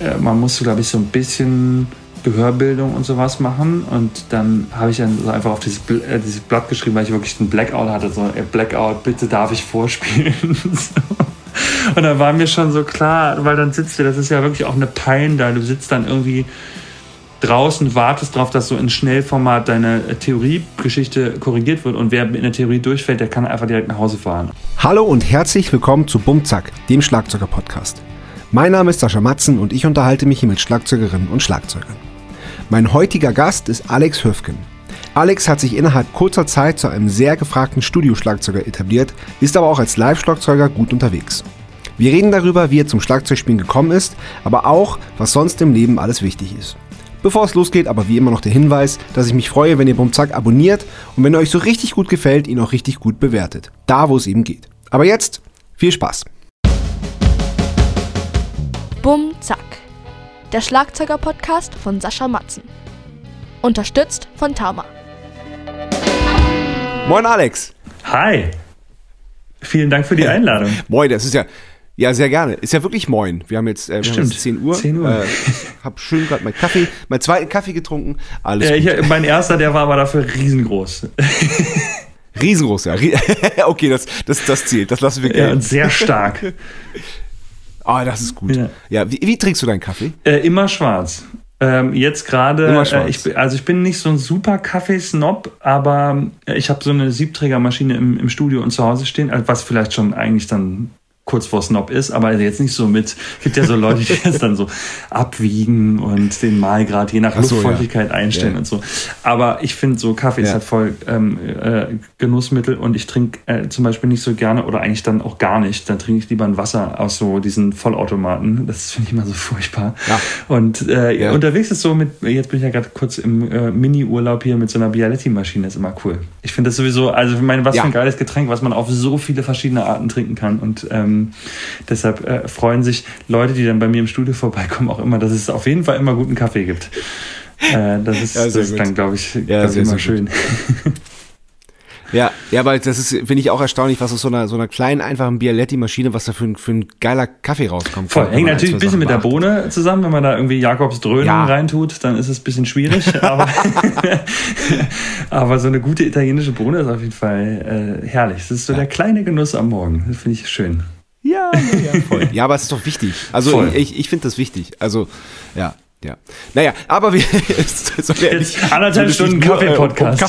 man musste, glaube ich, so ein bisschen Gehörbildung und sowas machen. Und dann habe ich dann so einfach auf dieses Blatt geschrieben, weil ich wirklich einen Blackout hatte. So, Blackout, bitte darf ich vorspielen. So. Und dann war mir schon so klar, weil dann sitzt du, das ist ja wirklich auch eine Pein da. Du sitzt dann irgendwie draußen, wartest drauf, dass so in Schnellformat deine Theoriegeschichte korrigiert wird. Und wer in der Theorie durchfällt, der kann einfach direkt nach Hause fahren. Hallo und herzlich willkommen zu Bumzack, dem Schlagzeuger-Podcast. Mein Name ist Sascha Matzen und ich unterhalte mich hier mit Schlagzeugerinnen und Schlagzeugern. Mein heutiger Gast ist Alex Höfgen. Alex hat sich innerhalb kurzer Zeit zu einem sehr gefragten Studioschlagzeuger etabliert, ist aber auch als Live-Schlagzeuger gut unterwegs. Wir reden darüber, wie er zum Schlagzeugspielen gekommen ist, aber auch, was sonst im Leben alles wichtig ist. Bevor es losgeht, aber wie immer noch der Hinweis, dass ich mich freue, wenn ihr Bumzack abonniert und wenn er euch so richtig gut gefällt, ihn auch richtig gut bewertet. Da, wo es eben geht. Aber jetzt, viel Spaß! Bumzack, der Schlagzeuger-Podcast von Sascha Matzen. Unterstützt von Tama. Moin Alex! Hi! Vielen Dank für die Einladung. Moin, das ist ja sehr gerne. Ist ja wirklich moin. Wir haben jetzt, 10 Uhr. 10 Uhr. Hab schön gerade meinen zweiten Kaffee getrunken. Alles gut. Mein erster, der war aber dafür riesengroß. Riesengroß, ja. Okay, das zählt. Das lassen wir gelten. Ja, und sehr stark. Das ist gut. Ja, wie trinkst du deinen Kaffee? Immer schwarz. Jetzt gerade, ich bin nicht so ein super Kaffeesnob, aber ich habe so eine Siebträgermaschine im Studio und zu Hause stehen, was vielleicht schon eigentlich dann kurz vor Snob ist, aber jetzt nicht so gibt ja so Leute, die das dann so abwiegen und den Mahlgrad je nach Luftfeuchtigkeit einstellen und so. Aber ich finde so Kaffee ist halt voll Genussmittel und ich trinke zum Beispiel nicht so gerne oder eigentlich dann auch gar nicht. Dann trinke ich lieber ein Wasser aus so diesen Vollautomaten. Das finde ich immer so furchtbar. Ja. Und unterwegs ist so jetzt bin ich ja gerade kurz im Mini-Urlaub hier mit so einer Bialetti-Maschine, ist immer cool. Ich finde das sowieso, also was für ein geiles Getränk, was man auf so viele verschiedene Arten trinken kann und deshalb freuen sich Leute, die dann bei mir im Studio vorbeikommen, auch immer, dass es auf jeden Fall immer guten Kaffee gibt. Das ist dann, glaube ich, immer schön. Ja, aber das ist, finde ich, auch erstaunlich, was aus so einer kleinen, einfachen Bialetti-Maschine, was da für ein geiler Kaffee rauskommt. Voll, hängt natürlich ein bisschen mit der Bohne zusammen. Wenn man da irgendwie Jakobsdröhnung reintut, dann ist es ein bisschen schwierig. Aber so eine gute italienische Bohne ist auf jeden Fall herrlich. Das ist so der kleine Genuss am Morgen. Das finde ich schön. Ja, voll. Ja, aber es ist doch wichtig. Also ich finde das wichtig. Also, ja. Naja, aber wir... Jetzt 1,5 Stunden Kaffee-Podcast.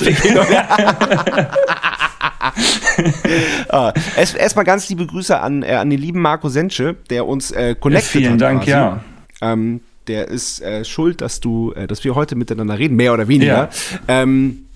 Erstmal ganz liebe Grüße an den lieben Marco Sensche, der uns connected hat. Vielen Dank, quasi. Der ist schuld, dass wir heute miteinander reden, mehr oder weniger. Ja.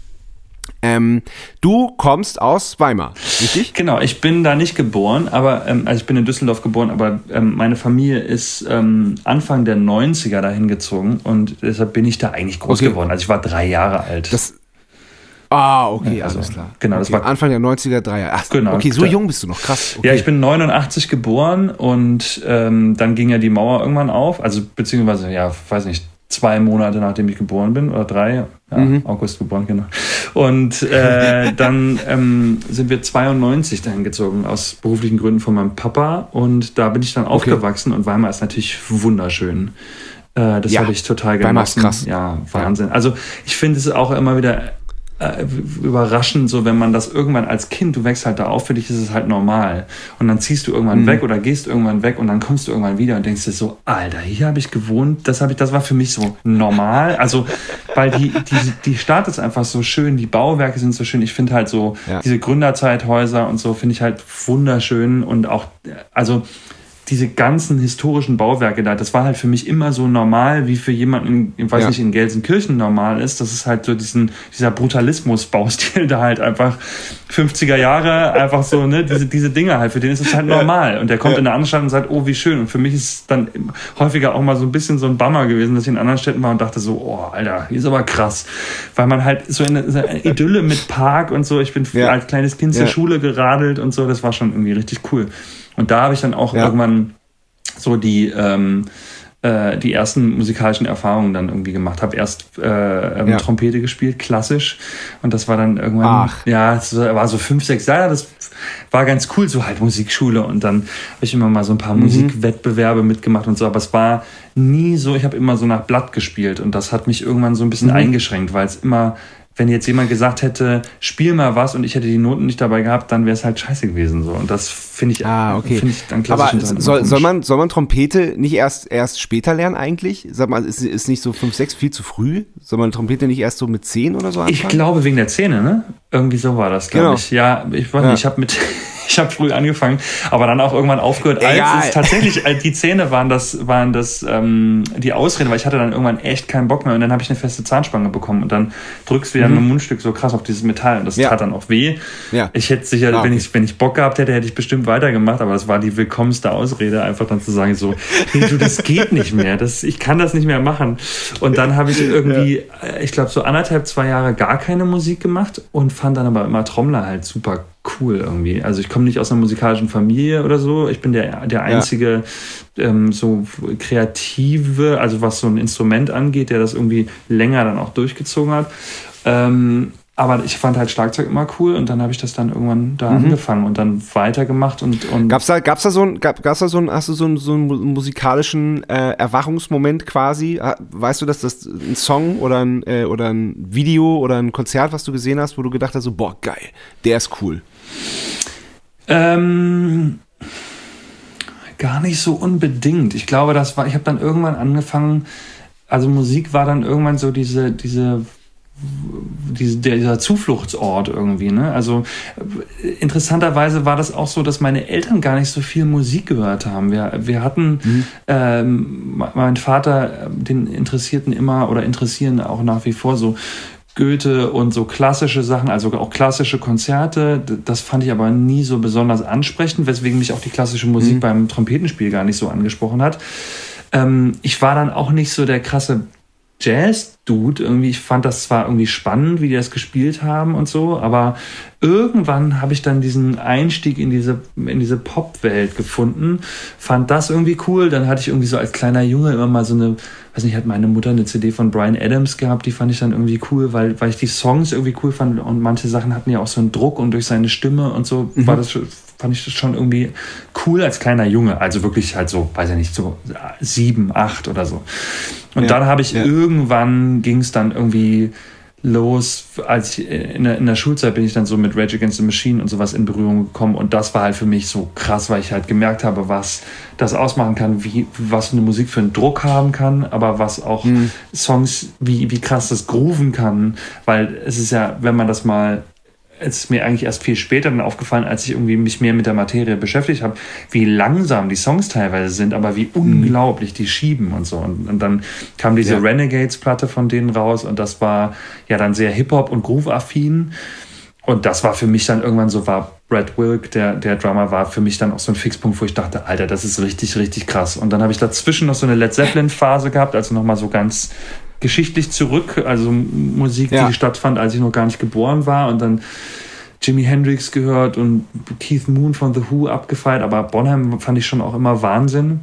Du kommst aus Weimar, richtig? Genau, ich bin da nicht geboren, aber ich bin in Düsseldorf geboren, aber meine Familie ist Anfang der 90er dahin gezogen und deshalb bin ich da eigentlich groß geworden. Also ich war 3 Jahre alt. Okay, alles klar. Genau, das war Anfang der 90er, 3 Jahre. Ach, genau, okay, so jung bist du noch, krass. Okay. Ja, ich bin 89 geboren und dann ging ja die Mauer irgendwann auf, also beziehungsweise, weiß nicht, 2 Monate nachdem ich geboren bin oder 3, August geboren, genau. Und dann sind wir 92 dahin gezogen, aus beruflichen Gründen von meinem Papa und da bin ich dann aufgewachsen und Weimar ist natürlich wunderschön. Das habe ich total genossen. Weimar ist krass. Ja, Wahnsinn. Also ich finde es auch immer wieder überraschend, so wenn man das irgendwann als Kind, du wächst halt da auf, für dich ist es halt normal. Und dann ziehst du irgendwann weg oder gehst irgendwann weg und dann kommst du irgendwann wieder und denkst dir so, Alter, hier habe ich gewohnt, das war für mich so normal. Also, weil die Stadt ist einfach so schön, die Bauwerke sind so schön. Ich finde halt so, diese Gründerzeithäuser und so finde ich halt wunderschön und auch, also diese ganzen historischen Bauwerke da, das war halt für mich immer so normal, wie für jemanden, nicht, in Gelsenkirchen normal ist. Das ist halt so dieser Brutalismus-Baustil da halt einfach 50er Jahre, einfach so, ne, diese Dinge halt, für den ist es halt normal. Und der kommt in eine andere Stadt und sagt, oh, wie schön. Und für mich ist es dann häufiger auch mal so ein bisschen so ein Bummer gewesen, dass ich in anderen Städten war und dachte so, oh, Alter, hier ist aber krass. Weil man halt so eine Idylle mit Park und so, ich bin als kleines Kind zur Schule geradelt und so, das war schon irgendwie richtig cool. Und da habe ich dann auch irgendwann so die ersten musikalischen Erfahrungen dann irgendwie gemacht. Habe erst Trompete gespielt, klassisch. Und das war dann irgendwann, es war so 5, 6 Jahre. Das war ganz cool, so halt Musikschule. Und dann habe ich immer mal so ein paar Musikwettbewerbe mitgemacht und so. Aber es war nie so, ich habe immer so nach Blatt gespielt. Und das hat mich irgendwann so ein bisschen eingeschränkt, weil es immer... Wenn jetzt jemand gesagt hätte, spiel mal was und ich hätte die Noten nicht dabei gehabt, dann wäre es halt scheiße gewesen. So. Und das finde ich, okay. Dann klassisch. Aber soll man Trompete nicht erst später lernen eigentlich? Sag mal, ist nicht so 5, 6 viel zu früh? Soll man Trompete nicht erst so mit 10 oder so anfangen? Ich glaube wegen der Zähne, ne? Irgendwie so war das, glaube ich. Ja, ich weiß nicht, ich habe früh angefangen, aber dann auch irgendwann aufgehört, als es tatsächlich, die Zähne waren die Ausrede, weil ich hatte dann irgendwann echt keinen Bock mehr und dann habe ich eine feste Zahnspange bekommen und dann drückst du wieder ein Mundstück so krass auf dieses Metall und das tat dann auch weh. Ja. Ich hätte sicher, wenn ich Bock gehabt hätte ich bestimmt weitergemacht, aber das war die willkommenste Ausrede, einfach dann zu sagen so, hey, du, das geht nicht mehr, ich kann das nicht mehr machen. Und dann habe ich irgendwie, ich glaube so 1,5, 2 Jahre gar keine Musik gemacht und fand dann aber immer Trommler halt super cool irgendwie. Also ich komme nicht aus einer musikalischen Familie oder so. Ich bin der einzige so Kreative, also was so ein Instrument angeht, der das irgendwie länger dann auch durchgezogen hat. Aber ich fand halt Schlagzeug immer cool und dann habe ich das dann irgendwann da angefangen und dann weitergemacht und hast du so einen musikalischen Erwachungsmoment quasi? Weißt du, dass das ein Song oder ein Video oder ein Konzert, was du gesehen hast, wo du gedacht hast, so, boah, geil, der ist cool? Gar nicht so unbedingt. Ich glaube, ich habe dann irgendwann angefangen, also Musik war dann irgendwann so dieser Zufluchtsort irgendwie, ne? Also interessanterweise war das auch so, dass meine Eltern gar nicht so viel Musik gehört haben. Wir hatten, mein Vater, den interessieren auch nach wie vor so Goethe und so klassische Sachen, also auch klassische Konzerte. Das fand ich aber nie so besonders ansprechend, weswegen mich auch die klassische Musik beim Trompetenspiel gar nicht so angesprochen hat. Ich war dann auch nicht so der krasse Jazz-Dude. Irgendwie, ich fand das zwar irgendwie spannend, wie die das gespielt haben und so, aber irgendwann habe ich dann diesen Einstieg in diese Pop-Welt gefunden, fand das irgendwie cool. Dann hatte ich irgendwie so als kleiner Junge immer mal so hat meine Mutter eine CD von Bryan Adams gehabt, die fand ich dann irgendwie cool, weil ich die Songs irgendwie cool fand und manche Sachen hatten ja auch so einen Druck und durch seine Stimme und so fand ich das schon irgendwie cool als kleiner Junge. Also wirklich halt so, weiß ich nicht, so 7, 8 oder so. Und dann habe ich irgendwann ging es dann irgendwie los, als ich in der Schulzeit bin ich dann so mit Rage Against the Machine und sowas in Berührung gekommen und das war halt für mich so krass, weil ich halt gemerkt habe, was das ausmachen kann, was eine Musik für einen Druck haben kann, aber was auch Songs, wie krass das grooven kann, weil es ist ja, wenn man das mal, es ist mir eigentlich erst viel später dann aufgefallen, als ich irgendwie mich mehr mit der Materie beschäftigt habe, wie langsam die Songs teilweise sind, aber wie unglaublich die schieben und so. Und dann kam diese Renegades-Platte von denen raus und das war ja dann sehr Hip-Hop und Groove-affin. Und das war für mich dann irgendwann so, war Brad Wilk, der Drummer, war für mich dann auch so ein Fixpunkt, wo ich dachte, Alter, das ist richtig, richtig krass. Und dann habe ich dazwischen noch so eine Led Zeppelin-Phase gehabt, also nochmal so ganz geschichtlich zurück, also Musik, die stattfand, als ich noch gar nicht geboren war und dann Jimi Hendrix gehört und Keith Moon von The Who abgefeiert, aber Bonham fand ich schon auch immer Wahnsinn.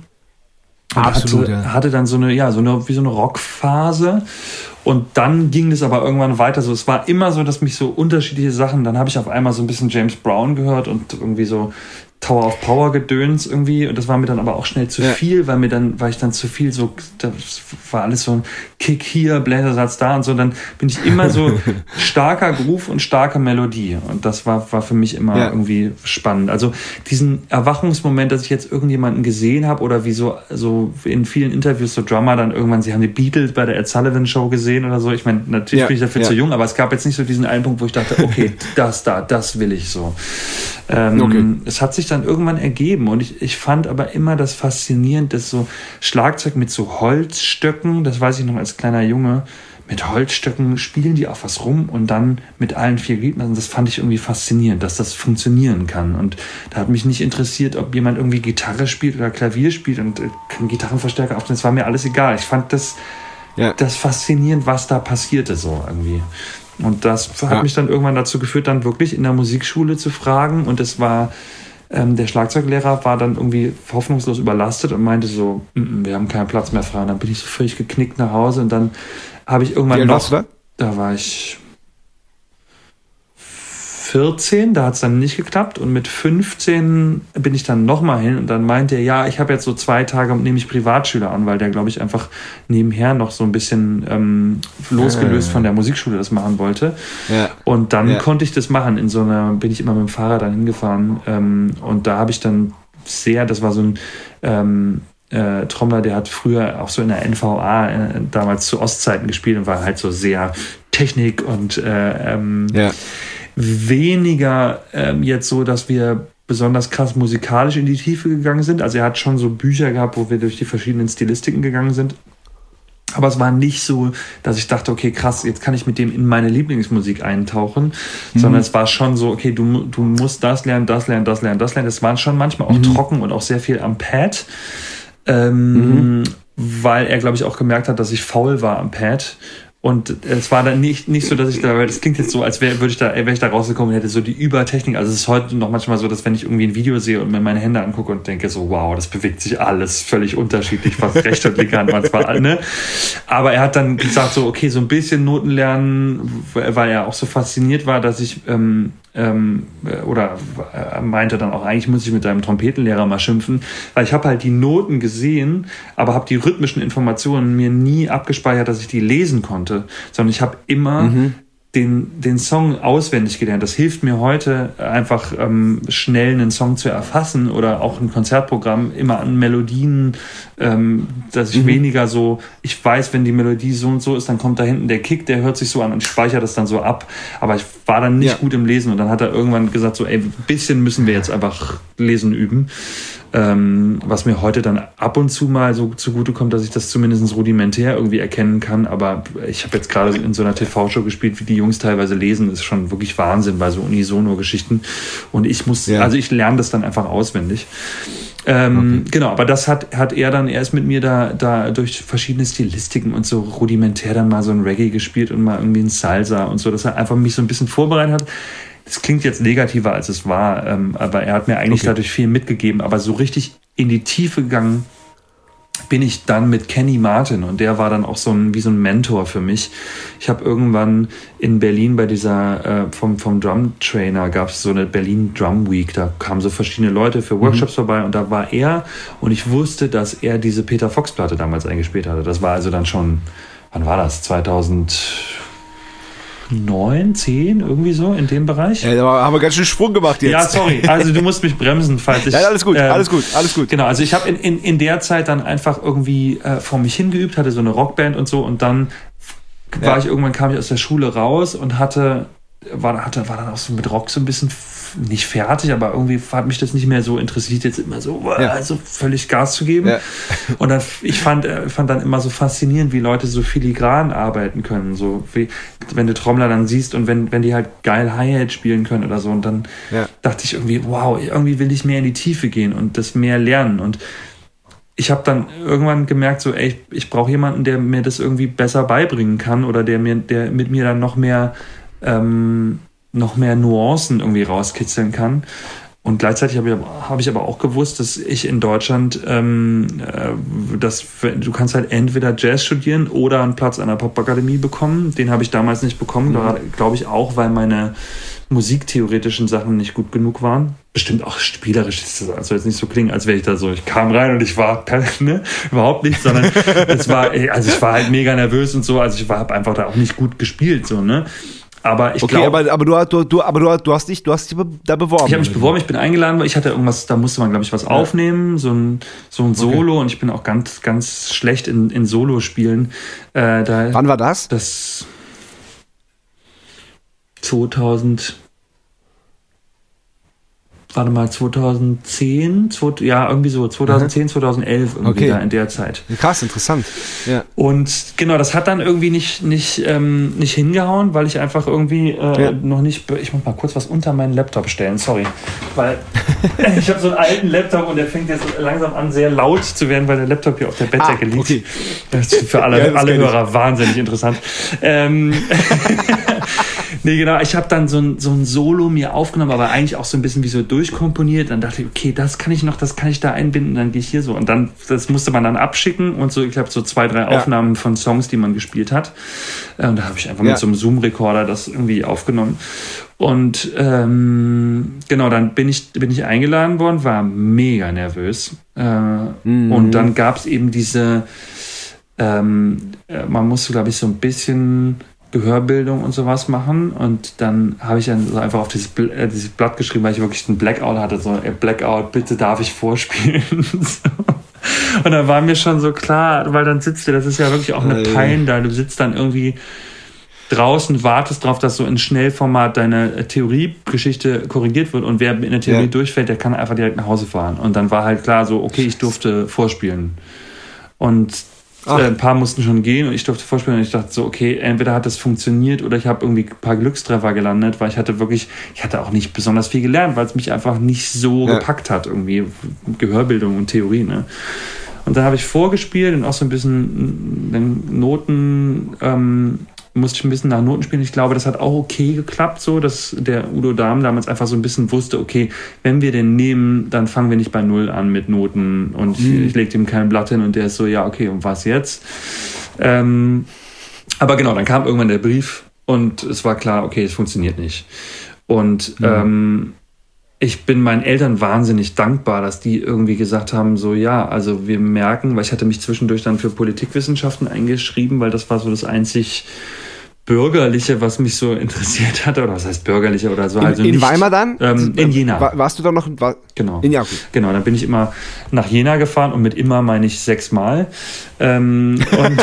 Absolut, hatte dann so eine Rockphase und dann ging es aber irgendwann weiter so, es war immer so, dass mich so unterschiedliche Sachen, dann habe ich auf einmal so ein bisschen James Brown gehört und irgendwie so Tower of Power Gedöns irgendwie und das war mir dann aber auch schnell zu viel, weil ich dann zu viel so, das war alles so ein Kick hier, Bläsersatz da und so, dann bin ich immer so starker Groove und starke Melodie und das war für mich immer irgendwie spannend. Also diesen Erwachungsmoment, dass ich jetzt irgendjemanden gesehen habe oder wie so in vielen Interviews so Drummer dann irgendwann, sie haben die Beatles bei der Ed Sullivan Show gesehen oder so, ich meine, natürlich bin ich dafür zu jung, aber es gab jetzt nicht so diesen einen Punkt, wo ich dachte, okay, das will ich so. Es hat sich dann irgendwann ergeben und ich fand aber immer das faszinierend, dass so Schlagzeug mit so Holzstöcken, das weiß ich noch als kleiner Junge, mit Holzstöcken spielen die auf was rum und dann mit allen 4 Gliedmaßen, das fand ich irgendwie faszinierend, dass das funktionieren kann und da hat mich nicht interessiert, ob jemand irgendwie Gitarre spielt oder Klavier spielt und einen Gitarrenverstärker aufnehmen, das war mir alles egal, ich fand das faszinierend, was da passierte so irgendwie. Und das hat mich dann irgendwann dazu geführt, dann wirklich in der Musikschule zu fragen. Und es war, der Schlagzeuglehrer war dann irgendwie hoffnungslos überlastet und meinte so, wir haben keinen Platz mehr frei. Und dann bin ich so völlig geknickt nach Hause und dann habe ich irgendwann da war ich 14, da hat es dann nicht geklappt und mit 15 bin ich dann nochmal hin und dann meinte er, ja, ich habe jetzt so 2 Tage und nehme ich Privatschüler an, weil der, glaube ich, einfach nebenher noch so ein bisschen losgelöst von der Musikschule das machen wollte. Ja. Und dann konnte ich das machen. Bin ich immer mit dem Fahrrad dann hingefahren und da habe ich dann das war so ein Trommler, der hat früher auch so in der NVA damals zu Ostzeiten gespielt und war halt so sehr Technik und weniger jetzt so, dass wir besonders krass musikalisch in die Tiefe gegangen sind. Also er hat schon so Bücher gehabt, wo wir durch die verschiedenen Stilistiken gegangen sind. Aber es war nicht so, dass ich dachte, okay, krass, jetzt kann ich mit dem in meine Lieblingsmusik eintauchen, sondern es war schon so, okay, du musst das lernen, das lernen, das lernen, das lernen. Es waren schon manchmal auch trocken und auch sehr viel am Pad. Weil er, glaube ich, auch gemerkt hat, dass ich faul war am Pad. Und es war dann nicht so, dass ich da, weil das klingt jetzt so, als wäre ich da rausgekommen und hätte so die Übertechnik. Also es ist heute noch manchmal so, dass wenn ich irgendwie ein Video sehe und mir meine Hände angucke und denke so, wow, das bewegt sich alles völlig unterschiedlich, fast rechts und links Hand manchmal, ne? Aber er hat dann gesagt so, okay, so ein bisschen Noten lernen, weil er auch so fasziniert war, dass ich meinte dann auch, eigentlich muss ich mit deinem Trompetenlehrer mal schimpfen, weil ich habe halt die Noten gesehen, aber habe die rhythmischen Informationen mir nie abgespeichert, dass ich die lesen konnte, sondern ich habe immer den Song auswendig gelernt. Das hilft mir heute einfach schnell einen Song zu erfassen oder auch ein Konzertprogramm immer an Melodien, dass ich weniger so, ich weiß, wenn die Melodie so und so ist, dann kommt da hinten der Kick, der hört sich so an und ich speichere das dann so ab. Aber ich war dann nicht gut im Lesen und dann hat er irgendwann gesagt so, ey, ein bisschen müssen wir jetzt einfach lesen üben. Was mir heute dann ab und zu mal so zugutekommt, dass ich das zumindest rudimentär irgendwie erkennen kann. Aber ich habe jetzt gerade in so einer TV-Show gespielt, wie die Jungs teilweise lesen, ist schon wirklich Wahnsinn bei so Unisono-Geschichten. Und ich lerne das dann einfach auswendig. Genau, aber das hat er dann erst mit mir da durch verschiedene Stilistiken und so rudimentär dann mal so ein Reggae gespielt und mal irgendwie ein Salsa und so, dass er einfach mich so ein bisschen vorbereitet hat. Das klingt jetzt negativer, als es war, aber er hat mir eigentlich dadurch viel mitgegeben. Aber so richtig in die Tiefe gegangen bin ich dann mit Kenny Martin und der war dann auch wie so ein Mentor für mich. Ich habe irgendwann in Berlin bei dieser, vom Drum Trainer gab es so eine Berlin Drum Week, da kamen so verschiedene Leute für Workshops vorbei und da war er und ich wusste, dass er diese Peter Fox Platte damals eingespielt hatte. Das war also dann schon, wann war das? 2009, 10, irgendwie so in dem Bereich. Ja, da haben wir ganz schön Sprung gemacht jetzt. Ja, sorry, also du musst mich bremsen, falls ich... Nein, alles gut. Genau, also ich habe in der Zeit dann einfach irgendwie vor mich hingeübt, hatte so eine Rockband und so und dann kam ich aus der Schule raus und war dann auch so mit Rock so ein bisschen nicht fertig, aber irgendwie hat mich das nicht mehr so interessiert, jetzt immer so also völlig Gas zu geben. Ja. Und dann, ich fand dann immer so faszinierend, wie Leute so filigran arbeiten können, so wie, wenn du Trommler dann siehst und wenn die halt geil Hi-Hat spielen können oder so und dann dachte ich irgendwie, wow, irgendwie will ich mehr in die Tiefe gehen und das mehr lernen und ich habe dann irgendwann gemerkt, so, ey, ich brauche jemanden, der mir das irgendwie besser beibringen kann oder der mit mir dann noch mehr Nuancen irgendwie rauskitzeln kann. Und gleichzeitig habe ich aber auch gewusst, dass ich in Deutschland, du kannst halt entweder Jazz studieren oder einen Platz an der Popakademie bekommen. Den habe ich damals nicht bekommen, glaube ich auch, weil meine musiktheoretischen Sachen nicht gut genug waren. Bestimmt auch spielerisch, also jetzt nicht so klingen, als wäre ich da so, ich kam rein und ich war, überhaupt nicht, sondern ich war halt mega nervös und so, also ich habe einfach da auch nicht gut gespielt, so, ne. Aber ich glaube... Aber du hast dich da beworben. Ich habe mich beworben, ich bin eingeladen, weil ich hatte irgendwas, da musste man, glaube ich, was aufnehmen, so ein Solo und ich bin auch ganz, ganz schlecht in Solo-Spielen. Wann war das? Das 2010, irgendwie so, 2010, 2011, irgendwie da in der Zeit. Krass, interessant. Ja. Und genau, das hat dann irgendwie nicht hingehauen, weil ich einfach irgendwie noch nicht, ich muss mal kurz was unter meinen Laptop stellen, sorry. Weil ich habe so einen alten Laptop und der fängt jetzt langsam an, sehr laut zu werden, weil der Laptop hier auf der Bettdecke liegt. Okay. Das ist für alle Hörer wahnsinnig interessant. Nee, genau. Ich habe dann so ein Solo mir aufgenommen, aber eigentlich auch so ein bisschen wie so durchkomponiert. Dann dachte ich, okay, das kann ich da einbinden. Dann gehe ich hier so. Und dann, das musste man dann abschicken und so, ich glaube, so 2, 3 Aufnahmen von Songs, die man gespielt hat. Und da habe ich einfach mit so einem Zoom-Recorder das irgendwie aufgenommen. Und genau, dann bin ich eingeladen worden, war mega nervös. Und dann gab es eben diese, man musste, glaube ich, so ein bisschen Gehörbildung und sowas machen. Und dann habe ich dann so einfach auf dieses Blatt geschrieben, weil ich wirklich einen Blackout hatte. So, Blackout, bitte darf ich vorspielen. So. Und dann war mir schon so klar, weil dann sitzt du, das ist ja wirklich auch eine Pein da, du sitzt dann irgendwie draußen, wartest drauf, dass so in Schnellformat deine Theoriegeschichte korrigiert wird und wer in der Theorie durchfällt, der kann einfach direkt nach Hause fahren. Und dann war halt klar so, okay, ich durfte vorspielen. Und ein paar mussten schon gehen und ich durfte vorspielen und ich dachte so, okay, entweder hat das funktioniert oder ich habe irgendwie ein paar Glückstreffer gelandet, weil ich hatte auch nicht besonders viel gelernt, weil es mich einfach nicht so gepackt hat, irgendwie Gehörbildung und Theorie, ne? Und dann habe ich vorgespielt und auch so ein bisschen Noten, musste ich ein bisschen nach Noten spielen. Ich glaube, das hat auch okay geklappt, so, dass der Udo Dahm damals einfach so ein bisschen wusste, okay, wenn wir den nehmen, dann fangen wir nicht bei 0 an mit Noten und ich lege ihm kein Blatt hin und der ist so, ja, okay, und was jetzt? Aber genau, dann kam irgendwann der Brief und es war klar, okay, es funktioniert nicht. Und ich bin meinen Eltern wahnsinnig dankbar, dass die irgendwie gesagt haben, so ja, also wir merken, weil ich hatte mich zwischendurch dann für Politikwissenschaften eingeschrieben, weil das war so das einzig Bürgerliche, was mich so interessiert hatte, oder was heißt Bürgerliche oder so. Also in nicht, Weimar dann? In Jena. Warst du da noch? Genau. In Jena. Genau, dann bin ich immer nach Jena gefahren und mit immer meine ich 6-mal. Und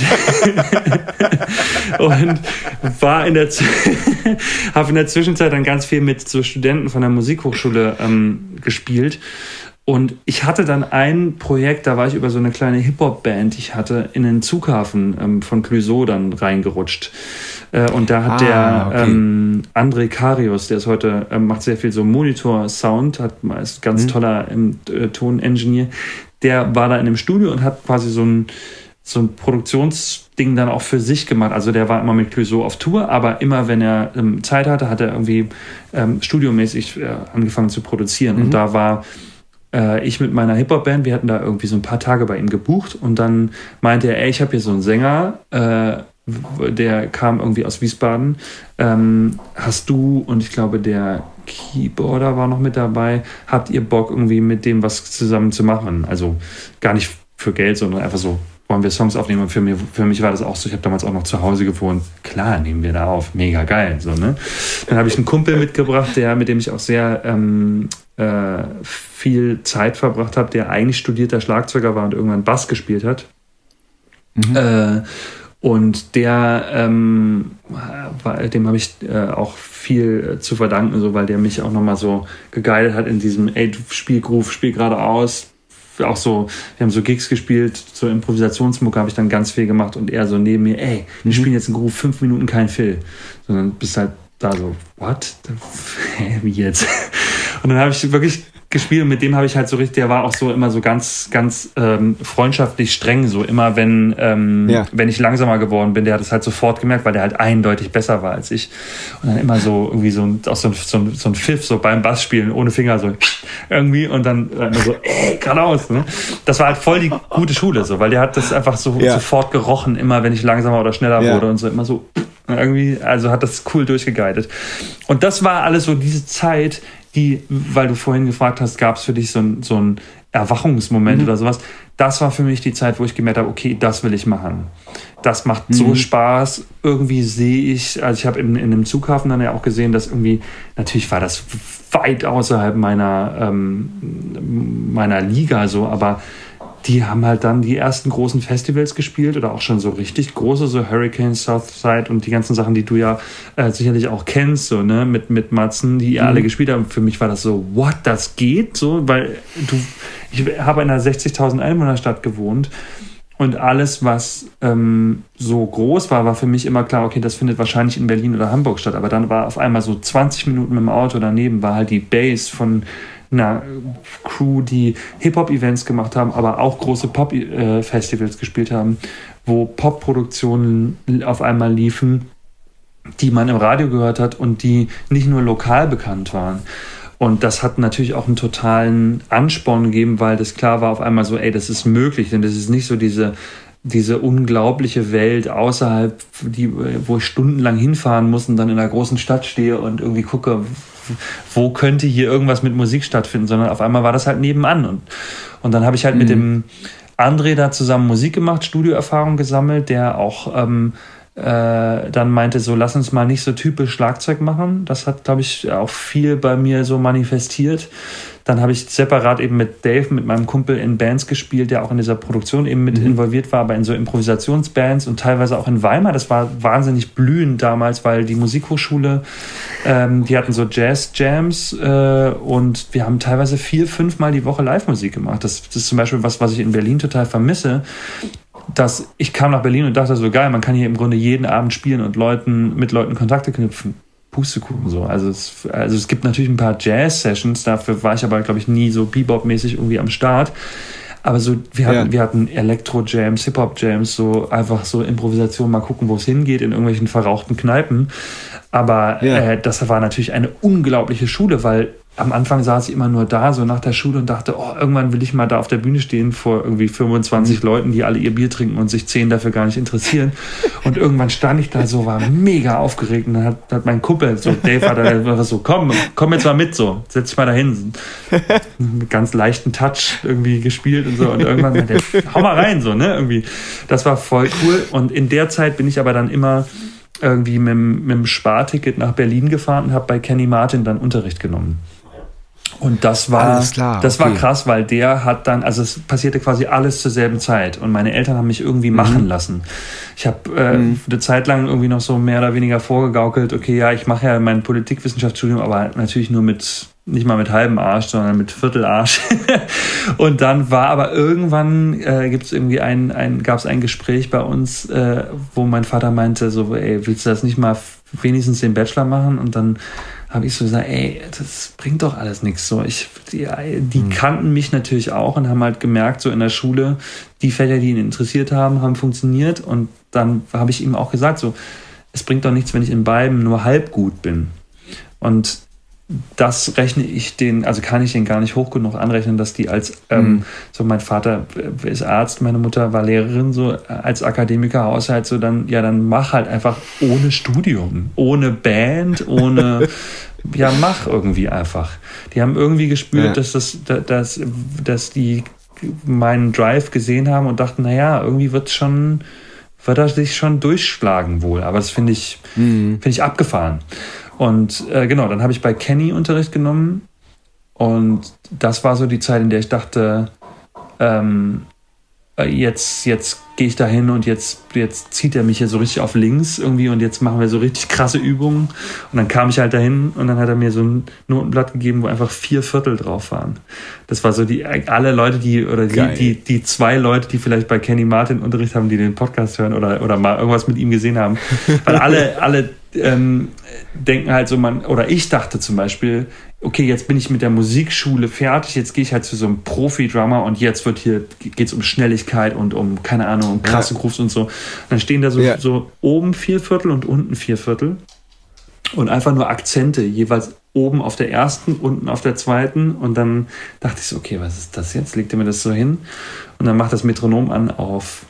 war habe in der Zwischenzeit dann ganz viel mit so Studenten von der Musikhochschule gespielt. Und ich hatte dann ein Projekt, da war ich über so eine kleine Hip-Hop-Band, ich hatte in den Zughafen von Clouseau dann reingerutscht. Und da hat der André Karius, der ist heute, macht sehr viel so Monitor-Sound, ist ganz toller Tonengineer, der war da in dem Studio und hat quasi so ein Produktionsding dann auch für sich gemacht. Also der war immer mit Clouseau auf Tour, aber immer wenn er Zeit hatte, hat er irgendwie studiomäßig angefangen zu produzieren. Und da war ich mit meiner Hip-Hop-Band, wir hatten da irgendwie so ein paar Tage bei ihm gebucht und dann meinte er, ich habe hier so einen Sänger, der kam irgendwie aus Wiesbaden. Hast du und ich glaube der Keyboarder war noch mit dabei, habt ihr Bock irgendwie mit dem was zusammen zu machen? Also gar nicht für Geld, sondern einfach so, wollen wir Songs aufnehmen? Und für mich war das auch so, ich habe damals auch noch zu Hause gewohnt. Klar, nehmen wir da auf, mega geil. So, ne? Dann habe ich einen Kumpel mitgebracht, mit dem ich auch sehr viel Zeit verbracht habe, der eigentlich studierter Schlagzeuger war und irgendwann Bass gespielt hat. Und der, dem habe ich auch viel zu verdanken, so, weil der mich auch nochmal so geguidet hat in diesem, ey, du spiel geradeaus. Auch so, wir haben so Gigs gespielt, so Improvisationsmucke habe ich dann ganz viel gemacht und er so neben mir, ey, wir spielen jetzt einen Groove, 5 Minuten kein Fill. Sondern bist halt da so, what? Wie jetzt? Und dann habe ich wirklich gespielt und mit dem habe ich halt so richtig, der war auch so immer so ganz, ganz freundschaftlich streng, so immer wenn ich langsamer geworden bin, der hat es halt sofort gemerkt, weil der halt eindeutig besser war als ich. Und dann immer so irgendwie so ein Pfiff, so beim Bassspielen, ohne Finger, so irgendwie und dann immer so, geradeaus. Ne? Das war halt voll die gute Schule, so, weil der hat das einfach so sofort gerochen, immer wenn ich langsamer oder schneller wurde und so immer so irgendwie, also hat das cool durchgeguidet. Und das war alles so diese Zeit, die, weil du vorhin gefragt hast, gab es für dich so ein Erwachungsmoment oder sowas. Das war für mich die Zeit, wo ich gemerkt habe, okay, das will ich machen. Das macht so Spaß. Irgendwie sehe ich, also ich habe in einem Zughafen dann ja auch gesehen, dass irgendwie, natürlich war das weit außerhalb meiner Liga so, aber die haben halt dann die ersten großen Festivals gespielt oder auch schon so richtig große, so Hurricane, Southside und die ganzen Sachen, die du ja sicherlich auch kennst, so, ne, mit Matzen, die ihr alle gespielt haben. Für mich war das so, what, das geht? So, weil ich habe in einer 60.000 Einwohnerstadt gewohnt und alles, was so groß war für mich immer klar, okay, das findet wahrscheinlich in Berlin oder Hamburg statt. Aber dann war auf einmal so 20 Minuten mit dem Auto daneben, war halt die Base von einer Crew, die Hip-Hop-Events gemacht haben, aber auch große Pop-Festivals gespielt haben, wo Pop-Produktionen auf einmal liefen. die man im Radio gehört hat und die nicht nur lokal bekannt waren. Und das hat natürlich auch einen totalen Ansporn gegeben, weil das klar war auf einmal so, ey, das ist möglich, denn das ist nicht so diese unglaubliche Welt außerhalb, wo ich stundenlang hinfahren muss und dann in einer großen Stadt stehe und irgendwie gucke, wo könnte hier irgendwas mit Musik stattfinden, sondern auf einmal war das halt nebenan. Und dann habe ich halt mit dem André da zusammen Musik gemacht, Studioerfahrung gesammelt, der auch dann meinte so, lass uns mal nicht so typisch Schlagzeug machen. Das hat, glaube ich, auch viel bei mir so manifestiert. Dann habe ich separat eben mit Dave, mit meinem Kumpel, in Bands gespielt, der auch in dieser Produktion eben mit involviert war, aber in so Improvisationsbands und teilweise auch in Weimar. Das war wahnsinnig blühend damals, weil die Musikhochschule, die hatten so Jazz-Jams und wir haben teilweise 4-5 Mal die Woche Live-Musik gemacht. Das ist zum Beispiel was ich in Berlin total vermisse. Dass ich kam nach Berlin und dachte so, geil, man kann hier im Grunde jeden Abend spielen und mit Leuten Kontakte knüpfen. Pustekuchen so. Also es gibt natürlich ein paar Jazz-Sessions, dafür war ich aber, glaube ich, nie so Bebop-mäßig irgendwie am Start. Aber so, wir hatten Elektro-Jams, Hip-Hop-Jams, so einfach so Improvisation, mal gucken, wo es hingeht, in irgendwelchen verrauchten Kneipen. Aber das war natürlich eine unglaubliche Schule, weil am Anfang saß ich immer nur da, so nach der Schule und dachte, irgendwann will ich mal da auf der Bühne stehen vor irgendwie 25 Leuten, die alle ihr Bier trinken und sich 10 dafür gar nicht interessieren. Und irgendwann stand ich da so, war mega aufgeregt und dann hat mein Kumpel, so Dave, hat dann so, komm jetzt mal mit, so, setz dich mal da hin. Mit ganz leichten Touch irgendwie gespielt und so und irgendwann meinte er, hau mal rein, so, ne, irgendwie. Das war voll cool und in der Zeit bin ich aber dann immer irgendwie mit dem Sparticket nach Berlin gefahren und habe bei Kenny Martin dann Unterricht genommen. Und das war krass, weil der hat dann, also es passierte quasi alles zur selben Zeit und meine Eltern haben mich irgendwie machen lassen. Ich habe eine Zeit lang irgendwie noch so mehr oder weniger vorgegaukelt, okay, ja, ich mache ja mein Politikwissenschaftsstudium, aber natürlich nur nicht mal mit halbem Arsch, sondern mit Viertelarsch. Und dann war aber irgendwann gab es ein Gespräch bei uns, wo mein Vater meinte so, ey, willst du das nicht mal wenigstens den Bachelor machen? Und dann habe ich so gesagt, ey, das bringt doch alles nichts. So, die kannten mich natürlich auch und haben halt gemerkt, so in der Schule, die Fächer, die ihn interessiert haben funktioniert. Und dann habe ich ihm auch gesagt, so, es bringt doch nichts, wenn ich in beiden nur halb gut bin. Und das kann ich denen gar nicht hoch genug anrechnen, dass die als, so mein Vater ist Arzt, meine Mutter war Lehrerin, so als Akademikerhaushalt, so dann mach halt einfach ohne Studium, ohne Band, ohne, mach irgendwie einfach. Die haben irgendwie gespürt, dass die meinen Drive gesehen haben und dachten, naja, irgendwie wird er sich schon durchschlagen wohl, aber das finde ich abgefahren. Und dann habe ich bei Kenny Unterricht genommen und das war so die Zeit, in der ich dachte, jetzt gehe ich da hin und jetzt zieht er mich hier so richtig auf links irgendwie und jetzt machen wir so richtig krasse Übungen. Und dann kam ich halt dahin und dann hat er mir so ein Notenblatt gegeben, wo einfach 4 Viertel drauf waren. Das war so alle Leute, die 2 Leute, die vielleicht bei Kenny Martin Unterricht haben, die den Podcast hören oder mal irgendwas mit ihm gesehen haben. Weil alle denken halt so, ich dachte zum Beispiel, okay, jetzt bin ich mit der Musikschule fertig, jetzt gehe ich halt zu so einem Profi-Drummer und jetzt geht's um Schnelligkeit und um, keine Ahnung, um krasse Grooves und so. Und dann stehen da so oben 4 Viertel und unten 4 Viertel und einfach nur Akzente, jeweils oben auf der ersten, unten auf der zweiten und dann dachte ich so, okay, was ist das jetzt? Legt er mir das so hin und dann macht das Metronom an auf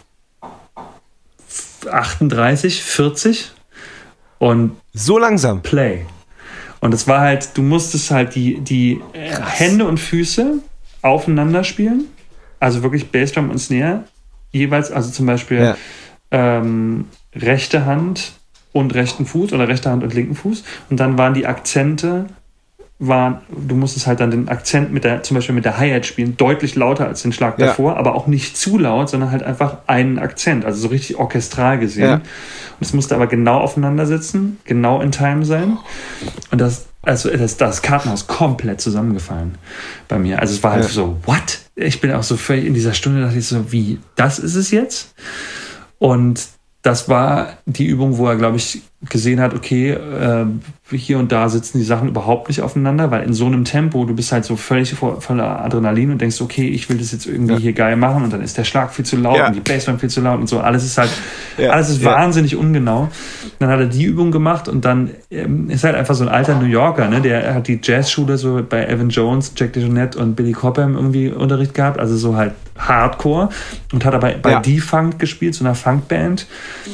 38, 40 und so langsam. Play. Und es war halt, du musstest halt die Hände und Füße aufeinander spielen. Also wirklich Bassdrum und Snare. Jeweils, also zum Beispiel rechte Hand und rechten Fuß oder rechte Hand und linken Fuß. Und dann waren die Akzente, du musstest halt dann den Akzent zum Beispiel mit der Hi-Hat spielen, deutlich lauter als den Schlag davor, aber auch nicht zu laut, sondern halt einfach einen Akzent, also so richtig orchestral gesehen. Ja. Und es musste aber genau aufeinander sitzen, genau in Time sein. Und das Kartenhaus komplett zusammengefallen bei mir. Also es war halt so, what? Ich bin auch so völlig in dieser Stunde, dachte ich so, wie, das ist es jetzt? Und das war die Übung, wo er, glaube ich, gesehen hat, okay, hier und da sitzen die Sachen überhaupt nicht aufeinander, weil in so einem Tempo, du bist halt so völlig voller Adrenalin und denkst, okay, ich will das jetzt irgendwie hier geil machen und dann ist der Schlag viel zu laut und die Bassline viel zu laut und so. Alles ist halt Alles ist wahnsinnig ungenau. Dann hat er die Übung gemacht und dann ist halt einfach so ein alter New Yorker, ne? Der hat die Jazzschule so bei Evan Jones, Jack DeJohnette und Billy Cobham irgendwie Unterricht gehabt, also so halt Hardcore, und hat aber bei D-Funk gespielt, so einer Funkband.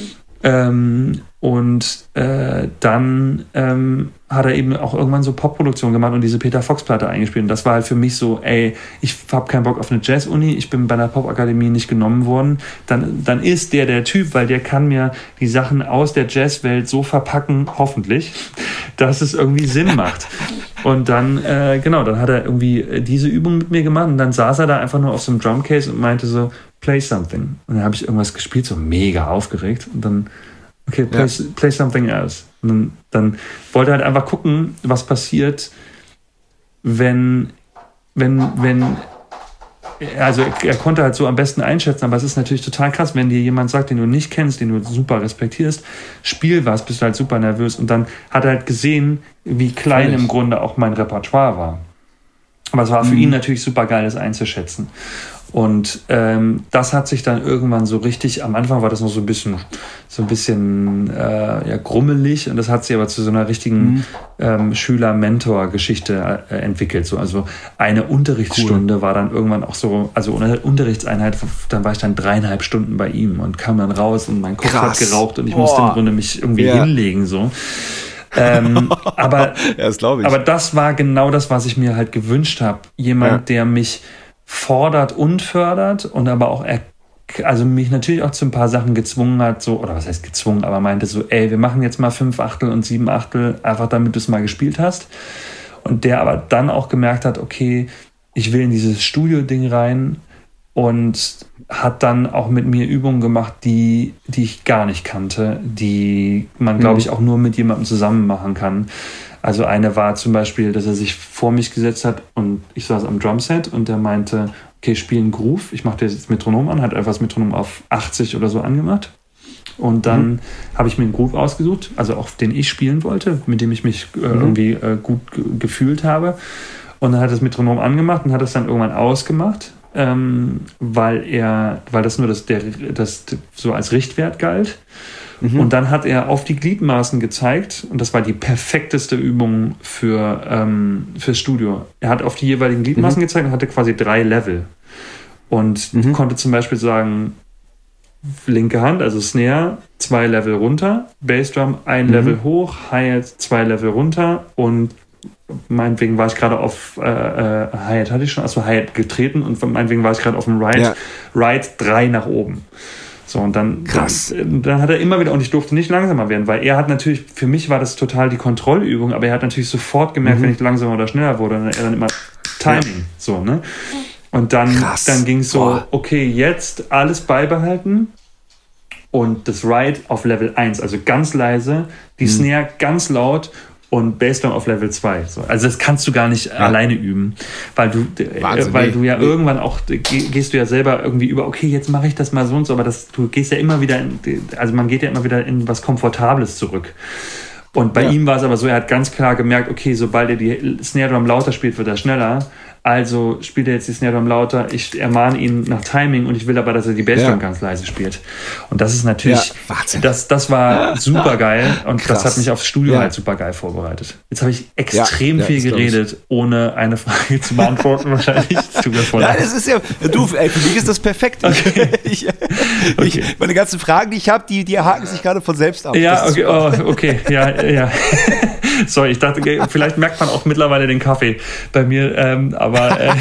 Dann hat er eben auch irgendwann so Popproduktion gemacht und diese Peter Fox-Platte eingespielt. Und das war halt für mich so, ich habe keinen Bock auf eine Jazz-Uni, ich bin bei einer Popakademie nicht genommen worden. Dann ist der Typ, weil der kann mir die Sachen aus der Jazzwelt so verpacken, hoffentlich, dass es irgendwie Sinn macht. Und dann, dann hat er irgendwie diese Übung mit mir gemacht und dann saß er da einfach nur auf so einem Drumcase und meinte so, play something. Und dann habe ich irgendwas gespielt, so mega aufgeregt. Und dann, okay, play something else. Und dann wollte er halt einfach gucken, was passiert, also er konnte halt so am besten einschätzen, aber es ist natürlich total krass, wenn dir jemand sagt, den du nicht kennst, den du super respektierst, spiel was, bist du halt super nervös. Und dann hat er halt gesehen, wie klein im Grunde auch mein Repertoire war. Aber es war für ihn natürlich super geil, das einzuschätzen. Und das hat sich dann irgendwann so richtig, am Anfang war das noch so ein bisschen grummelig, und das hat sich aber zu so einer richtigen Schüler-Mentor-Geschichte entwickelt. So, also eine Unterrichtsstunde war dann irgendwann auch so, also eine Unterrichtseinheit, dann war ich dann 3,5 Stunden bei ihm und kam dann raus und mein Kopf hat geraucht und ich musste im Grunde mich irgendwie hinlegen, so. Aber das glaube ich. Aber das war genau das, was ich mir halt gewünscht habe. Jemand, der mich fordert und fördert und aber auch also mich natürlich auch zu ein paar Sachen gezwungen hat, so, oder was heißt gezwungen, aber meinte so, wir machen jetzt mal 5 Achtel und 7 Achtel, einfach damit du es mal gespielt hast. Und der aber dann auch gemerkt hat, okay, ich will in dieses Studio-Ding rein, und hat dann auch mit mir Übungen gemacht, die ich gar nicht kannte, die man, glaube ich, auch nur mit jemandem zusammen machen kann. Also eine war zum Beispiel, dass er sich vor mich gesetzt hat und ich saß am Drumset und der meinte, okay, spiel einen Groove, ich mache dir jetzt Metronom an, hat einfach das Metronom auf 80 oder so angemacht. Und dann habe ich mir einen Groove ausgesucht, also auch den ich spielen wollte, mit dem ich mich irgendwie gut gefühlt habe. Und dann hat das Metronom angemacht und hat es dann irgendwann ausgemacht, weil das nur das so als Richtwert galt. Und dann hat er auf die Gliedmaßen gezeigt, und das war die perfekteste Übung fürs Studio. Er hat auf die jeweiligen Gliedmaßen gezeigt und hatte quasi 3 Level. Und konnte zum Beispiel sagen, linke Hand, also Snare, 2 Level runter, Bassdrum 1 Level hoch, Hi-Hat 2 Level runter, und meinetwegen war ich gerade auf Hi-Hat hatte ich schon, also Hi-Hat getreten, und meinetwegen war ich gerade auf dem Ride 3 nach oben. So, und dann hat er immer wieder, und ich durfte nicht langsamer werden, weil er hat natürlich, für mich war das total die Kontrollübung, aber er hat natürlich sofort gemerkt, wenn ich langsamer oder schneller wurde, und er dann immer Timing, so, ne? Und dann ging es so, okay, jetzt alles beibehalten und das Ride auf Level 1, also ganz leise, die Snare ganz laut und Bassdrum auf Level 2. So. Also das kannst du gar nicht alleine üben, weil du irgendwann auch, gehst du ja selber irgendwie über, okay, jetzt mache ich das mal so und so, aber du gehst ja immer wieder, man geht ja immer wieder in was Komfortables zurück. Und bei ihm war es aber so, er hat ganz klar gemerkt, okay, sobald er die Snare Drum lauter spielt, wird er schneller. Also spielt er jetzt die Snare Drum lauter, ich ermahne ihn nach Timing, und ich will aber, dass er die Bassdrum ganz leise spielt. Und das ist natürlich, das war super geil, und das hat mich aufs Studio halt super geil vorbereitet. Jetzt habe ich extrem viel geredet, ohne eine Frage zu beantworten, wahrscheinlich. Tut mir voll leid. Das ist ja, für mich ist das perfekt. Okay. Meine ganzen Fragen, die ich habe, die haken sich gerade von selbst ab. Ja, okay, ja. Sorry, ich dachte, vielleicht merkt man auch mittlerweile den Kaffee bei mir, aber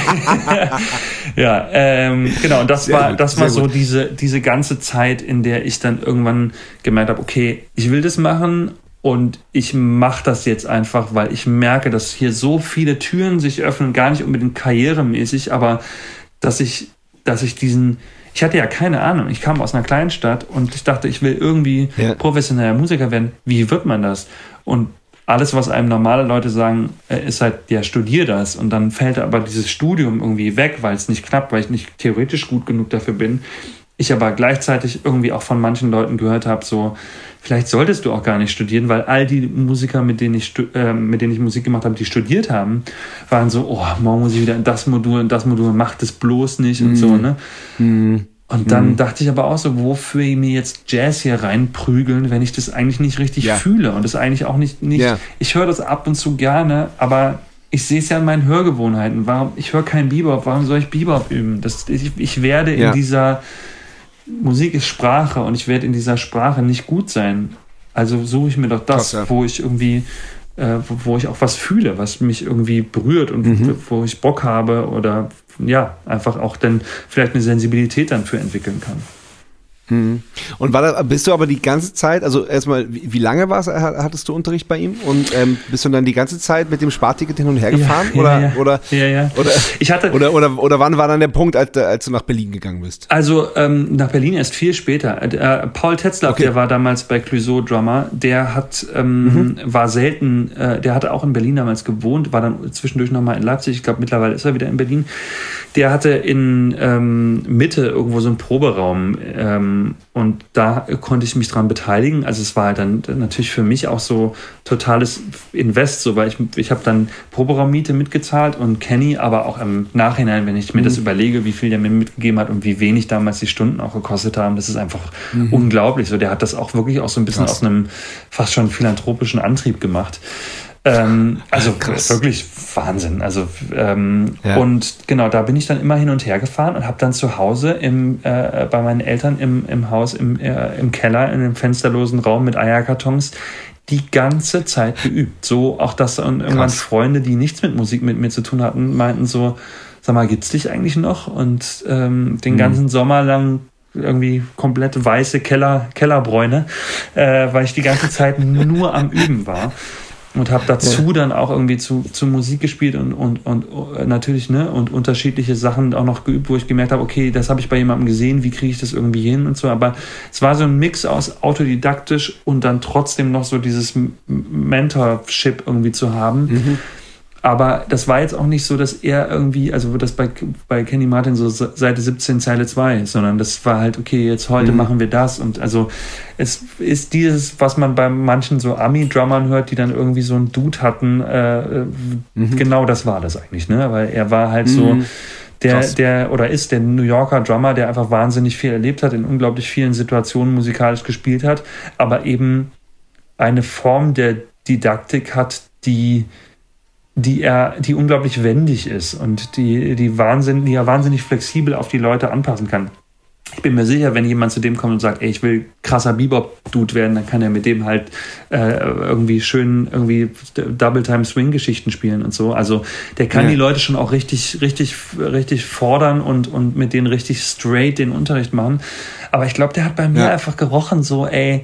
genau, und das war so diese ganze Zeit, in der ich dann irgendwann gemerkt habe, okay, ich will das machen und ich mache das jetzt einfach, weil ich merke, dass hier so viele Türen sich öffnen, gar nicht unbedingt karrieremäßig, aber dass ich ich hatte ja keine Ahnung, ich kam aus einer Kleinstadt und ich dachte, ich will irgendwie professioneller Musiker werden. Wie wird man das? Und alles, was einem normale Leute sagen, ist halt, ja, studier das. Und dann fällt aber dieses Studium irgendwie weg, weil es nicht klappt, weil ich nicht theoretisch gut genug dafür bin. Ich aber gleichzeitig irgendwie auch von manchen Leuten gehört habe, so, vielleicht solltest du auch gar nicht studieren, weil all die Musiker, mit denen ich Musik gemacht habe, die studiert haben, waren so, morgen muss ich wieder in das Modul, mach das bloß nicht und so, ne? Und dann dachte ich aber auch so, wofür mir jetzt Jazz hier reinprügeln, wenn ich das eigentlich nicht richtig fühle und das eigentlich auch nicht. Ich höre das ab und zu gerne, aber ich sehe es ja in meinen Hörgewohnheiten. Ich höre keinen Bebop, warum soll ich Bebop üben? Ich werde in dieser Musik ist Sprache und ich werde in dieser Sprache nicht gut sein. Also suche ich mir doch das, wo ich irgendwie, wo ich auch was fühle, was mich irgendwie berührt und wo ich Bock habe oder einfach auch dann vielleicht eine Sensibilität dann für entwickeln kann. Und bist du aber die ganze Zeit, also erstmal, wie lange hattest du Unterricht bei ihm? Und bist du dann die ganze Zeit mit dem Sparticket hin und her gefahren? Oder wann war dann der Punkt, als du nach Berlin gegangen bist? Also nach Berlin erst viel später. Paul Tetzlaff, der war damals bei Clouseau Drummer, der war selten, der hatte auch in Berlin damals gewohnt, war dann zwischendurch nochmal in Leipzig, ich glaube mittlerweile ist er wieder in Berlin. Der hatte in Mitte irgendwo so einen Proberaum und da konnte ich mich dran beteiligen. Also es war dann natürlich für mich auch so totales Invest, so, weil ich habe dann Proberaummiete mitgezahlt und Kenny, aber auch im Nachhinein, wenn ich mir das überlege, wie viel der mir mitgegeben hat und wie wenig damals die Stunden auch gekostet haben, das ist einfach unglaublich. So, der hat das auch wirklich auch so ein bisschen aus einem fast schon philanthropischen Antrieb gemacht. Also wirklich Wahnsinn. Also und genau, da bin ich dann immer hin und her gefahren und habe dann zu Hause bei meinen Eltern im Haus im Keller in einem fensterlosen Raum mit Eierkartons die ganze Zeit geübt. So auch, dass dann irgendwann Freunde, die nichts mit Musik mit mir zu tun hatten, meinten so, sag mal, gibt's dich eigentlich noch? Und den ganzen Sommer lang irgendwie komplett weiße Kellerbräune, weil ich die ganze Zeit nur am Üben war. Und habe dazu dann auch irgendwie zu Musik gespielt und natürlich und unterschiedliche Sachen auch noch geübt, wo ich gemerkt habe, okay, das habe ich bei jemandem gesehen, wie kriege ich das irgendwie hin und so. Aber es war so ein Mix aus autodidaktisch und dann trotzdem noch so dieses Mentorship irgendwie zu haben. Aber das war jetzt auch nicht so, dass er irgendwie, also das bei Kenny Martin so Seite 17, Zeile 2, sondern das war halt, okay, jetzt heute machen wir das. Und also es ist dieses, was man bei manchen so Ami-Drummern hört, die dann irgendwie so einen Dude hatten, genau das war das eigentlich, ne? Weil er war halt so der New Yorker Drummer, der einfach wahnsinnig viel erlebt hat, in unglaublich vielen Situationen musikalisch gespielt hat, aber eben eine Form der Didaktik hat, die unglaublich wendig ist und die er wahnsinnig flexibel auf die Leute anpassen kann. Ich bin mir sicher, wenn jemand zu dem kommt und sagt, ey, ich will krasser Bebop-Dude werden, dann kann er mit dem halt irgendwie schön Double-Time-Swing-Geschichten spielen und so. Also der kann die Leute schon auch richtig fordern und mit denen richtig straight den Unterricht machen. Aber ich glaube, der hat bei mir einfach gerochen, so, ey,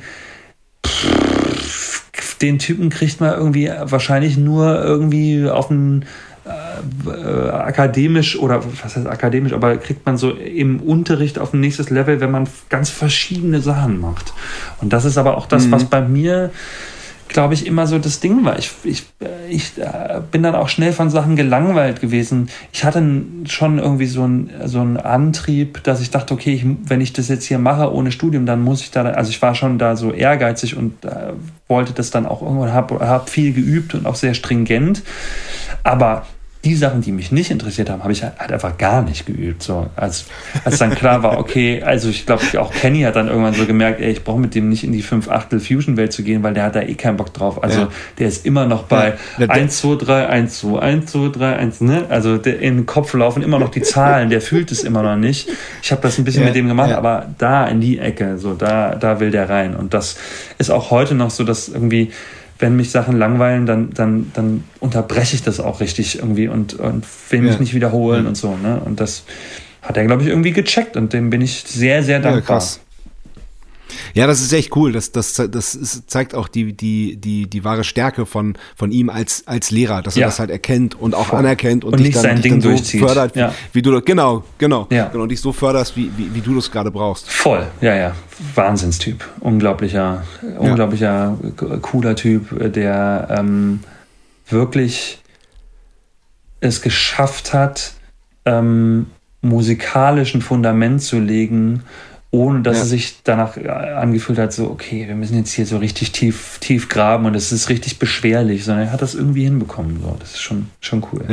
den Typen kriegt man irgendwie wahrscheinlich nur irgendwie auf ein akademisch, oder was heißt akademisch, aber kriegt man so im Unterricht auf ein nächstes Level, wenn man ganz verschiedene Sachen macht. Und das ist aber auch das, was bei mir, glaube ich, immer so das Ding war. Ich bin dann auch schnell von Sachen gelangweilt gewesen. Ich hatte schon irgendwie so einen Antrieb, dass ich dachte, okay, wenn ich das jetzt hier mache ohne Studium, dann muss ich da, also ich war schon da so ehrgeizig und wollte das dann auch irgendwann, hab viel geübt und auch sehr stringent. Aber die Sachen, die mich nicht interessiert haben, habe ich halt einfach gar nicht geübt. So, als dann klar war, okay, also ich glaube, auch Kenny hat dann irgendwann so gemerkt, ey, ich brauche mit dem nicht in die 5/8 Fusion-Welt zu gehen, weil der hat da eh keinen Bock drauf. Also der ist immer noch bei 1, 2, 3, 1, 2, 1, 2, 3, 1, ne? Also im Kopf laufen immer noch die Zahlen, der fühlt es immer noch nicht. Ich habe das ein bisschen mit dem gemacht, aber da in die Ecke, so da will der rein. Und das ist auch heute noch so, dass irgendwie, wenn mich Sachen langweilen, dann unterbreche ich das auch richtig irgendwie und will mich nicht wiederholen und so, ne? Und das hat er, glaube ich, irgendwie gecheckt und dem bin ich sehr, sehr dankbar. Ja, krass. Ja, das ist echt cool. Das zeigt auch die wahre Stärke von ihm als Lehrer, dass er das halt erkennt und auch anerkennt und dich dann so fördert, wie du das, genau, und dich so förderst, wie du das gerade brauchst. Voll, ja. Wahnsinnstyp. Unglaublicher, cooler Typ, der wirklich es geschafft hat, musikalisch ein Fundament zu legen, ohne dass es sich danach angefühlt hat, so, okay, wir müssen jetzt hier so richtig tief graben und es ist richtig beschwerlich, sondern er hat das irgendwie hinbekommen. So. Das ist schon cool. Ja.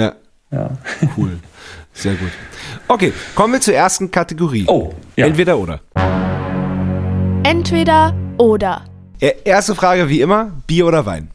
Ja. Cool. Sehr gut. Okay, kommen wir zur ersten Kategorie. Oh, ja. Entweder oder. Entweder oder. Erste Frage wie immer, Bier oder Wein?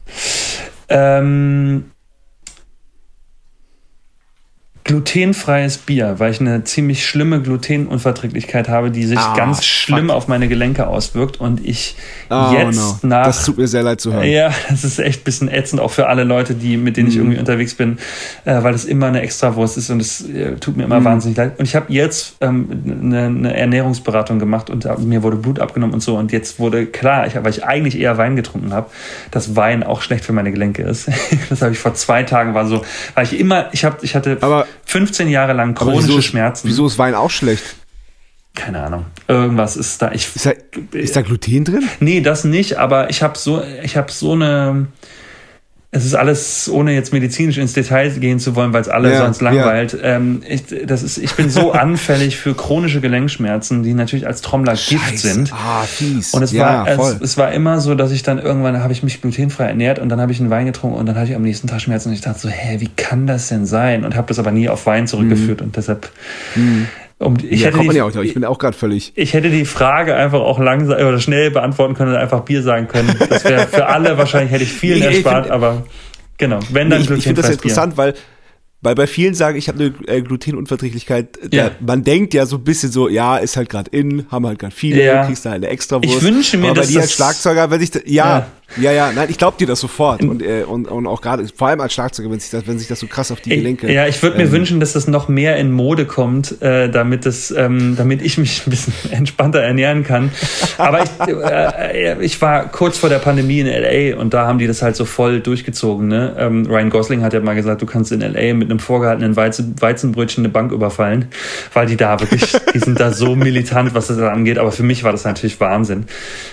Glutenfreies Bier, weil ich eine ziemlich schlimme Glutenunverträglichkeit habe, die sich ganz schlimm auf meine Gelenke auswirkt und ich das tut mir sehr leid zu hören. Ja, das ist echt ein bisschen ätzend, auch für alle Leute, mit denen ich irgendwie unterwegs bin, weil das immer eine Extrawurst ist und es tut mir immer wahnsinnig leid. Und ich habe jetzt eine Ernährungsberatung gemacht und mir wurde Blut abgenommen und so und jetzt wurde klar, weil ich eigentlich eher Wein getrunken habe, dass Wein auch schlecht für meine Gelenke ist. Das habe ich vor 2 Tagen ich hatte 15 Jahre lang chronische Schmerzen. Wieso ist Wein auch schlecht? Keine Ahnung. Irgendwas ist da. Ist da Gluten drin? Nee, das nicht, aber ich habe so eine. Es ist alles, ohne jetzt medizinisch ins Detail gehen zu wollen, weil es alle sonst langweilt. Ja. Ich bin so anfällig für chronische Gelenkschmerzen, die natürlich als Trommler Gift sind. Fies. Und es war immer so, dass ich dann irgendwann habe ich mich glutenfrei ernährt und dann habe ich einen Wein getrunken und dann hatte ich am nächsten Tag Schmerzen und ich dachte so, wie kann das denn sein? Und habe das aber nie auf Wein zurückgeführt und deshalb. Ich bin auch gerade völlig. Ich hätte die Frage einfach auch langsam oder schnell beantworten können und einfach Bier sagen können. Das wäre für alle wahrscheinlich, hätte ich viel erspart, aber genau, wenn dann glutenfreies Bier. Ich finde das interessant, weil bei vielen sagen, ich habe eine Glutenunverträglichkeit. Man denkt ja so ein bisschen so, ist halt gerade haben halt gerade viele, kriegst da halt eine Extrawurst. Ich wünsche mir, aber dass bei dir als Schlagzeuger, wenn sich nein, ich glaube dir das sofort und auch gerade, vor allem als Schlagzeuger, wenn sich das so krass auf die Gelenke. Ich würde mir wünschen, dass das noch mehr in Mode kommt, damit ich mich ein bisschen entspannter ernähren kann. Aber ich war kurz vor der Pandemie in LA und da haben die das halt so voll durchgezogen. Ne? Ryan Gosling hat ja mal gesagt, du kannst in LA mit einem vorgehaltenen Weizenbrötchen eine Bank überfallen, weil die da wirklich, die sind da so militant, was das angeht. Aber für mich war das natürlich Wahnsinn.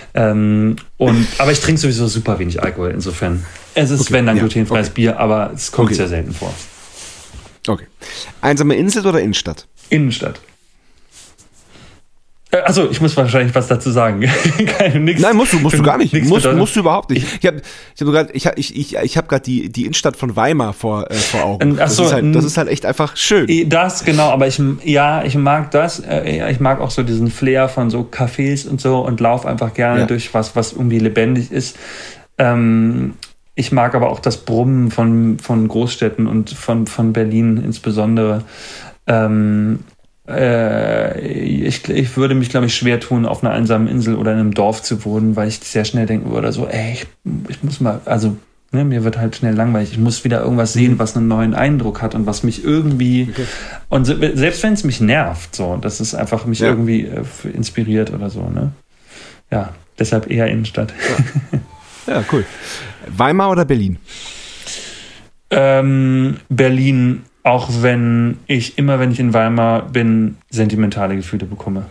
Aber ich trinke sowieso super wenig Alkohol, insofern. Es ist, glutenfreies Bier, aber es kommt sehr selten vor. Okay. Einsame Insel oder Innenstadt? Innenstadt. Also ich muss wahrscheinlich was dazu sagen. Nein, musst du gar nicht. Musst du überhaupt nicht. Ich habe gerade die Innenstadt von Weimar vor Augen. Das ist halt echt einfach schön. Das genau, aber ich mag das. Ich mag auch so diesen Flair von so Cafés und so und laufe einfach gerne durch was irgendwie lebendig ist. Ich mag aber auch das Brummen von Großstädten und von Berlin insbesondere. Ich würde mich, glaube ich, schwer tun, auf einer einsamen Insel oder in einem Dorf zu wohnen, weil ich sehr schnell denken würde, so, ich muss mal, mir wird halt schnell langweilig. Ich muss wieder irgendwas sehen, was einen neuen Eindruck hat und was mich irgendwie, und selbst wenn es mich nervt, so, dass es einfach mich irgendwie inspiriert oder so, ne? Ja, deshalb eher Innenstadt. Ja, cool. Weimar oder Berlin? Berlin. Auch wenn ich in Weimar bin, sentimentale Gefühle bekomme.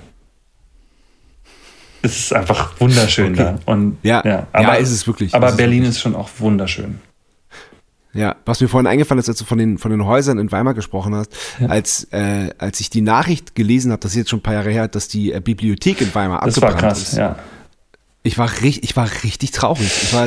Es ist einfach wunderschön da. Und, ist es wirklich. Aber Berlin ist schon auch wunderschön. Ja, was mir vorhin eingefallen ist, als du von den Häusern in Weimar gesprochen hast, als ich die Nachricht gelesen habe, das ist jetzt schon ein paar Jahre her, dass die Bibliothek in Weimar abgebrannt ist. Das war krass, ja. Ich war richtig traurig.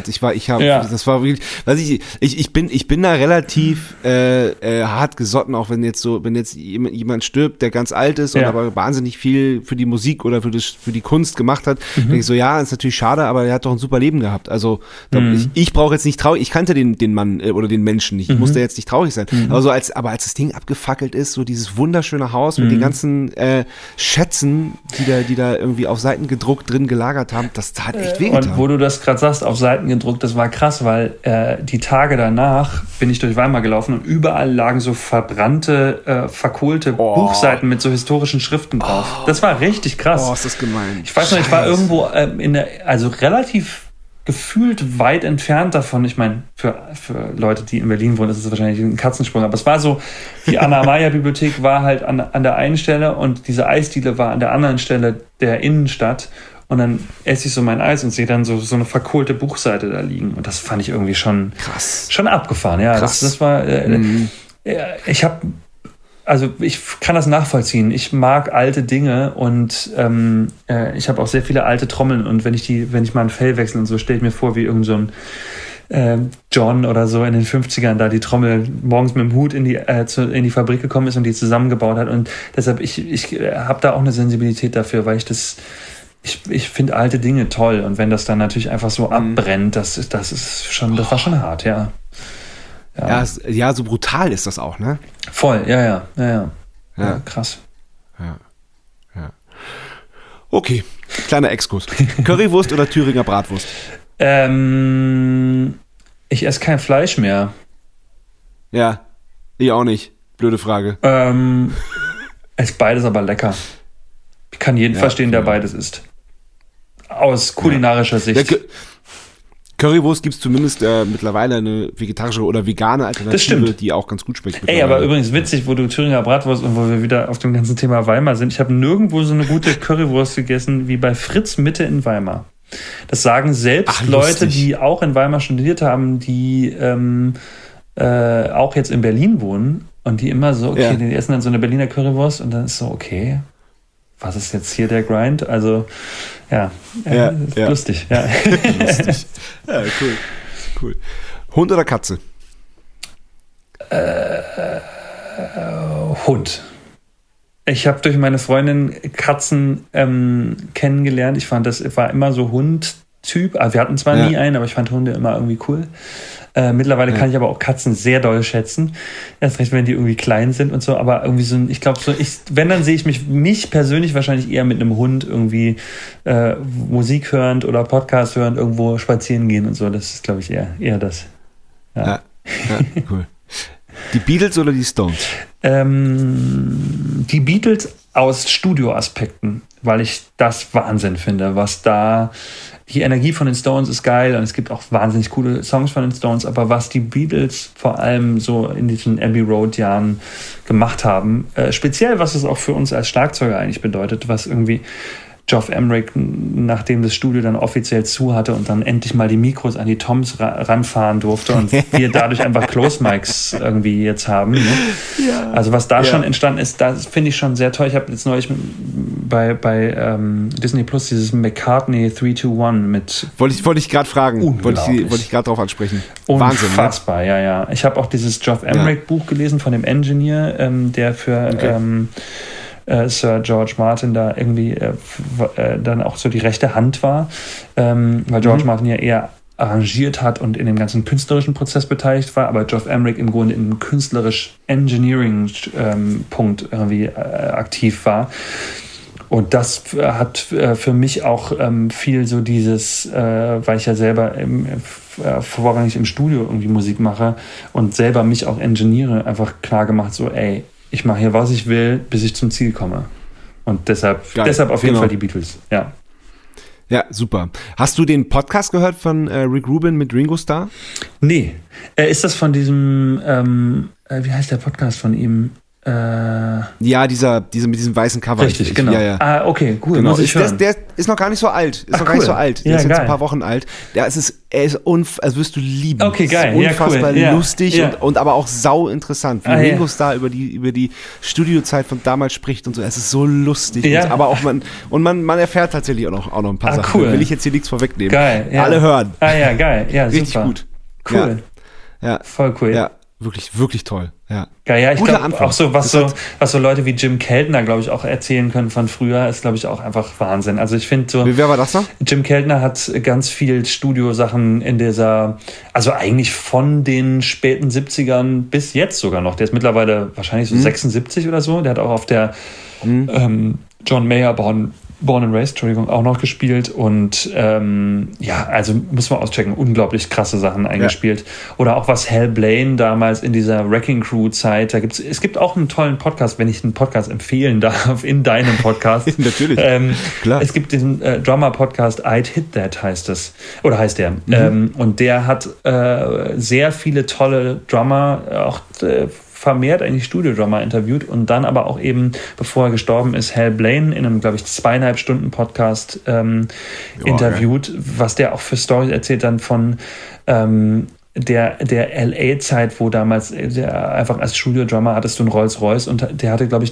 Ich bin da relativ hart gesotten, auch wenn jetzt jemand stirbt, der ganz alt ist und aber wahnsinnig viel für die Musik oder für die Kunst gemacht hat. Denke ich so, ist natürlich schade, aber er hat doch ein super Leben gehabt. Also ich brauche jetzt nicht traurig. Ich kannte den Mann oder den Menschen nicht. Ich musste jetzt nicht traurig sein. Aber als das Ding abgefackelt ist, so dieses wunderschöne Haus mit den ganzen Schätzen, die da irgendwie auf Seiten gedruckt drin gelagert haben, das hat echt wehgetan. Und wo du das gerade sagst, auf Seiten gedruckt, das war krass, weil die Tage danach bin ich durch Weimar gelaufen und überall lagen so verbrannte, verkohlte Buchseiten mit so historischen Schriften drauf. Das war richtig krass. Ist das gemein. Ich weiß noch, ich war irgendwo relativ gefühlt weit entfernt davon. Ich meine, für Leute, die in Berlin wohnen, ist es wahrscheinlich ein Katzensprung. Aber es war so, die Anna-Meyer-Bibliothek war halt an der einen Stelle und diese Eisdiele war an der anderen Stelle der Innenstadt. Und dann esse ich so mein Eis und sehe dann so eine verkohlte Buchseite da liegen. Und das fand ich irgendwie schon krass. Schon abgefahren. Ja, krass. Das war. Ich kann das nachvollziehen. Ich mag alte Dinge und ich habe auch sehr viele alte Trommeln. Und wenn ich mal ein Fell wechsle und so, stelle ich mir vor, wie irgend so ein John oder so in den 50ern da die Trommel morgens mit dem Hut in die Fabrik gekommen ist und die zusammengebaut hat. Und deshalb, ich habe da auch eine Sensibilität dafür, weil ich finde alte Dinge toll. Und wenn das dann natürlich einfach so abbrennt, das war schon hart, ja. Ja, so brutal ist das auch, ne? Voll, ja. Krass. Ja. Okay, kleiner Exkurs. Currywurst oder Thüringer Bratwurst? Ich esse kein Fleisch mehr. Ja, ich auch nicht. Blöde Frage. Ist beides aber lecker. Ich kann jeden verstehen, der beides isst. Aus kulinarischer Sicht. Currywurst gibt es zumindest mittlerweile eine vegetarische oder vegane Alternative, die auch ganz gut schmeckt. Ey, aber übrigens witzig, wo du Thüringer Bratwurst und wo wir wieder auf dem ganzen Thema Weimar sind. Ich habe nirgendwo so eine gute Currywurst gegessen wie bei Fritz Mitte in Weimar. Das sagen selbst Leute, die auch in Weimar studiert haben, die auch jetzt in Berlin wohnen und die immer so, die essen dann so eine Berliner Currywurst und dann ist so, okay, was ist jetzt hier der Grind? Also, lustig. Ja. Lustig. Ja, cool. Hund oder Katze? Hund. Ich habe durch meine Freundin Katzen kennengelernt. Ich fand, das war immer so Hund-Typ. Wir hatten zwar nie einen, aber ich fand Hunde immer irgendwie cool. Mittlerweile kann ich aber auch Katzen sehr doll schätzen. Erst recht, wenn die irgendwie klein sind und so. Aber irgendwie so, ich glaube, wenn, dann sehe ich mich persönlich wahrscheinlich eher mit einem Hund irgendwie Musik hörend oder Podcast hörend irgendwo spazieren gehen und so. Das ist, glaube ich, eher das. Ja, cool. Die Beatles oder die Stones? Die Beatles aus Studioaspekten, weil ich das Wahnsinn finde, was da. Die Energie von den Stones ist geil und es gibt auch wahnsinnig coole Songs von den Stones, aber was die Beatles vor allem so in diesen Abbey Road Jahren gemacht haben, speziell was es auch für uns als Schlagzeuger eigentlich bedeutet, was irgendwie Geoff Emerick, nachdem das Studio dann offiziell zu hatte und dann endlich mal die Mikros an die Toms ranfahren durfte und wir dadurch einfach Close Mics irgendwie jetzt haben. Ne? Ja. Also was da schon entstanden ist, das finde ich schon sehr toll. Ich habe jetzt neulich bei Disney Plus dieses McCartney 3-2-1 mit... Wollte ich gerade fragen. Wollte ich gerade drauf ansprechen. Wahnsinn. Unfassbar, ne? Ja. Ich habe auch dieses Geoff Emerick Buch gelesen von dem Engineer, der für... Sir George Martin da irgendwie dann auch so die rechte Hand war, weil George Martin ja eher arrangiert hat und in dem ganzen künstlerischen Prozess beteiligt war, aber Geoff Emerick im Grunde im künstlerisch-Engineering-Punkt irgendwie aktiv war. Und das hat für mich auch viel so dieses, weil ich ja selber vorrangig im Studio irgendwie Musik mache und selber mich auch engineere, einfach klar gemacht, so ich mache hier, was ich will, bis ich zum Ziel komme. Und deshalb auf jeden Fall die Beatles, ja. Ja, super. Hast du den Podcast gehört von Rick Rubin mit Ringo Starr? Nee. Ist das von diesem, wie heißt der Podcast von ihm? Ja, dieser mit diesem weißen Cover. Richtig, genau. Ja. Okay, cool. Genau. Der ist noch gar nicht so alt. Gar nicht so alt. Der ist jetzt ein paar Wochen alt. Ja, also wirst du lieben. Okay, geil. Es ist unfassbar lustig und aber auch sau interessant, wie Ringo Starr über die Studiozeit von damals spricht und so. Es ist so lustig. Ja. Aber auch man erfährt tatsächlich auch noch ein paar Sachen. Cool. Da will ich jetzt hier nichts vorwegnehmen. Geil. Ja. Alle hören. Ja, geil. Ja, richtig super. Gut. Cool. Ja. Voll cool. Ja. Wirklich, wirklich toll. Ja, ja, ich glaube auch so, was so Leute wie Jim Keltner, glaube ich, auch erzählen können von früher, ist, glaube ich, auch einfach Wahnsinn. Also ich finde so. Wer war das noch? Jim Keltner hat ganz viel Studiosachen in also eigentlich von den späten 70ern bis jetzt sogar noch. Der ist mittlerweile wahrscheinlich so 76 oder so. Der hat auch auf der John Mayer Born and Raised, auch noch gespielt und also muss man auschecken, unglaublich krasse Sachen eingespielt. Ja. Oder auch was Hal Blaine damals in dieser Wrecking Crew Zeit, es gibt auch einen tollen Podcast, wenn ich einen Podcast empfehlen darf, in deinem Podcast. Natürlich, klar. Es gibt diesen Drummer-Podcast, I'd Hit That heißt der. Und der hat sehr viele tolle Drummer, auch vermehrt eigentlich Studio-Drummer interviewt und dann aber auch eben, bevor er gestorben ist, Hal Blaine in einem, glaube ich, 2,5 Stunden Podcast interviewt, was der auch für Storys erzählt dann von der LA-Zeit, wo damals der einfach als Studio-Drummer hattest du einen Rolls-Royce und der hatte, glaube ich,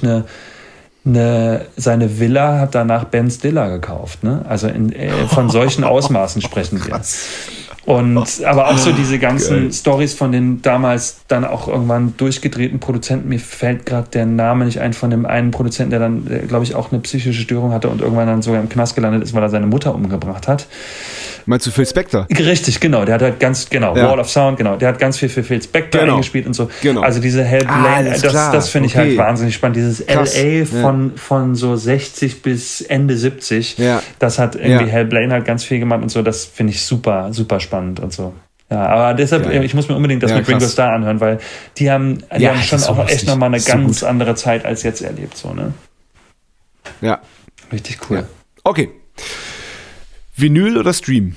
seine Villa hat danach Ben Stiller gekauft. Ne? Also von solchen Ausmaßen sprechen wir. Aber auch so diese ganzen Storys von den damals dann auch irgendwann durchgedrehten Produzenten. Mir fällt gerade der Name nicht ein von dem einen Produzenten, der dann, glaube ich, auch eine psychische Störung hatte und irgendwann dann sogar im Knast gelandet ist, weil er seine Mutter umgebracht hat. Meinst du Phil Spector? Richtig, genau. Der hat halt Wall of Sound, genau. Der hat ganz viel für Phil Spector eingespielt und so. Genau. Also diese Hal Blaine, das finde ich halt wahnsinnig spannend. Dieses Krass. LA von so 60 bis Ende 70, das hat irgendwie Hal Blaine halt ganz viel gemacht und so. Das finde ich super, super spannend und so. Ja, aber deshalb, ich muss mir unbedingt das mit Ringo Starr anhören, weil die haben schon auch lustig. Echt nochmal eine ganz andere Zeit als jetzt erlebt, so, ne? Ja. Richtig cool. Ja. Okay. Vinyl oder Stream?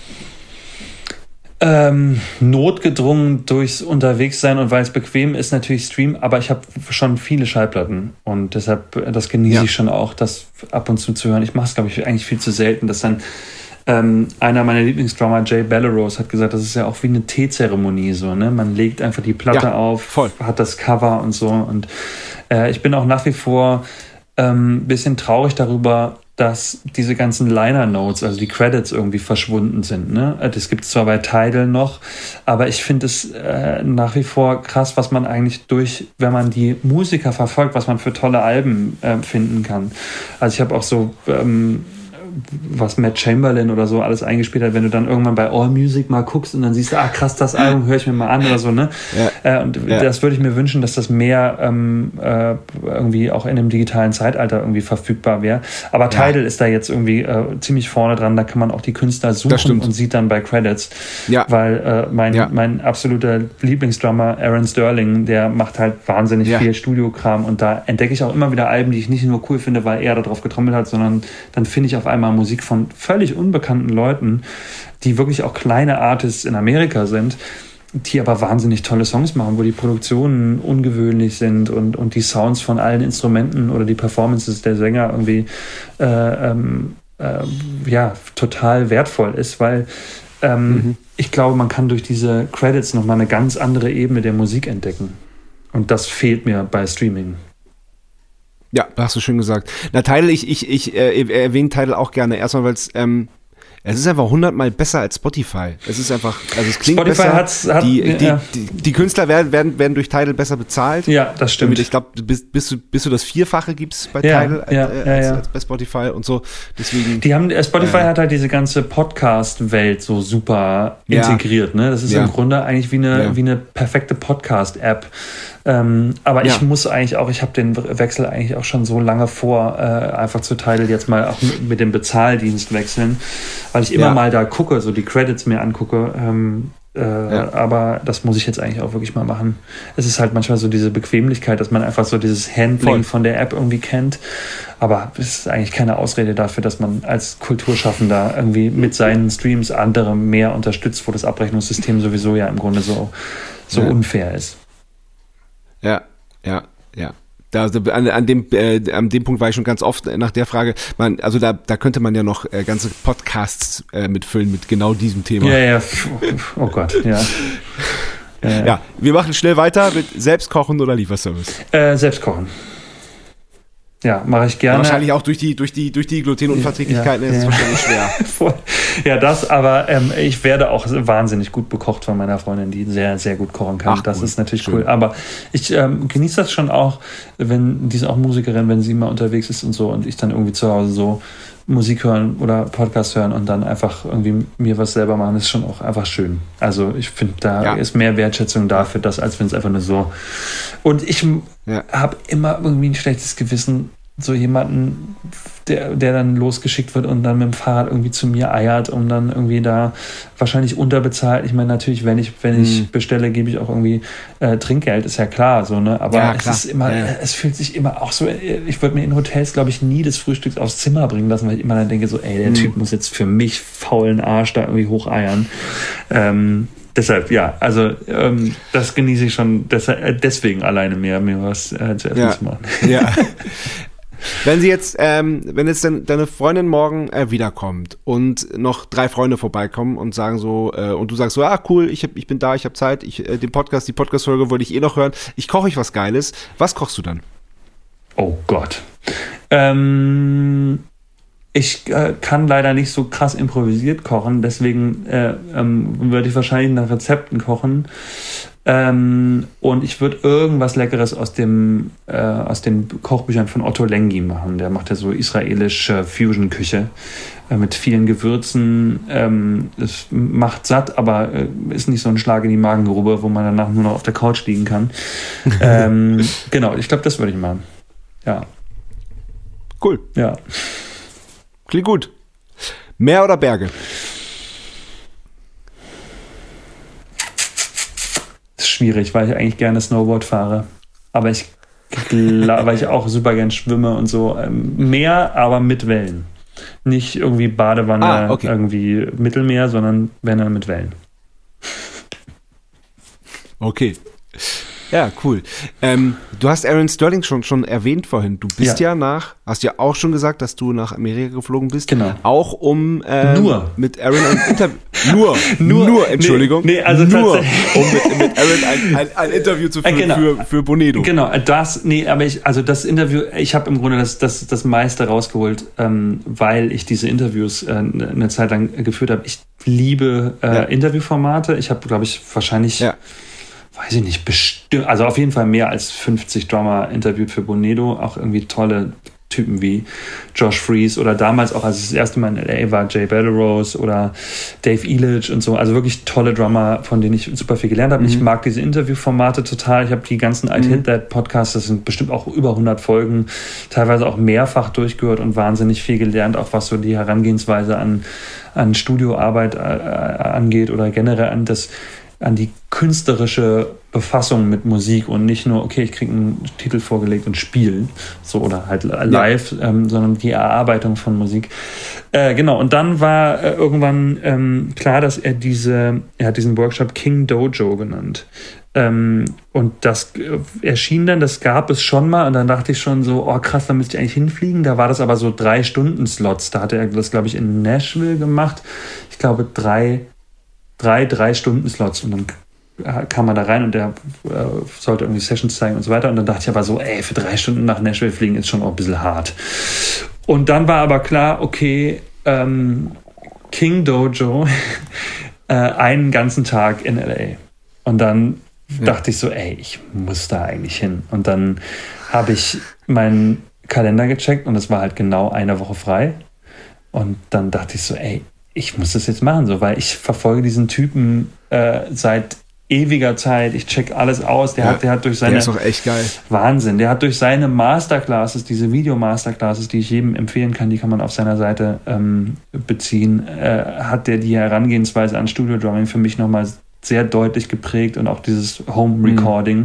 Notgedrungen durchs Unterwegssein und weil es bequem ist, natürlich Stream, aber ich habe schon viele Schallplatten und deshalb, das genieße ich schon auch, das ab und zu hören. Ich mache es, glaube ich, eigentlich viel zu selten, dass dann einer meiner Lieblingsdrummer, Jay Bellerose, hat gesagt, das ist ja auch wie eine Teezeremonie, so, ne? Man legt einfach die Platte auf, hat das Cover und so und ich bin auch nach wie vor ein bisschen traurig darüber, dass diese ganzen Liner-Notes, also die Credits irgendwie verschwunden sind. Ne? Das gibt es zwar bei Tidal noch, aber ich finde es nach wie vor krass, was man eigentlich wenn man die Musiker verfolgt, was man für tolle Alben finden kann. Also ich habe auch so was Matt Chamberlain oder so alles eingespielt hat, wenn du dann irgendwann bei AllMusic mal guckst und dann siehst du, krass, das Album höre ich mir mal an oder so, ne? Das würde ich mir wünschen, dass das mehr irgendwie auch in dem digitalen Zeitalter irgendwie verfügbar wäre. Aber Tidal ist da jetzt irgendwie ziemlich vorne dran, da kann man auch die Künstler suchen und sieht dann bei Credits. Ja. Weil mein absoluter Lieblingsdrummer Aaron Sterling, der macht halt wahnsinnig viel Studiokram und da entdecke ich auch immer wieder Alben, die ich nicht nur cool finde, weil er da drauf getrommelt hat, sondern dann finde ich auf einmal Musik von völlig unbekannten Leuten, die wirklich auch kleine Artists in Amerika sind, die aber wahnsinnig tolle Songs machen, wo die Produktionen ungewöhnlich sind und die Sounds von allen Instrumenten oder die Performances der Sänger irgendwie total wertvoll ist, weil ich glaube, man kann durch diese Credits nochmal eine ganz andere Ebene der Musik entdecken. Und das fehlt mir bei Streaming. Ja, hast du schön gesagt. Na, Tidal, ich erwähne Tidal auch gerne. Erstmal, weil es ist einfach 100-mal besser als Spotify. Es ist einfach, also es klingt Spotify besser. Die Künstler werden durch Tidal besser bezahlt. Ja, das stimmt. Ich glaube, bis du das Vierfache gibst bei Tidal als bei Spotify und so. Deswegen. Spotify hat halt diese ganze Podcast-Welt so super integriert. Ne? Das ist im Grunde eigentlich wie eine perfekte Podcast-App. Aber ich muss eigentlich auch, ich habe den Wechsel eigentlich auch schon so lange vor, einfach zu Tidal jetzt mal auch mit dem Bezahldienst wechseln, weil ich immer mal da gucke, so die Credits mir angucke. Aber das muss ich jetzt eigentlich auch wirklich mal machen. Es ist halt manchmal so diese Bequemlichkeit, dass man einfach so dieses Handling von der App irgendwie kennt. Aber es ist eigentlich keine Ausrede dafür, dass man als Kulturschaffender irgendwie mit seinen Streams andere mehr unterstützt, wo das Abrechnungssystem sowieso ja im Grunde so unfair ist. Ja. An dem Punkt war ich schon ganz oft nach der Frage. Da könnte man ja noch ganze Podcasts mitfüllen mit genau diesem Thema. Ja. Oh Gott, ja. Ja, wir machen schnell weiter mit Selbstkochen oder Lieferservice. Selbstkochen. Ja, mache ich gerne. Wahrscheinlich auch durch die Glutenunverträglichkeiten ist es wahrscheinlich schwer. Ja, aber ich werde auch wahnsinnig gut bekocht von meiner Freundin, die sehr, sehr gut kochen kann. Das ist natürlich cool. Aber ich genieße das schon auch, die ist auch Musikerin, wenn sie mal unterwegs ist und so und ich dann irgendwie zu Hause so Musik hören oder Podcast hören und dann einfach irgendwie mir was selber machen, ist schon auch einfach schön. Also ich finde, da ist mehr Wertschätzung dafür, als wenn es einfach nur so. Und ich habe immer irgendwie ein schlechtes Gewissen, so jemanden, der dann losgeschickt wird und dann mit dem Fahrrad irgendwie zu mir eiert und dann irgendwie da wahrscheinlich unterbezahlt. Ich meine, natürlich, wenn ich bestelle, gebe ich auch irgendwie Trinkgeld, ist ja klar, so, ne? Aber es ist immer, es fühlt sich immer auch so, ich würde mir in Hotels, glaube ich, nie das Frühstück aufs Zimmer bringen lassen, weil ich immer dann denke so, der Typ muss jetzt für mich faulen Arsch da irgendwie hocheiern. Deshalb, das genieße ich schon, deswegen alleine mir was zu essen zu machen. Ja. Wenn jetzt deine Freundin morgen wiederkommt und noch 3 Freunde vorbeikommen und sagen so, und du sagst so, cool, ich bin da, ich habe Zeit, die Podcast-Folge wollte ich noch hören, ich koche euch was Geiles. Was kochst du dann? Oh Gott. Ich kann leider nicht so krass improvisiert kochen, deswegen würde ich wahrscheinlich nach Rezepten kochen. Und ich würde irgendwas Leckeres aus den Kochbüchern von Otto Lengi machen. Der macht ja so israelische Fusion-Küche mit vielen Gewürzen. Es macht satt, aber ist nicht so ein Schlag in die Magengrube, wo man danach nur noch auf der Couch liegen kann. Genau, ich glaube, das würde ich machen. Ja. Cool. Ja. Klingt gut. Meer oder Berge? Das ist schwierig, weil ich eigentlich gerne Snowboard fahre. Aber weil ich auch super gern schwimme und so. Meer, aber mit Wellen. Nicht irgendwie Badewanne, irgendwie Mittelmeer, sondern wenn dann mit Wellen. Okay. Ja, cool. Du hast Aaron Sterling schon erwähnt vorhin. Du bist hast ja auch schon gesagt, dass du nach Amerika geflogen bist. Genau. Auch um mit Aaron ein Interview. Entschuldigung. Nee, also nur um mit Aaron ein Interview zu führen für Bonedo. Genau, aber das Interview, ich habe im Grunde das meiste rausgeholt, weil ich diese Interviews eine Zeit lang geführt habe. Ich liebe Interviewformate. Ich habe, glaube ich, wahrscheinlich weiß ich nicht, bestimmt, also auf jeden Fall mehr als 50 Drummer interviewt für Bonedo, auch irgendwie tolle Typen wie Josh Freese oder damals auch, als ich das erste Mal in L.A. war, Jay Bellerose oder Dave Elitch und so, also wirklich tolle Drummer, von denen ich super viel gelernt habe. Ich mag diese Interviewformate total, ich habe die ganzen I Hit That Podcasts, das sind bestimmt auch über 100 Folgen, teilweise auch mehrfach durchgehört und wahnsinnig viel gelernt, auch was so die Herangehensweise an Studioarbeit angeht oder generell an die künstlerische Befassung mit Musik und nicht nur, okay, ich kriege einen Titel vorgelegt und spiele, so oder halt live, sondern die Erarbeitung von Musik. Genau, und dann war irgendwann klar, dass er hat diesen Workshop King Dojo genannt. Und das erschien dann, das gab es schon mal und dann dachte ich schon so, oh krass, da müsste ich eigentlich hinfliegen. Da war das aber so 3-Stunden-Slots. Da hatte er das, glaube ich, in Nashville gemacht. Ich glaube, 3-Stunden-Slots und dann kam man da rein und der sollte irgendwie Sessions zeigen und so weiter und dann dachte ich aber so, für 3 Stunden nach Nashville fliegen ist schon auch ein bisschen hart. Und dann war aber klar, okay, King Dojo einen ganzen Tag in L.A. Und dann dachte ich so, ich muss da eigentlich hin. Und dann habe ich meinen Kalender gecheckt und es war halt genau eine Woche frei. Und dann dachte ich so, ich muss das jetzt machen, so, weil ich verfolge diesen Typen seit ewiger Zeit. Ich check alles aus. Der hat durch seine... Der ist doch echt geil. Wahnsinn. Der hat durch seine Masterclasses, diese Video-Masterclasses, die ich jedem empfehlen kann, die kann man auf seiner Seite beziehen, hat der die Herangehensweise an Studio-Drumming für mich nochmal sehr deutlich geprägt und auch dieses Home-Recording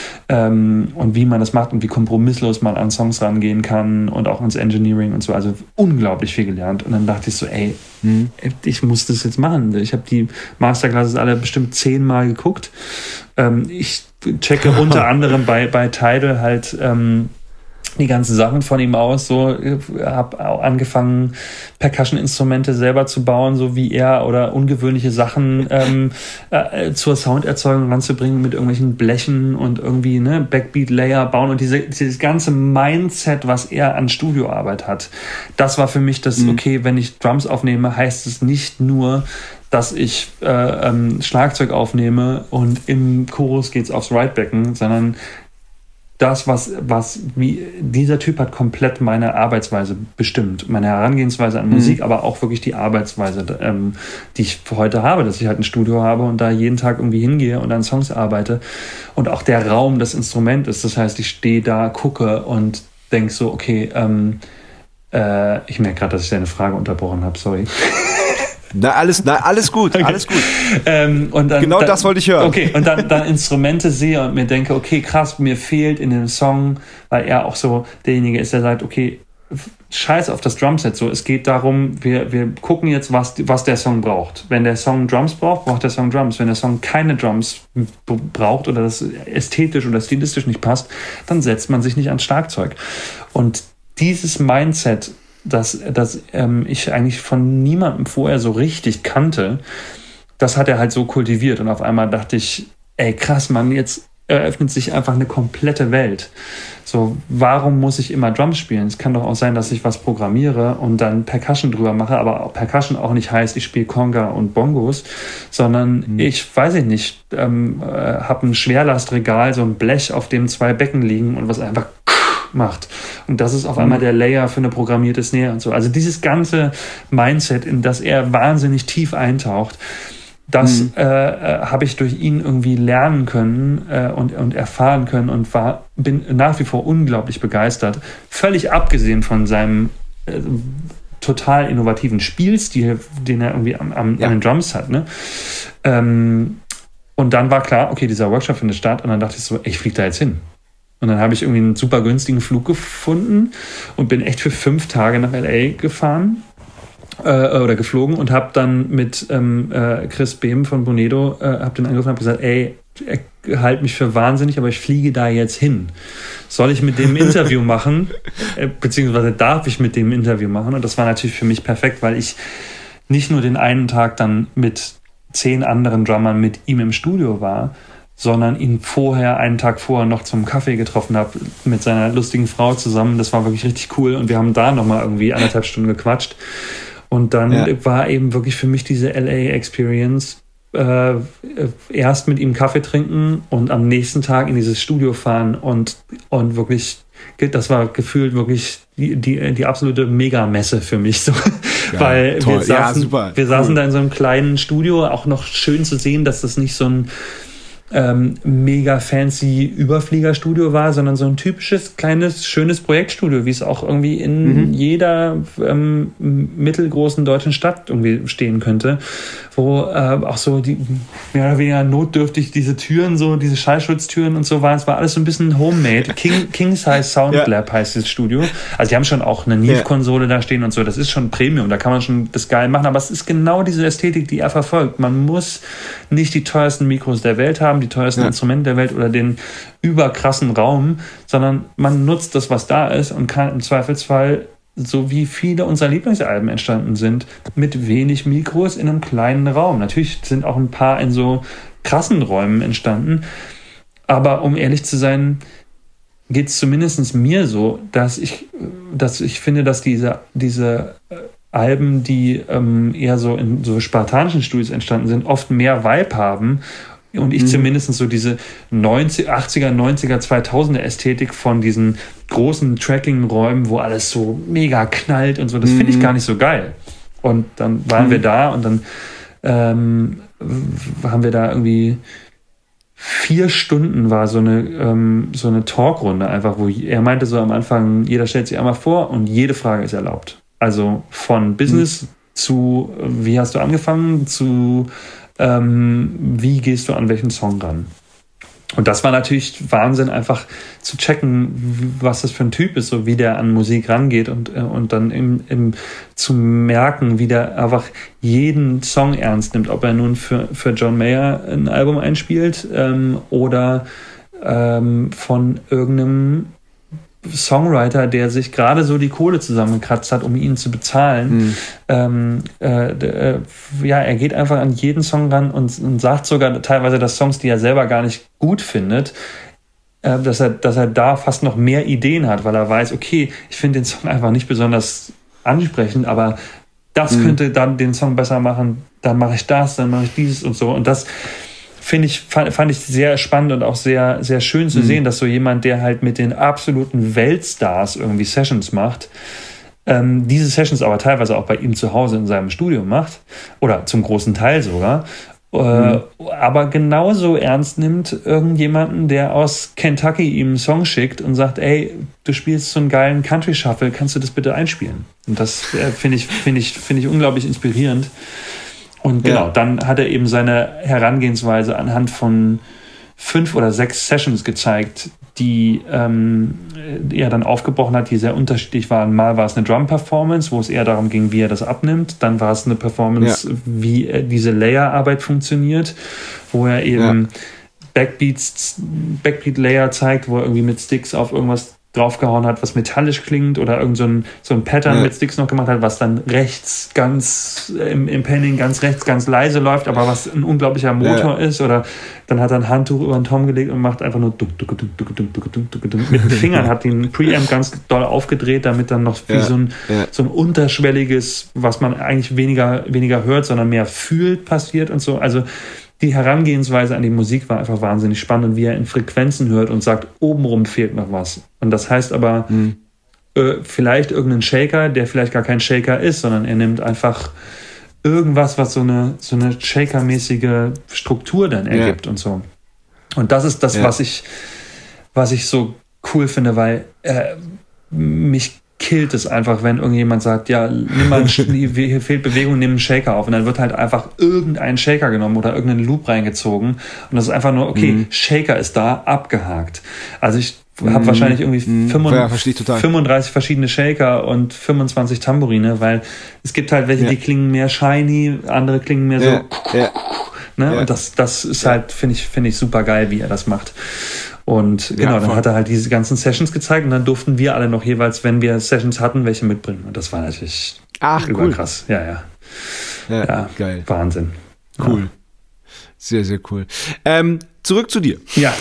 und wie man das macht und wie kompromisslos man an Songs rangehen kann und auch ins Engineering und so, also unglaublich viel gelernt und dann dachte ich so, ich muss das jetzt machen. Ich habe die Masterclasses alle bestimmt 10 Mal geguckt. Ich checke unter anderem bei Tidal halt die ganzen Sachen von ihm aus, so, habe auch angefangen, Percussion-Instrumente selber zu bauen, so wie er, oder ungewöhnliche Sachen zur Sounderzeugung ranzubringen mit irgendwelchen Blechen und irgendwie Backbeat-Layer bauen und dieses ganze Mindset, was er an Studioarbeit hat, das war für mich das, okay, wenn ich Drums aufnehme, heißt es nicht nur, dass ich Schlagzeug aufnehme und im Chorus geht's aufs Right-Becken, sondern das, wie dieser Typ hat komplett meine Arbeitsweise bestimmt, meine Herangehensweise an Musik, aber auch wirklich die Arbeitsweise, die ich für heute habe, dass ich halt ein Studio habe und da jeden Tag irgendwie hingehe und an Songs arbeite und auch der Raum das Instrument ist. Das heißt, ich stehe da, gucke und denke so, okay, ich merke gerade, dass ich deine Frage unterbrochen habe, sorry. Alles gut, okay. Alles gut. Und dann, das wollte ich hören. Okay, und dann Instrumente sehe und mir denke, okay, krass, mir fehlt in dem Song, weil er auch so derjenige ist, der sagt, okay, scheiß auf das Drumset, so, es geht darum, wir gucken jetzt, was der Song braucht. Wenn der Song Drums braucht der Song Drums. Wenn der Song keine Drums braucht oder das ästhetisch oder stilistisch nicht passt, dann setzt man sich nicht ans Schlagzeug. Und dieses Mindset, dass ich eigentlich von niemandem vorher so richtig kannte, das hat er halt so kultiviert und auf einmal dachte ich, krass, Mann, jetzt eröffnet sich einfach eine komplette Welt. So, warum muss ich immer Drums spielen? Es kann doch auch sein, dass ich was programmiere und dann Percussion drüber mache, aber auch Percussion auch nicht heißt, ich spiele Conga und Bongos, sondern ich weiß ich nicht, habe ein Schwerlastregal, so ein Blech, auf dem 2 Becken liegen und was einfach macht. Und das ist auf einmal der Layer für eine programmierte Snare und so. Also dieses ganze Mindset, in das er wahnsinnig tief eintaucht, das habe ich durch ihn irgendwie lernen können und erfahren können und bin nach wie vor unglaublich begeistert. Völlig abgesehen von seinem total innovativen Spielstil, den er irgendwie an den Drums hat. Ne? Und dann war klar, okay, dieser Workshop findet statt. Und dann dachte ich so, ich fliege da jetzt hin. Und dann habe ich irgendwie einen super günstigen Flug gefunden und bin echt für 5 Tage nach L.A. gefahren. Oder geflogen und habe dann mit Chris Behm von Bonedo habe den angerufen und habe gesagt, ey, halt mich für wahnsinnig, aber ich fliege da jetzt hin. Soll ich mit dem Interview machen? Beziehungsweise darf ich mit dem Interview machen? Und das war natürlich für mich perfekt, weil ich nicht nur den einen Tag dann mit 10 anderen Drummern mit ihm im Studio war, sondern ihn einen Tag vorher noch zum Kaffee getroffen habe mit seiner lustigen Frau zusammen. Das war wirklich richtig cool und wir haben da nochmal irgendwie 1,5 Stunden gequatscht. Und dann war eben wirklich für mich diese LA-Experience erst mit ihm Kaffee trinken und am nächsten Tag in dieses Studio fahren und wirklich, das war gefühlt wirklich die absolute Megamesse für mich. So. Ja, weil toll. Wir saßen da in so einem kleinen Studio, auch noch schön zu sehen, dass das nicht so ein mega fancy Überfliegerstudio war, sondern so ein typisches, kleines, schönes Projektstudio, wie es auch irgendwie in jeder mittelgroßen deutschen Stadt irgendwie stehen könnte, wo auch so die mehr oder weniger notdürftig diese Türen, so diese Schallschutztüren und so waren. Es war alles so ein bisschen homemade. King Size Sound Lab heißt das Studio. Also die haben schon auch eine Neve-Konsole da stehen und so. Das ist schon Premium, da kann man schon das geil machen, aber es ist genau diese Ästhetik, die er verfolgt. Man muss nicht die teuersten Mikros der Welt haben, die teuersten Instrumente der Welt oder den überkrassen Raum, sondern man nutzt das, was da ist und kann im Zweifelsfall, so wie viele unserer Lieblingsalben entstanden sind, mit wenig Mikros in einem kleinen Raum. Natürlich sind auch ein paar in so krassen Räumen entstanden, aber um ehrlich zu sein, geht es zumindest mir so, dass ich finde, dass diese Alben, die eher so in so spartanischen Studios entstanden sind, oft mehr Vibe haben. Und ich zumindest so diese 80er, 90er, 2000er Ästhetik von diesen großen Tracking-Räumen, wo alles so mega knallt und so, das finde ich gar nicht so geil. Und dann waren wir da und dann haben wir da irgendwie 4 Stunden war so eine Talkrunde einfach, wo er meinte so am Anfang, jeder stellt sich einmal vor und jede Frage ist erlaubt. Also von Business zu, wie hast du angefangen, zu wie gehst du an welchen Song ran? Und das war natürlich Wahnsinn, einfach zu checken, was das für ein Typ ist, so wie der an Musik rangeht und dann zu merken, wie der einfach jeden Song ernst nimmt, ob er nun für John Mayer ein Album einspielt oder von irgendeinem Songwriter, der sich gerade so die Kohle zusammengekratzt hat, um ihn zu bezahlen. Er geht einfach an jeden Song ran und sagt sogar teilweise, dass Songs, die er selber gar nicht gut findet, dass er da fast noch mehr Ideen hat, weil er weiß, okay, ich finde den Song einfach nicht besonders ansprechend, aber das könnte dann den Song besser machen, dann mache ich das, dann mache ich dieses und so. Und das fand ich sehr spannend und auch sehr, sehr schön zu sehen, dass so jemand, der halt mit den absoluten Weltstars irgendwie Sessions macht, diese Sessions aber teilweise auch bei ihm zu Hause in seinem Studio macht, oder zum großen Teil sogar, aber genauso ernst nimmt irgendjemanden, der aus Kentucky ihm einen Song schickt und sagt, ey, du spielst so einen geilen Country Shuffle, kannst du das bitte einspielen? Und das finde ich unglaublich inspirierend. Und genau, dann hat er eben seine Herangehensweise anhand von 5 oder 6 Sessions gezeigt, die er dann aufgebrochen hat, die sehr unterschiedlich waren. Mal war es eine Drum-Performance, wo es eher darum ging, wie er das abnimmt. Dann war es eine Performance, wie diese Layer-Arbeit funktioniert, wo er eben Backbeat-Layer zeigt, wo er irgendwie mit Sticks auf irgendwas draufgehauen hat, was metallisch klingt oder irgend so ein Pattern mit Sticks noch gemacht hat, was dann rechts ganz im Panning ganz rechts ganz leise läuft, aber was ein unglaublicher Motor ist, oder dann hat er ein Handtuch über den Tom gelegt und macht einfach nur duck, duck, duck, duck, duck, duck, duck, duck, duck. Mit den Fingern hat den Preamp ganz doll aufgedreht, damit dann noch wie so ein unterschwelliges, was man eigentlich weniger hört, sondern mehr fühlt, passiert und so. Also die Herangehensweise an die Musik war einfach wahnsinnig spannend, und wie er in Frequenzen hört und sagt, obenrum fehlt noch was. Und das heißt aber vielleicht irgendein Shaker, der vielleicht gar kein Shaker ist, sondern er nimmt einfach irgendwas, was so eine Shaker-mäßige Struktur dann ergibt und so. Und das ist das, was ich so cool finde, weil mich killt es einfach, wenn irgendjemand sagt, ja, nimm mal hier fehlt Bewegung, nimm einen Shaker auf, und dann wird halt einfach irgendein Shaker genommen oder irgendein Loop reingezogen, und das ist einfach nur, okay, Shaker ist da, abgehakt. Also ich habe wahrscheinlich irgendwie 35 verschiedene Shaker und 25 Tambourine, weil es gibt halt welche, die klingen mehr shiny, andere klingen mehr so ne? Und das ist halt, finde ich super geil, wie er das macht. Und genau, dann hat er halt diese ganzen Sessions gezeigt, und dann durften wir alle noch jeweils, wenn wir Sessions hatten, welche mitbringen. Und das war natürlich überkrass. Ja, geil. Wahnsinn. Cool. Ja. Sehr, sehr cool. Zurück zu dir. Ja.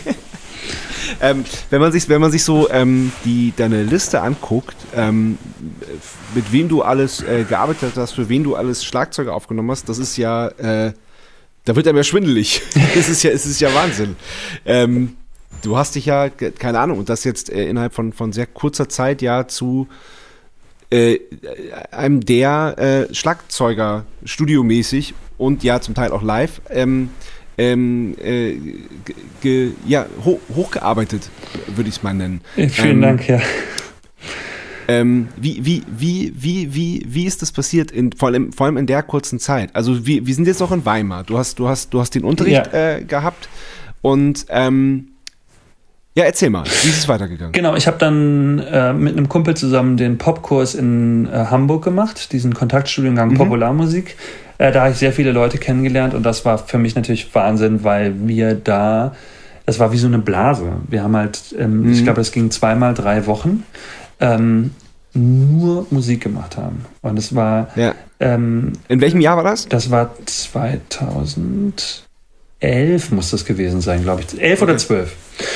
Wenn man sich so deine Liste anguckt, mit wem du alles gearbeitet hast, für wen du alles Schlagzeuge aufgenommen hast, das ist ja, da wird einem ja schwindelig. Es ist ja Wahnsinn. Du hast dich ja, keine Ahnung, und das jetzt innerhalb von sehr kurzer Zeit ja zu einem der Schlagzeuger studiomäßig und ja zum Teil auch live hochgearbeitet, würde ich es mal nennen. Vielen Dank, ja. Wie ist das passiert, vor allem in der kurzen Zeit? Also wir sind jetzt noch in Weimar. Du hast den Unterricht gehabt, und erzähl mal, wie ist es weitergegangen? Genau, ich habe dann mit einem Kumpel zusammen den Popkurs in Hamburg gemacht, diesen Kontaktstudiengang Popularmusik. Da habe ich sehr viele Leute kennengelernt, und das war für mich natürlich Wahnsinn, weil das war wie so eine Blase. Wir haben halt, ich glaube, das ging 2x3 Wochen, nur Musik gemacht haben. Und es war... in welchem Jahr war das? Das war 2011 muss das gewesen sein, glaube ich. 11 oder 12.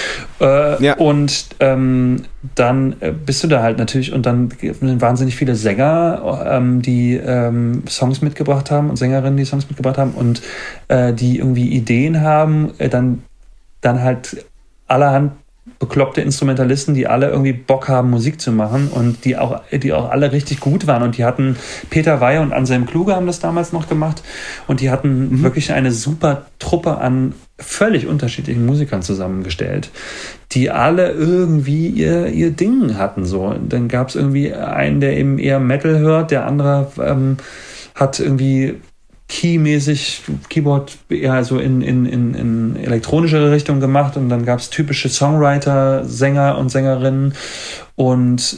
Und dann bist du da halt natürlich, und dann sind wahnsinnig viele Sänger, die Songs mitgebracht haben, und Sängerinnen, die Songs mitgebracht haben, und die irgendwie Ideen haben, dann halt allerhand bekloppte Instrumentalisten, die alle irgendwie Bock haben, Musik zu machen, und die auch alle richtig gut waren, und die hatten, Peter Weihe und Anselm Kluge haben das damals noch gemacht, und die hatten wirklich eine super Truppe an völlig unterschiedlichen Musikern zusammengestellt, die alle irgendwie ihr Ding hatten, so. Und dann gab es irgendwie einen, der eben eher Metal hört, der andere hat irgendwie Keymäßig Keyboard eher so in elektronischere Richtung gemacht, und dann gab es typische Songwriter, Sänger und Sängerinnen, und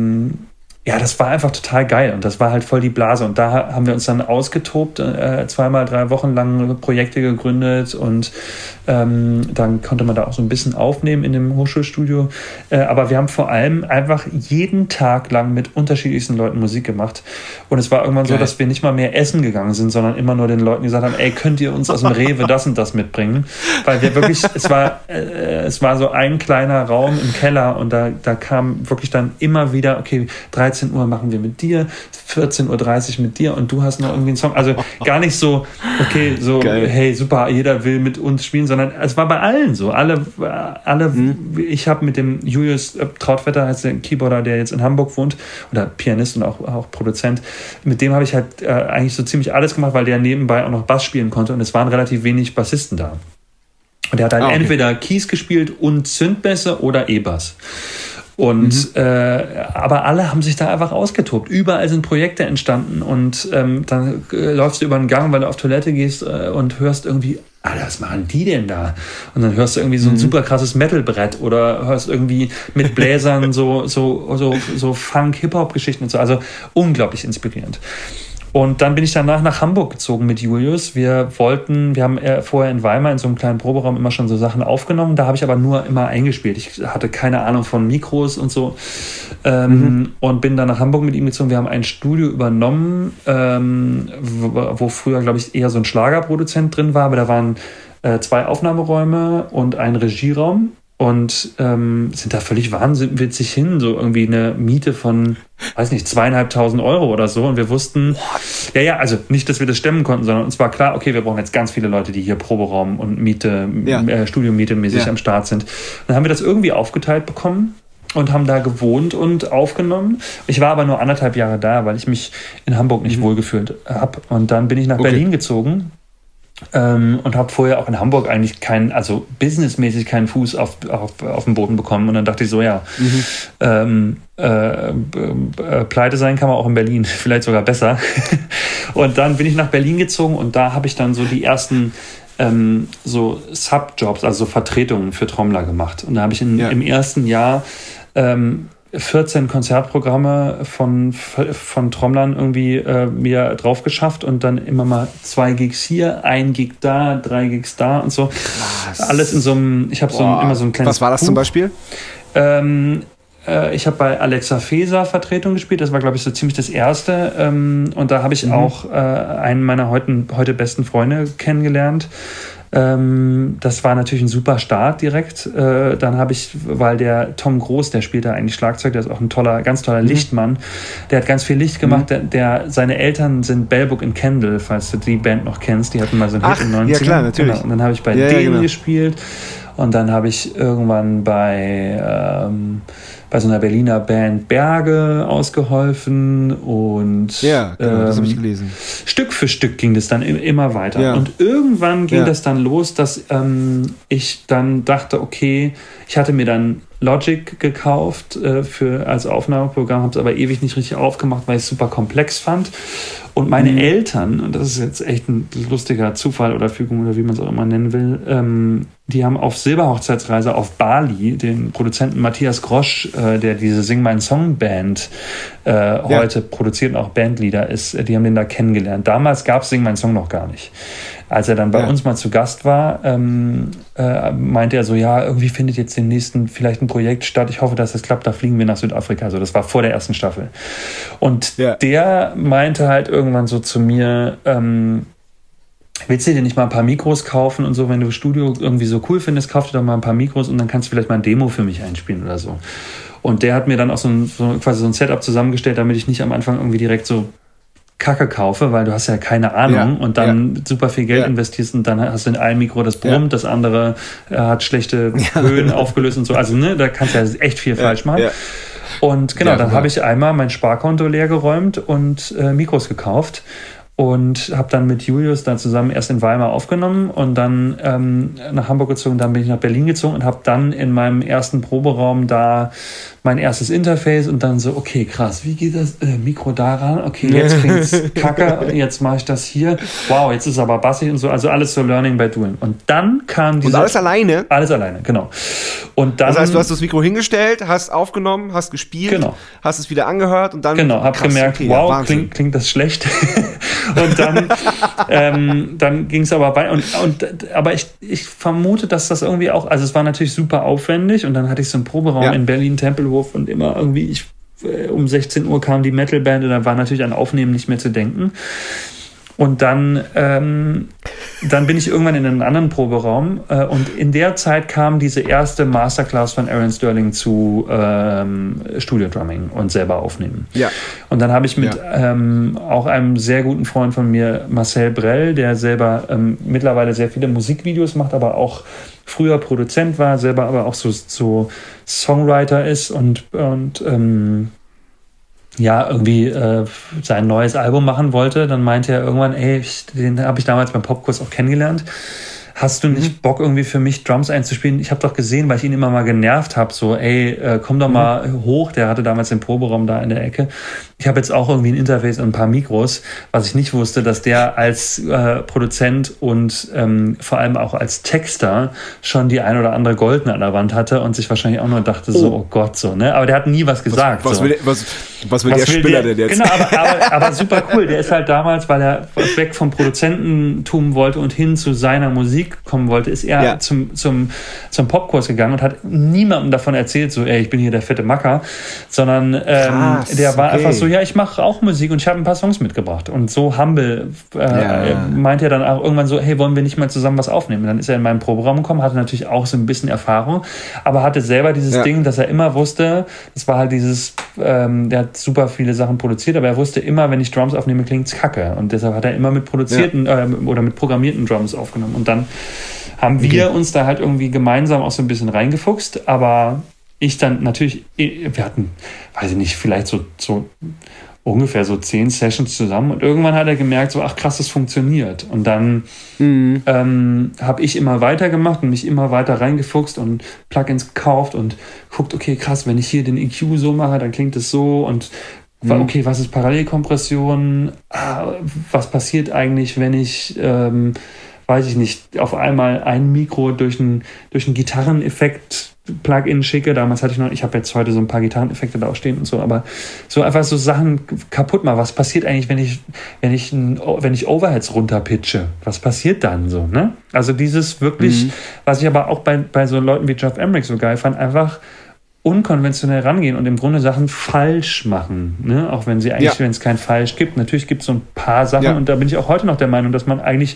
das war einfach total geil, und das war halt voll die Blase, und da haben wir uns dann ausgetobt, 2x3 Wochen lang Projekte gegründet, und dann konnte man da auch so ein bisschen aufnehmen in dem Hochschulstudio, aber wir haben vor allem einfach jeden Tag lang mit unterschiedlichsten Leuten Musik gemacht, und es war irgendwann so, dass wir nicht mal mehr essen gegangen sind, sondern immer nur den Leuten gesagt haben, ey, könnt ihr uns aus dem Rewe das und das mitbringen, weil wir wirklich, es war so ein kleiner Raum im Keller, und da kam wirklich dann immer wieder, okay, 13 Uhr machen wir mit dir, 14.30 Uhr mit dir, und du hast noch irgendwie einen Song. Also gar nicht so, okay, so, geil. Hey, super, jeder will mit uns spielen, sondern es war bei allen so. Alle ich habe mit dem Julius Trautvetter, heißt der Keyboarder, der jetzt in Hamburg wohnt, oder Pianist und auch Produzent, mit dem habe ich halt eigentlich so ziemlich alles gemacht, weil der nebenbei auch noch Bass spielen konnte, und es waren relativ wenig Bassisten da. Und der hat halt entweder Keys gespielt und Synthbässe oder E-Bass. Und aber alle haben sich da einfach ausgetobt. Überall sind Projekte entstanden, und dann läufst du über den Gang, weil du auf Toilette gehst und hörst irgendwie, Alter, was machen die denn da? Und dann hörst du irgendwie so ein super krasses Metalbrett, oder hörst irgendwie mit Bläsern so Funk-Hip-Hop-Geschichten und so. Also unglaublich inspirierend. Und dann bin ich danach nach Hamburg gezogen mit Julius. Wir haben vorher in Weimar in so einem kleinen Proberaum immer schon so Sachen aufgenommen. Da habe ich aber nur immer eingespielt. Ich hatte keine Ahnung von Mikros und so. Und bin dann nach Hamburg mit ihm gezogen. Wir haben ein Studio übernommen, wo früher, glaube ich, eher so ein Schlagerproduzent drin war. Aber da waren 2 Aufnahmeräume und ein Regieraum. Und sind da völlig wahnwitzig hin, so irgendwie eine Miete von, weiß nicht, 2.500 Euro oder so. Und wir wussten, also nicht, dass wir das stemmen konnten, sondern uns war klar, okay, wir brauchen jetzt ganz viele Leute, die hier Proberaum und Miete, Studiomiete mäßig am Start sind. Dann haben wir das irgendwie aufgeteilt bekommen und haben da gewohnt und aufgenommen. Ich war aber nur 1,5 Jahre da, weil ich mich in Hamburg nicht wohlgefühlt habe. Und dann bin ich nach Berlin gezogen. Und habe vorher auch in Hamburg eigentlich businessmäßig keinen Fuß auf den Boden bekommen. Und dann dachte ich so, pleite sein kann man auch in Berlin, vielleicht sogar besser. Und dann bin ich nach Berlin gezogen und da habe ich dann so die ersten so Subjobs, also so Vertretungen für Trommler gemacht. Und da habe ich im ersten Jahr 14 Konzertprogramme von Trommlern irgendwie mir drauf geschafft und dann immer mal 2 Gigs hier, 1 Gig da, 3 Gigs da und so. Krass. Alles in so einem, ich habe immer so ein kleines Was war das Buch. Zum Beispiel? Ich habe bei Alexa Feser Vertretung gespielt, das war, glaube ich, so ziemlich das erste. Und da habe ich auch einen meiner heute besten Freunde kennengelernt. Das war natürlich ein super Start direkt. Dann habe ich, weil der Tom Groß, der spielt da eigentlich Schlagzeug, der ist auch ein ganz toller Lichtmann. Der hat ganz viel Licht gemacht. Seine Eltern sind Bellbook and Candle, falls du die Band noch kennst. Die hatten mal so einen Hit in den 90ern. Ja klar, natürlich. Genau. Und dann habe ich bei denen gespielt. Und dann habe ich irgendwann bei so einer Berliner Band Berge ausgeholfen und das habe ich gelesen. Stück für Stück ging das dann immer weiter. Ja. Und irgendwann ging das dann los, dass ich dann dachte, okay, ich hatte mir dann Logic gekauft als Aufnahmeprogramm, habe es aber ewig nicht richtig aufgemacht, weil ich es super komplex fand. Und meine Eltern, und das ist jetzt echt ein lustiger Zufall oder Fügung oder wie man es auch immer nennen will, die haben auf Silberhochzeitsreise auf Bali den Produzenten Matthias Grosch, der diese Sing Mein Song Band heute produziert und auch Bandleader ist, die haben den da kennengelernt. Damals gab es Sing Mein Song noch gar nicht. Als er dann bei uns mal zu Gast war, meinte er so, irgendwie findet jetzt den nächsten vielleicht ein Projekt statt. Ich hoffe, dass das klappt, da fliegen wir nach Südafrika. Also das war vor der ersten Staffel. Und der meinte halt irgendwann so zu mir, willst du dir nicht mal ein paar Mikros kaufen und so, wenn du Studio irgendwie so cool findest, kauf dir doch mal ein paar Mikros und dann kannst du vielleicht mal ein Demo für mich einspielen oder so. Und der hat mir dann auch quasi so ein Setup zusammengestellt, damit ich nicht am Anfang irgendwie direkt so Kacke kaufe, weil du hast ja keine Ahnung und dann super viel Geld investierst und dann hast du in einem Mikro das brummt, das andere hat schlechte Höhen aufgelöst und so. Also da kannst du ja echt viel falsch machen. Und genau, dann habe ich einmal mein Sparkonto leer geräumt und Mikros gekauft. Und habe dann mit Julius dann zusammen erst in Weimar aufgenommen und dann nach Hamburg gezogen, dann bin ich nach Berlin gezogen und habe dann in meinem ersten Proberaum da mein erstes Interface und dann so, okay, krass, wie geht das Mikro daran? Okay, jetzt klingt's kacke, jetzt mache ich das hier. Wow, jetzt ist aber bassig und so, also alles so Learning by Doing. Und dann kam Und alles alleine? Alles alleine, genau. Und dann, das heißt, du hast das Mikro hingestellt, hast aufgenommen, hast gespielt, hast es wieder angehört und dann... Genau, hab gemerkt, wow, klingt das schlecht. Und dann ging es aber weiter. Aber ich vermute, dass das irgendwie auch, also es war natürlich super aufwendig und dann hatte ich so einen Proberaum in Berlin, Tempelhof und immer irgendwie, um 16 Uhr kam die Metalband und da war natürlich an Aufnehmen nicht mehr zu denken. Und dann bin ich irgendwann in einen anderen Proberaum und in der Zeit kam diese erste Masterclass von Aaron Sterling zu Studio-Drumming und selber aufnehmen. Ja. Und dann habe ich mit auch einem sehr guten Freund von mir, Marcel Brell, der selber mittlerweile sehr viele Musikvideos macht, aber auch früher Produzent war, selber aber auch so Songwriter ist und irgendwie sein neues Album machen wollte, dann meinte er irgendwann, den habe ich damals beim Popkurs auch kennengelernt, hast du nicht Bock irgendwie für mich Drums einzuspielen? Ich habe doch gesehen, weil ich ihn immer mal genervt habe, so komm doch mal hoch. Der hatte damals den Proberaum da in der Ecke. Ich habe jetzt auch irgendwie ein Interface und ein paar Mikros, was ich nicht wusste, dass der als Produzent und vor allem auch als Texter schon die ein oder andere Goldene an der Wand hatte und sich wahrscheinlich auch nur dachte, oh Gott, so, ne? Aber der hat nie was gesagt. Was will der Spinner denn jetzt? Genau, aber super cool. Der ist halt damals, weil er weg vom Produzententum wollte und hin zu seiner Musik kommen wollte, ist er zum Popkurs gegangen und hat niemandem davon erzählt, so, ich bin hier der fette Macker, sondern der war einfach so, ich mache auch Musik und ich habe ein paar Songs mitgebracht. Und so humble meinte er dann auch irgendwann so, hey, wollen wir nicht mal zusammen was aufnehmen? Und dann ist er in meinen Proberaum gekommen, hatte natürlich auch so ein bisschen Erfahrung, aber hatte selber dieses Ding, dass er immer wusste, das war halt dieses, der hat super viele Sachen produziert, aber er wusste immer, wenn ich Drums aufnehme, klingt's kacke. Und deshalb hat er immer mit produzierten oder mit programmierten Drums aufgenommen. Und dann haben wir uns da halt irgendwie gemeinsam auch so ein bisschen reingefuchst, aber ich dann natürlich, wir hatten, weiß ich nicht, vielleicht so ungefähr so 10 Sessions zusammen und irgendwann hat er gemerkt, so, ach krass, das funktioniert. Und dann habe ich immer weitergemacht und mich immer weiter reingefuchst und Plugins gekauft und guckt, okay, krass, wenn ich hier den EQ so mache, dann klingt es so und okay, was ist Parallelkompression? Was passiert eigentlich, wenn ich, weiß ich nicht, auf einmal ein Mikro durch einen Gitarreneffekt Plugin schicke. Damals hatte ich habe jetzt heute so ein paar Gitarreneffekte da auch stehen und so, aber so einfach so Sachen kaputt machen. Was passiert eigentlich, wenn ich Overheads runterpitche? Was passiert dann so, ne? Also dieses wirklich, was ich aber auch bei so Leuten wie Geoff Emerick so geil fand, einfach unkonventionell rangehen und im Grunde Sachen falsch machen, ne? Auch wenn sie eigentlich, wenn es kein Falsch gibt. Natürlich gibt es so ein paar Sachen und da bin ich auch heute noch der Meinung, dass man eigentlich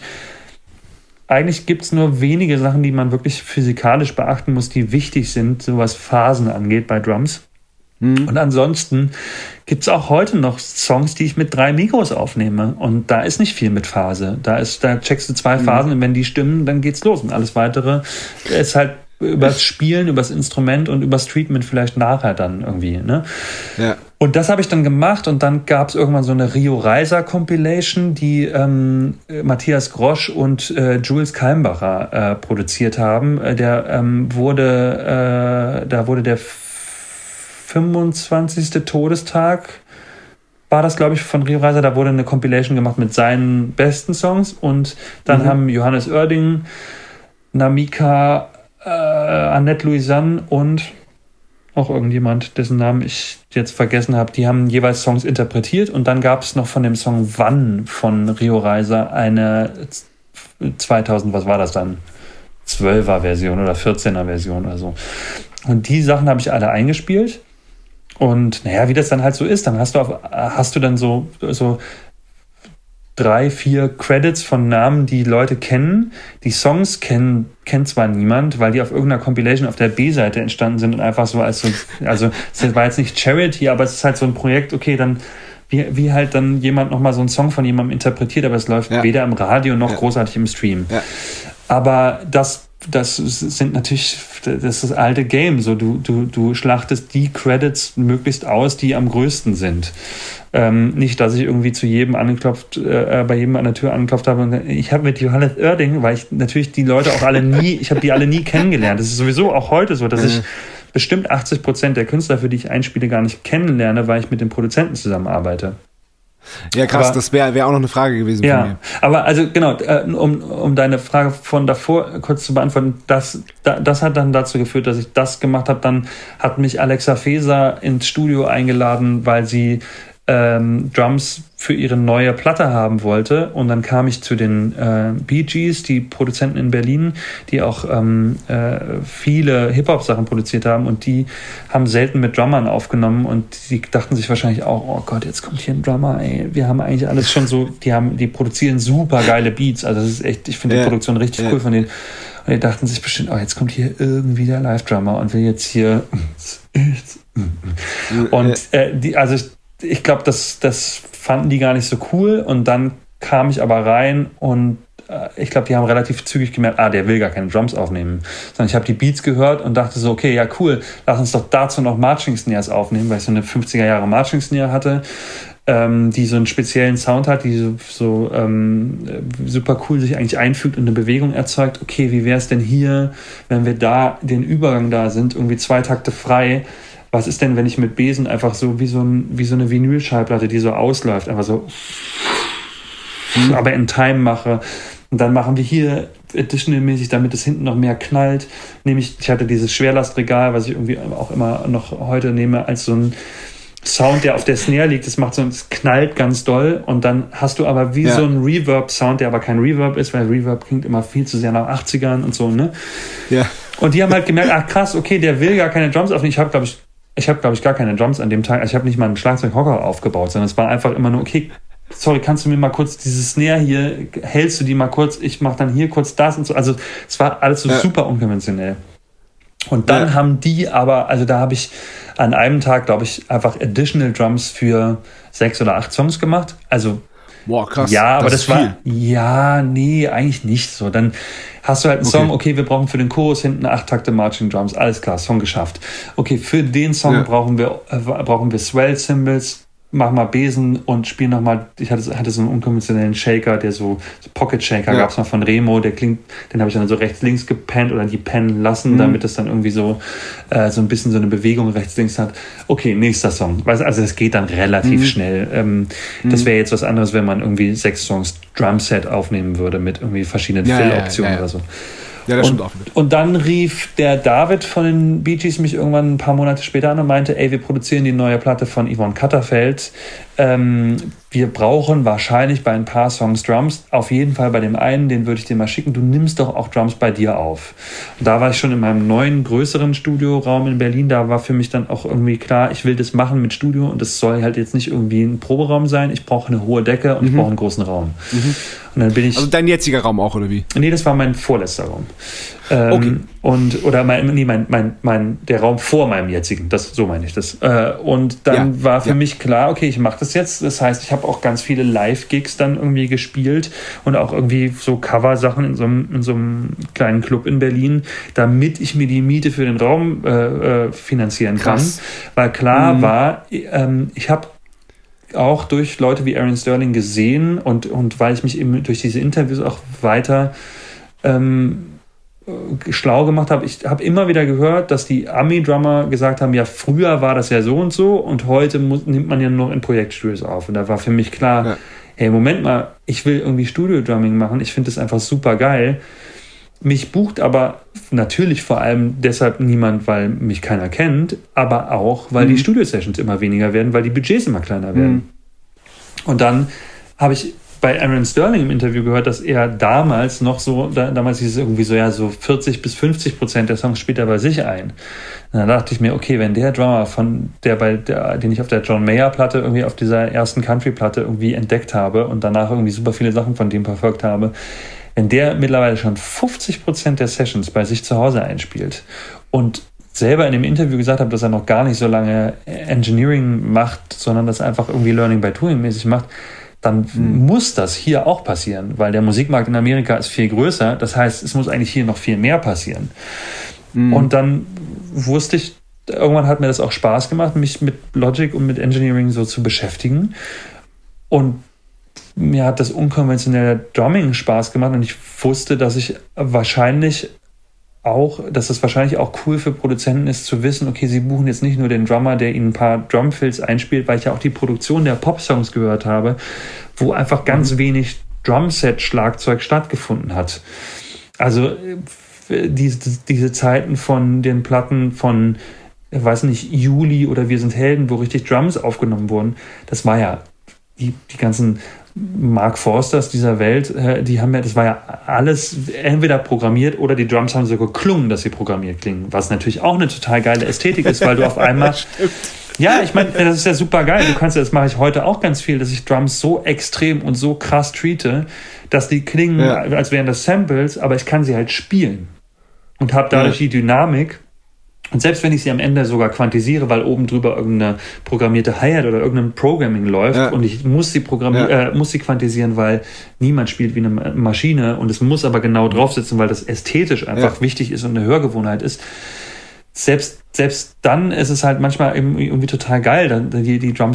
gibt es nur wenige Sachen, die man wirklich physikalisch beachten muss, die wichtig sind, so was Phasen angeht bei Drums. Und ansonsten gibt es auch heute noch Songs, die ich mit 3 Mikros aufnehme. Und da ist nicht viel mit Phase. Da checkst du 2 Phasen und wenn die stimmen, dann geht's los. Und alles Weitere ist halt übers Spielen, übers Instrument und übers Treatment vielleicht nachher dann irgendwie, ne? Ja. Und das habe ich dann gemacht und dann gab es irgendwann so eine Rio Reiser Compilation, die Matthias Grosch und Jules Kalmbacher produziert haben. Da wurde der 25. Todestag, war das, glaube ich, von Rio Reiser. Da wurde eine Compilation gemacht mit seinen besten Songs und dann haben Johannes Oerding, Namika, Annette Louisanne und auch irgendjemand, dessen Namen ich jetzt vergessen habe, die haben jeweils Songs interpretiert und dann gab es noch von dem Song Wann von Rio Reiser eine 2000, was war das dann? 12er Version oder 14er Version oder so. Und die Sachen habe ich alle eingespielt und naja, wie das dann halt so ist, dann hast du dann so 3, 4 Credits von Namen, die Leute kennen. Die Songs kennt zwar niemand, weil die auf irgendeiner Compilation auf der B-Seite entstanden sind und einfach so also es war jetzt nicht Charity, aber es ist halt so ein Projekt, okay, dann wie halt dann jemand nochmal so einen Song von jemandem interpretiert, aber es läuft weder im Radio noch großartig im Stream. Ja. Aber das sind natürlich, das ist das alte Game, so du schlachtest die Credits möglichst aus, die am größten sind. Nicht, dass ich irgendwie zu jedem bei jedem an der Tür angeklopft habe. Und ich habe mit Johannes Oerding, weil ich natürlich die Leute auch ich habe die alle nie kennengelernt. Das ist sowieso auch heute so, dass ich bestimmt 80% der Künstler, für die ich einspiele, gar nicht kennenlerne, weil ich mit den Produzenten zusammenarbeite. Ja, krass, das wäre auch noch eine Frage gewesen von mir. Aber also genau, um deine Frage von davor kurz zu beantworten, das hat dann dazu geführt, dass ich das gemacht habe. Dann hat mich Alexa Feser ins Studio eingeladen, weil sie Drums für ihre neue Platte haben wollte. Und dann kam ich zu den Bee Gees, die Produzenten in Berlin, die auch viele Hip-Hop-Sachen produziert haben. Und die haben selten mit Drummern aufgenommen. Und die dachten sich wahrscheinlich auch, oh Gott, jetzt kommt hier ein Drummer. Ey, wir haben eigentlich alles schon so, die produzieren super geile Beats. Also das ist echt, ich finde die Produktion richtig cool von denen. Und die dachten sich bestimmt, oh, jetzt kommt hier irgendwie der Live-Drummer und will jetzt hier und ich glaube, das fanden die gar nicht so cool und dann kam ich aber rein und ich glaube, die haben relativ zügig gemerkt, der will gar keine Drums aufnehmen. Sondern ich habe die Beats gehört und dachte so, okay, ja cool, lass uns doch dazu noch Marching Snares aufnehmen, weil ich so eine 50er Jahre Marching Snare hatte. die so einen speziellen Sound hat, die so super cool sich eigentlich einfügt und eine Bewegung erzeugt. Okay, wie wäre es denn hier, wenn wir da den Übergang da sind, irgendwie 2 Takte frei? Was ist denn, wenn ich mit Besen einfach so wie so eine Vinylschallplatte, die so ausläuft, einfach so aber in Time mache. Und dann machen wir hier additional-mäßig, damit es hinten noch mehr knallt. Ich hatte dieses Schwerlastregal, was ich irgendwie auch immer noch heute nehme, als so ein Sound, der auf der Snare liegt. Es knallt ganz doll. Und dann hast du aber so einen Reverb-Sound, der aber kein Reverb ist, weil Reverb klingt immer viel zu sehr nach 80ern und so, ne? Ja. Und die haben halt gemerkt, ach krass, okay, der will gar keine Drums aufnehmen. Ich habe, glaube ich, gar keine Drums an dem Tag. Ich habe nicht mal einen Schlagzeughocker aufgebaut, sondern es war einfach immer nur, okay, sorry, kannst du mir mal kurz diese Snare hier, hältst du die mal kurz, ich mache dann hier kurz das und so. Also es war alles so super unkonventionell. Und dann haben die aber, also da habe ich an einem Tag, glaube ich, einfach Additional Drums für 6 oder 8 Songs gemacht. Also krass. Ja, aber das war, nee, eigentlich nicht so. Dann hast du halt einen Song, okay, wir brauchen für den Chorus hinten 8 Takte Marching Drums, alles klar, Song geschafft. Okay, für den Song brauchen wir Swell Cymbals, mach mal Besen und spiel nochmal, ich hatte so einen unkonventionellen Shaker, der so Pocket Shaker gab es mal von Remo, den habe ich dann so rechts-links gepennt oder die pennen lassen, damit es dann irgendwie so ein bisschen so eine Bewegung rechts-links hat. Okay, nächster Song. Also das geht dann relativ schnell. Das wäre jetzt was anderes, wenn man irgendwie 6 Songs Drumset aufnehmen würde mit irgendwie verschiedenen Fill-Optionen oder so. Ja, das stimmt auch mit. Und dann rief der David von den Bee Gees mich irgendwann ein paar Monate später an und meinte, ey, wir produzieren die neue Platte von Yvonne Katterfeld. Wir brauchen wahrscheinlich bei ein paar Songs Drums. Auf jeden Fall bei dem einen, den würde ich dir mal schicken. Du nimmst doch auch Drums bei dir auf. Und da war ich schon in meinem neuen, größeren Studioraum in Berlin. Da war für mich dann auch irgendwie klar, ich will das machen mit Studio und das soll halt jetzt nicht irgendwie ein Proberaum sein. Ich brauche eine hohe Decke und ich brauche einen großen Raum. Und dann bin ich... Also dein jetziger Raum auch, oder wie? Nee, das war mein vorletzter Raum. Der Raum vor meinem jetzigen, so meine ich das. Und dann war für mich klar, okay, ich mache das jetzt. Das heißt, ich habe auch ganz viele Live-Gigs dann irgendwie gespielt und auch irgendwie so Cover-Sachen in so einem kleinen Club in Berlin, damit ich mir die Miete für den Raum finanzieren kann. Weil klar war, ich habe auch durch Leute wie Aaron Sterling gesehen und weil ich mich eben durch diese Interviews auch weiter schlau gemacht habe. Ich habe immer wieder gehört, dass die Ami-Drummer gesagt haben, ja, früher war das ja so und heute nimmt man ja nur noch in Projektstudios auf. Und da war für mich klar, hey, Moment mal, ich will irgendwie Studio-Drumming machen. Ich finde das einfach super geil. Mich bucht aber natürlich vor allem deshalb niemand, weil mich keiner kennt, aber auch, weil die Studio-Sessions immer weniger werden, weil die Budgets immer kleiner werden. Und dann habe ich bei Aaron Sterling im Interview gehört, dass er damals noch damals hieß es irgendwie so 40-50% der Songs spielt er bei sich ein. Und dann dachte ich mir, okay, wenn der Drummer den ich auf der John Mayer Platte irgendwie auf dieser ersten Country Platte irgendwie entdeckt habe und danach irgendwie super viele Sachen von dem verfolgt habe, wenn der mittlerweile schon 50% der Sessions bei sich zu Hause einspielt und selber in dem Interview gesagt hat, dass er noch gar nicht so lange Engineering macht, sondern das einfach irgendwie Learning by Doing mäßig macht, dann muss das hier auch passieren, weil der Musikmarkt in Amerika ist viel größer. Das heißt, es muss eigentlich hier noch viel mehr passieren. Und dann wusste ich, irgendwann hat mir das auch Spaß gemacht, mich mit Logic und mit Engineering so zu beschäftigen. Und mir hat das unkonventionelle Drumming Spaß gemacht und ich wusste, dass es wahrscheinlich auch cool für Produzenten ist zu wissen, okay, sie buchen jetzt nicht nur den Drummer, der ihnen ein paar Drumfills einspielt, weil ich ja auch die Produktion der Pop-Songs gehört habe, wo einfach ganz wenig Drumset-Schlagzeug stattgefunden hat. Also diese Zeiten von den Platten von, ich weiß nicht, Juli oder Wir sind Helden, wo richtig Drums aufgenommen wurden, das war ja die ganzen Mark Forsters dieser Welt, das war ja alles entweder programmiert oder die Drums haben so geklungen, dass sie programmiert klingen, was natürlich auch eine total geile Ästhetik ist, weil du auf einmal... Ja, ich meine, das ist ja super geil. Das mache ich heute auch ganz viel, dass ich Drums so extrem und so krass treate, dass die klingen, als wären das Samples, aber ich kann sie halt spielen und habe dadurch die Dynamik. Und selbst wenn ich sie am Ende sogar quantisiere, weil oben drüber irgendeine programmierte Hi-Hat oder irgendein Programming läuft und ich muss sie muss sie quantisieren, weil niemand spielt wie eine Maschine und es muss aber genau drauf sitzen, weil das ästhetisch einfach wichtig ist und eine Hörgewohnheit ist. Selbst dann ist es halt manchmal irgendwie total geil, dann die Drums so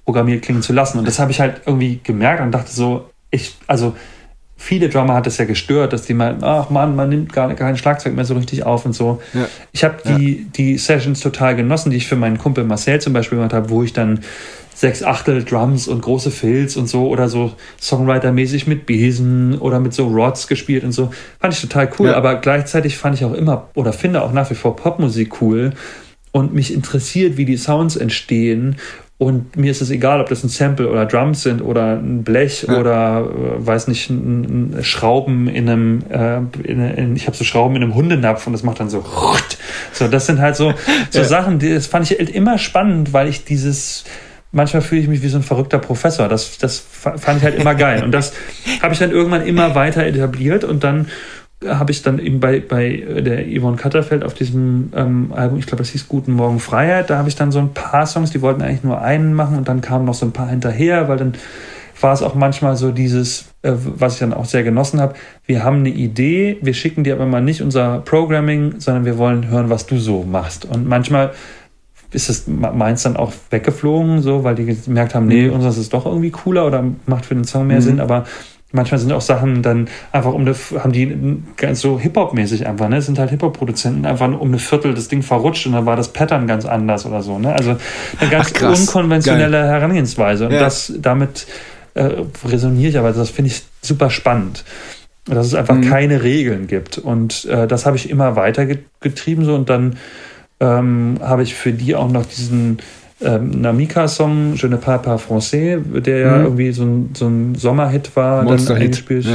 programmiert klingen zu lassen. Und das habe ich halt irgendwie gemerkt und dachte so, viele Drummer hat es ja gestört, dass die meinen, ach Mann, man nimmt gar kein Schlagzeug mehr so richtig auf und so. Ja. Ich habe die Sessions total genossen, die ich für meinen Kumpel Marcel zum Beispiel gemacht habe, wo ich dann 6/8 Drums und große Fills und so oder so Songwriter-mäßig mit Besen oder mit so Rods gespielt und so. Fand ich total cool, aber gleichzeitig fand ich auch immer oder finde auch nach wie vor Popmusik cool und mich interessiert, wie die Sounds entstehen. Und mir ist es egal, ob das ein Sample oder Drums sind oder ein Blech oder, weiß nicht, ein Schrauben in einem, ich habe so Schrauben in einem Hundenapf und das macht dann so, das sind halt so Sachen, das fand ich halt immer spannend, weil ich manchmal fühle ich mich wie so ein verrückter Professor, das fand ich halt immer geil und das habe ich dann irgendwann immer weiter etabliert und dann habe ich dann eben bei der Yvonne Katterfeld auf diesem Album, ich glaube, das hieß Guten Morgen Freiheit, da habe ich dann so ein paar Songs, die wollten eigentlich nur einen machen und dann kamen noch so ein paar hinterher, weil dann war es auch manchmal so dieses, was ich dann auch sehr genossen habe, wir haben eine Idee, wir schicken dir aber mal nicht unser Programming, sondern wir wollen hören, was du so machst. Und manchmal ist es meins dann auch weggeflogen, so, weil die gemerkt haben, nee, unseres ist doch irgendwie cooler oder macht für den Song mehr Sinn, aber manchmal sind auch Sachen dann einfach haben die ganz so Hip-Hop-mäßig einfach, ne? Es sind halt Hip-Hop-Produzenten einfach um eine Viertel das Ding verrutscht und dann war das Pattern ganz anders oder so, ne? Also eine ganz unkonventionelle Herangehensweise. Und damit resoniere ich, aber das finde ich super spannend. Dass es einfach keine Regeln gibt. Und das habe ich immer weiter getrieben so und dann habe ich für die auch noch diesen Namika-Song Je ne parle pas français, der ja irgendwie so ein Sommerhit war, dann eingespielt.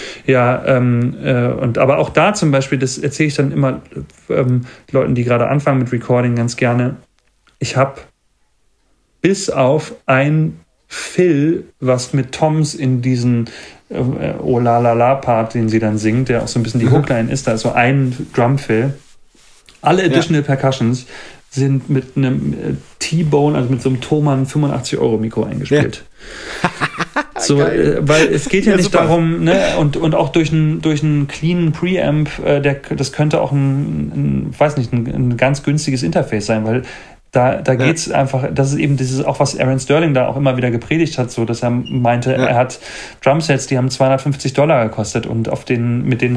Und aber auch da zum Beispiel, das erzähle ich dann immer Leuten, die gerade anfangen mit Recording, ganz gerne. Ich habe bis auf ein Fill, was mit Toms in diesen Oh la la la Part, den sie dann singt, der auch so ein bisschen die Hookline ist, da ist so ein Drum-Fill. Alle Additional Percussions sind mit einem T-Bone, also mit so einem Thomann 85€ Mikro eingespielt. So, weil es geht ja nicht super darum, ne, und auch durch einen cleanen Preamp, das könnte auch ein ganz günstiges Interface sein, weil da geht's einfach, das ist eben dieses, auch was Aaron Sterling da auch immer wieder gepredigt hat, so, dass er meinte, er hat Drumsets, die haben $250 gekostet und mit dem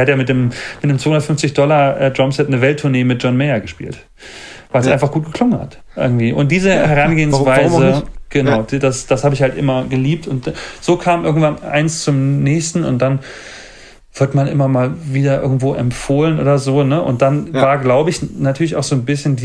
$250 Drumset eine Welttournee mit John Mayer gespielt. Weil es einfach gut geklungen hat. Irgendwie. Und diese Herangehensweise, genau, das habe ich halt immer geliebt. Und so kam irgendwann eins zum nächsten und dann wird man immer mal wieder irgendwo empfohlen oder so, ne? Und dann war, glaube ich, natürlich auch so ein bisschen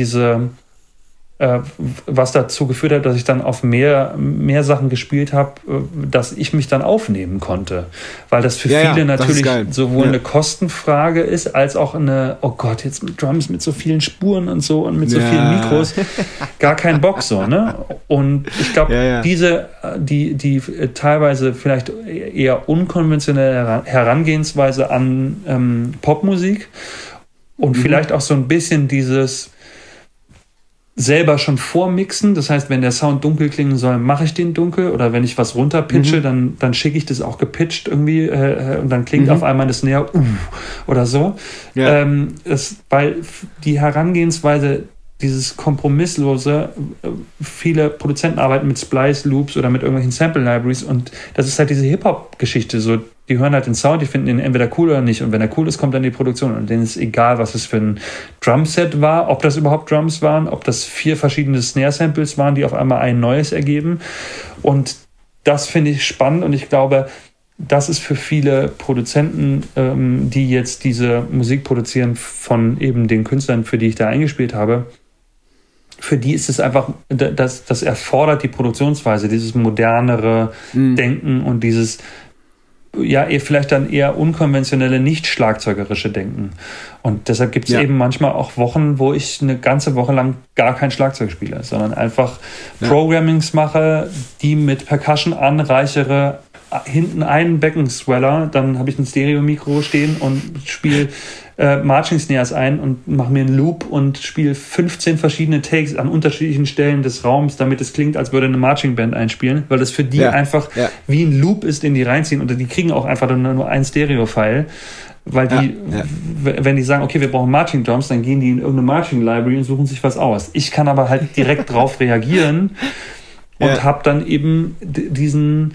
was dazu geführt hat, dass ich dann auf mehr Sachen gespielt habe, dass ich mich dann aufnehmen konnte. Weil das für viele natürlich sowohl eine Kostenfrage ist, als auch eine, oh Gott, jetzt mit Drums mit so vielen Spuren und so und mit so vielen Mikros, gar kein Bock so, ne? Und ich glaube, die teilweise vielleicht eher unkonventionelle Herangehensweise an Popmusik und vielleicht auch so ein bisschen dieses selber schon vormixen, das heißt, wenn der Sound dunkel klingen soll, mache ich den dunkel oder wenn ich was runterpitche, dann schicke ich das auch gepitcht irgendwie und dann klingt auf einmal das Snare oder so. Ja. Weil die Herangehensweise, dieses Kompromisslose, viele Produzenten arbeiten mit Splice Loops oder mit irgendwelchen Sample Libraries und das ist halt diese Hip-Hop-Geschichte, so, die hören halt den Sound, die finden ihn entweder cool oder nicht und wenn er cool ist, kommt dann die Produktion und denen ist egal, was es für ein Drumset war, ob das überhaupt Drums waren, ob das 4 verschiedene Snare-Samples waren, die auf einmal ein neues ergeben und das finde ich spannend und ich glaube, das ist für viele Produzenten, die jetzt diese Musik produzieren von eben den Künstlern, für die ich da eingespielt habe, für die ist es einfach, das erfordert die Produktionsweise, dieses modernere Denken und dieses vielleicht dann eher unkonventionelle, nicht schlagzeugerische Denken. Und deshalb gibt es eben manchmal auch Wochen, wo ich eine ganze Woche lang gar kein Schlagzeug spiele, sondern einfach Programmings mache, die mit Percussion anreichere, hinten einen Beckensweller, dann habe ich ein Stereo-Mikro stehen und spiele Marching Snares ein und mache mir einen Loop und spiele 15 verschiedene Takes an unterschiedlichen Stellen des Raums, damit es klingt, als würde eine Marching Band einspielen, weil das für die einfach wie ein Loop ist, den die reinziehen und die kriegen auch einfach nur ein Stereo-File, weil die, wenn die sagen, okay, wir brauchen Marching Drums, dann gehen die in irgendeine Marching Library und suchen sich was aus. Ich kann aber halt direkt drauf reagieren und habe dann eben diesen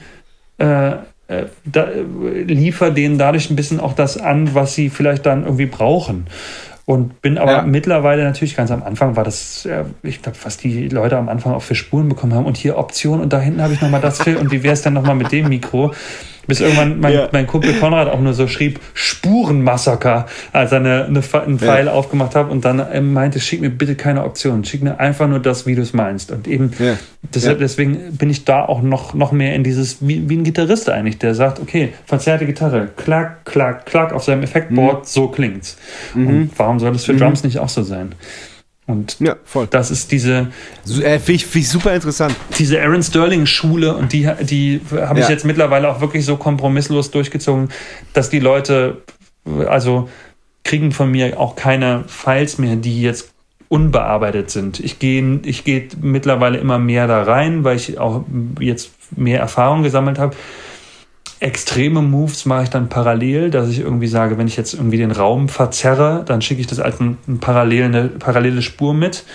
liefer denen dadurch ein bisschen auch das an, was sie vielleicht dann irgendwie brauchen. Und bin aber mittlerweile natürlich, ganz am Anfang war das, ich glaube, was die Leute am Anfang auch für Spuren bekommen haben und hier Option und da hinten habe ich nochmal das für und wie wäre es dann nochmal mit dem Mikro? Bis irgendwann mein Kumpel Konrad auch nur so schrieb, Spurenmassaker, als er einen Pfeil aufgemacht hat und dann meinte, schick mir bitte keine Optionen, schick mir einfach nur das, wie du es meinst. Und eben deswegen bin ich da auch noch mehr in dieses, wie ein Gitarrist eigentlich, der sagt, okay, verzerrte Gitarre, klack, klack, klack auf seinem Effektboard, so klingt's. Und warum soll das für Drums nicht auch so sein? Und das ist diese... Finde ich super interessant. Diese Aaron Sterling-Schule und die habe ich jetzt mittlerweile auch wirklich so kompromisslos durchgezogen, dass die Leute, also kriegen von mir auch keine Files mehr, die jetzt unbearbeitet sind. Ich gehe mittlerweile immer mehr da rein, weil ich auch jetzt mehr Erfahrung gesammelt habe. Extreme Moves mache ich dann parallel, dass ich irgendwie sage, wenn ich jetzt irgendwie den Raum verzerre, dann schicke ich das als eine parallele Spur mit.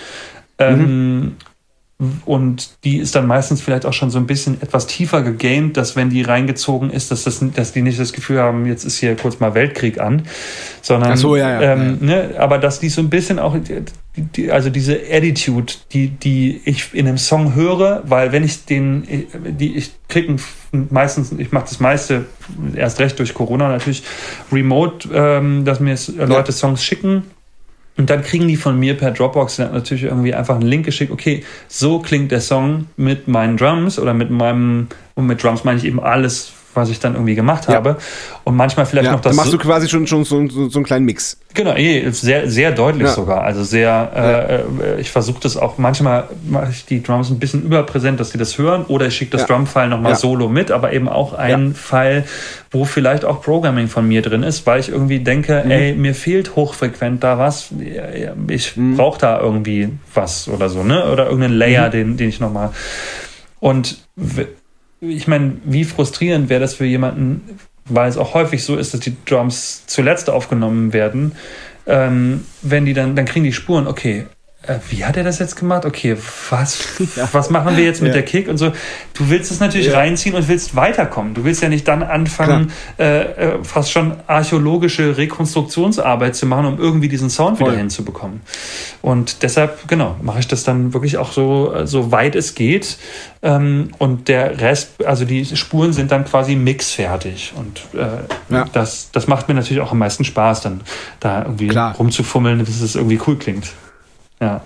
Und die ist dann meistens vielleicht auch schon so ein bisschen etwas tiefer gegamed, dass wenn die reingezogen ist, dass die nicht das Gefühl haben, jetzt ist hier kurz mal Weltkrieg an, sondern ne, aber dass die so ein bisschen auch also diese Attitude, die ich in einem Song höre, weil wenn ich ich mache das meiste erst recht durch Corona natürlich remote, dass mir Leute Songs schicken. Und dann kriegen die von mir per Dropbox natürlich irgendwie einfach einen Link geschickt, okay, so klingt der Song mit meinen Drums oder mit mit Drums meine ich eben alles, was ich dann irgendwie gemacht habe. Und manchmal vielleicht noch das... Dann machst du quasi schon so einen kleinen Mix. Genau, sehr, sehr deutlich sogar. Also sehr, ich versuche das auch, manchmal mache ich die Drums ein bisschen überpräsent, dass die das hören, oder ich schicke das Drum-File nochmal solo mit, aber eben auch ein File, wo vielleicht auch Programming von mir drin ist, weil ich irgendwie denke, mir fehlt hochfrequent da was, ich brauche da irgendwie was oder so, ne? Oder irgendeinen Layer, den ich nochmal... Und ich meine, wie frustrierend wäre das für jemanden, weil es auch häufig so ist, dass die Drums zuletzt aufgenommen werden, wenn die dann kriegen die Spuren, okay, wie hat er das jetzt gemacht? Okay, was machen wir jetzt mit der Kick und so? Du willst es natürlich reinziehen und willst weiterkommen. Du willst ja nicht dann anfangen, fast schon archäologische Rekonstruktionsarbeit zu machen, um irgendwie diesen Sound wieder hinzubekommen. Und deshalb, mache ich das dann wirklich auch so weit es geht. Und der Rest, also die Spuren sind dann quasi mixfertig. Und das macht mir natürlich auch am meisten Spaß, dann da irgendwie rumzufummeln, bis es irgendwie cool klingt. Ja.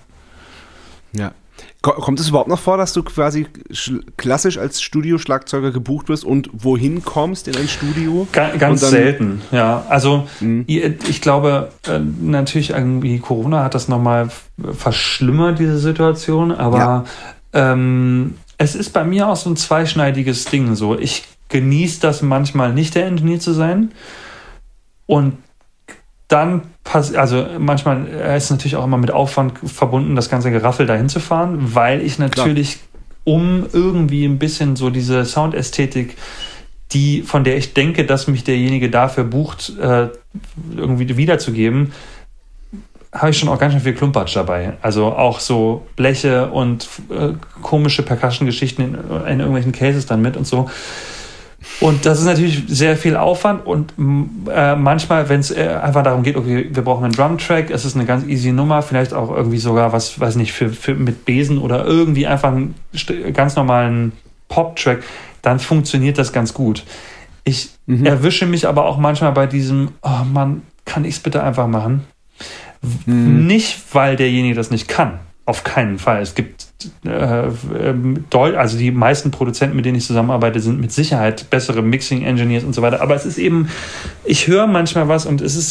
Kommt es überhaupt noch vor, dass du quasi klassisch als Studioschlagzeuger gebucht wirst und wohin kommst in ein Studio? Ganz selten, ja. Also ich glaube, natürlich irgendwie Corona hat das nochmal verschlimmert, diese Situation, aber es ist bei mir auch so ein zweischneidiges Ding. So, ich genieße das manchmal nicht, der Ingenieur zu sein, und dann also manchmal ist es natürlich auch immer mit Aufwand verbunden, das ganze Geraffel dahin zu fahren, weil ich natürlich, um irgendwie ein bisschen so diese Soundästhetik, von der ich denke, dass mich derjenige dafür bucht, irgendwie wiederzugeben, habe ich schon auch ganz schön viel Klumpatsch dabei. Also auch so Bleche und komische Percussion-Geschichten in irgendwelchen Cases dann mit und so. Und das ist natürlich sehr viel Aufwand, und manchmal, wenn es einfach darum geht, okay, wir brauchen einen Drum-Track, es ist eine ganz easy Nummer, vielleicht auch irgendwie sogar was, weiß nicht, für mit Besen oder irgendwie einfach einen ganz normalen Pop-Track, dann funktioniert das ganz gut. Ich erwische mich aber auch manchmal bei diesem, oh Mann, kann ich es bitte einfach machen? Nicht, weil derjenige das nicht kann. Auf keinen Fall. Es gibt also die meisten Produzenten, mit denen ich zusammenarbeite, sind mit Sicherheit bessere Mixing-Engineers und so weiter. Aber es ist eben, ich höre manchmal was und es ist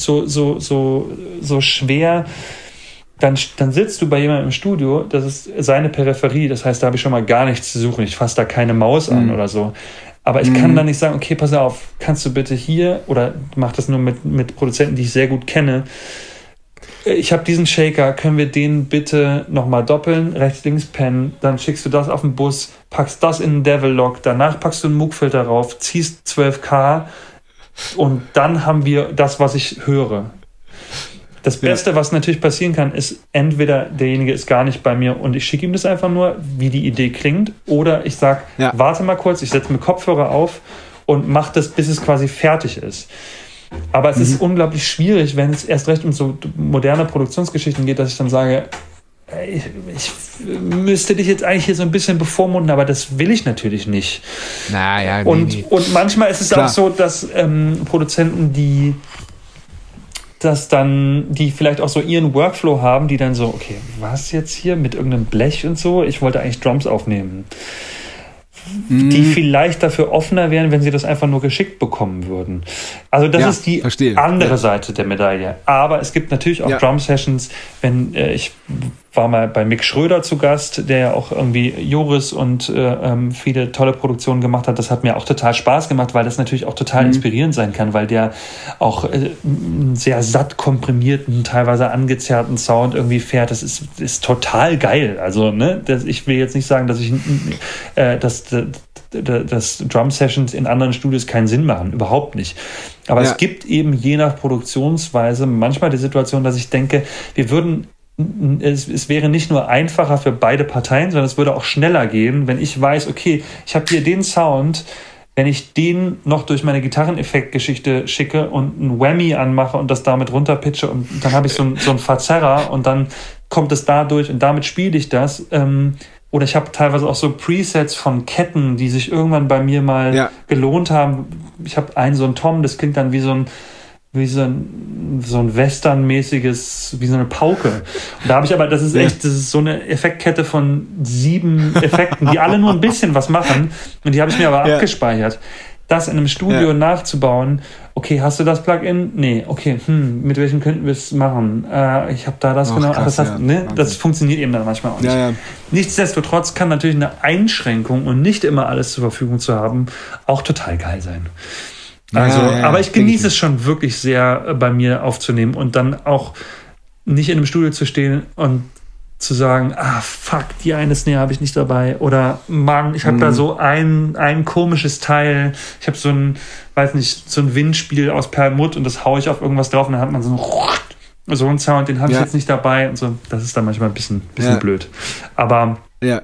so schwer. Dann sitzt du bei jemandem im Studio, das ist seine Peripherie, das heißt, da habe ich schon mal gar nichts zu suchen. Ich fasse da keine Maus an oder so. Aber ich kann dann nicht sagen, okay, pass auf, kannst du bitte hier, oder mach das nur mit Produzenten, die ich sehr gut kenne. Ich habe diesen Shaker, können wir den bitte nochmal doppeln, rechts, links pennen, dann schickst du das auf den Bus, packst das in den Devil-Lock, danach packst du einen Moog-Filter rauf, ziehst 12K und dann haben wir das, was ich höre. Das Beste, was natürlich passieren kann, ist, entweder derjenige ist gar nicht bei mir und ich schicke ihm das einfach nur, wie die Idee klingt, oder ich sage, warte mal kurz, ich setze mir Kopfhörer auf und mache das, bis es quasi fertig ist. Aber es ist unglaublich schwierig, wenn es erst recht um so moderne Produktionsgeschichten geht, dass ich dann sage, ich müsste dich jetzt eigentlich hier so ein bisschen bevormunden, aber das will ich natürlich nicht. Und manchmal ist es auch so, dass Produzenten, die vielleicht auch so ihren Workflow haben, die dann so, okay, was jetzt hier mit irgendeinem Blech und so? Ich wollte eigentlich Drums aufnehmen. Die vielleicht dafür offener wären, wenn sie das einfach nur geschickt bekommen würden. Also das ist die andere Seite der Medaille. Aber es gibt natürlich auch Drum-Sessions, wenn ich war mal bei Mick Schröder zu Gast, der ja auch irgendwie Joris und viele tolle Produktionen gemacht hat. Das hat mir auch total Spaß gemacht, weil das natürlich auch total inspirierend sein kann, weil der auch einen sehr satt komprimierten, teilweise angezerrten Sound irgendwie fährt. Das ist total geil. Also, ne, ich will jetzt nicht sagen, dass dass Drum-Sessions in anderen Studios keinen Sinn machen. Überhaupt nicht. Aber es gibt eben je nach Produktionsweise manchmal die Situation, dass ich denke, es wäre nicht nur einfacher für beide Parteien, sondern es würde auch schneller gehen, wenn ich weiß, okay, ich habe hier den Sound, wenn ich den noch durch meine Gitarreneffektgeschichte schicke und ein Whammy anmache und das damit runterpitche und dann habe ich so einen Verzerrer und dann kommt es dadurch und damit spiele ich das. Oder ich habe teilweise auch so Presets von Ketten, die sich irgendwann bei mir mal gelohnt haben. Ich habe so einen Tom, das klingt dann wie so ein Western-mäßiges, wie so eine Pauke. Und da habe ich aber, das ist so eine Effektkette von 7 Effekten, die alle nur ein bisschen was machen. Und die habe ich mir aber abgespeichert. Das in einem Studio nachzubauen, okay, hast du das Plugin? Nee, okay, mit welchem könnten wir es machen? Ich habe da das Krass, das funktioniert eben dann manchmal auch nicht. Nichtsdestotrotz kann natürlich eine Einschränkung und nicht immer alles zur Verfügung zu haben, auch total geil sein. Also, aber ich genieße es schon wirklich sehr, bei mir aufzunehmen und dann auch nicht in einem Studio zu stehen und zu sagen, fuck, die eine Snare habe ich nicht dabei oder Mann, ich habe da so ein komisches Teil, ich habe so ein Windspiel aus Perlmutt und das haue ich auf irgendwas drauf und dann hat man so einen Sound, den habe ich jetzt nicht dabei und so, das ist dann manchmal ein bisschen blöd. Aber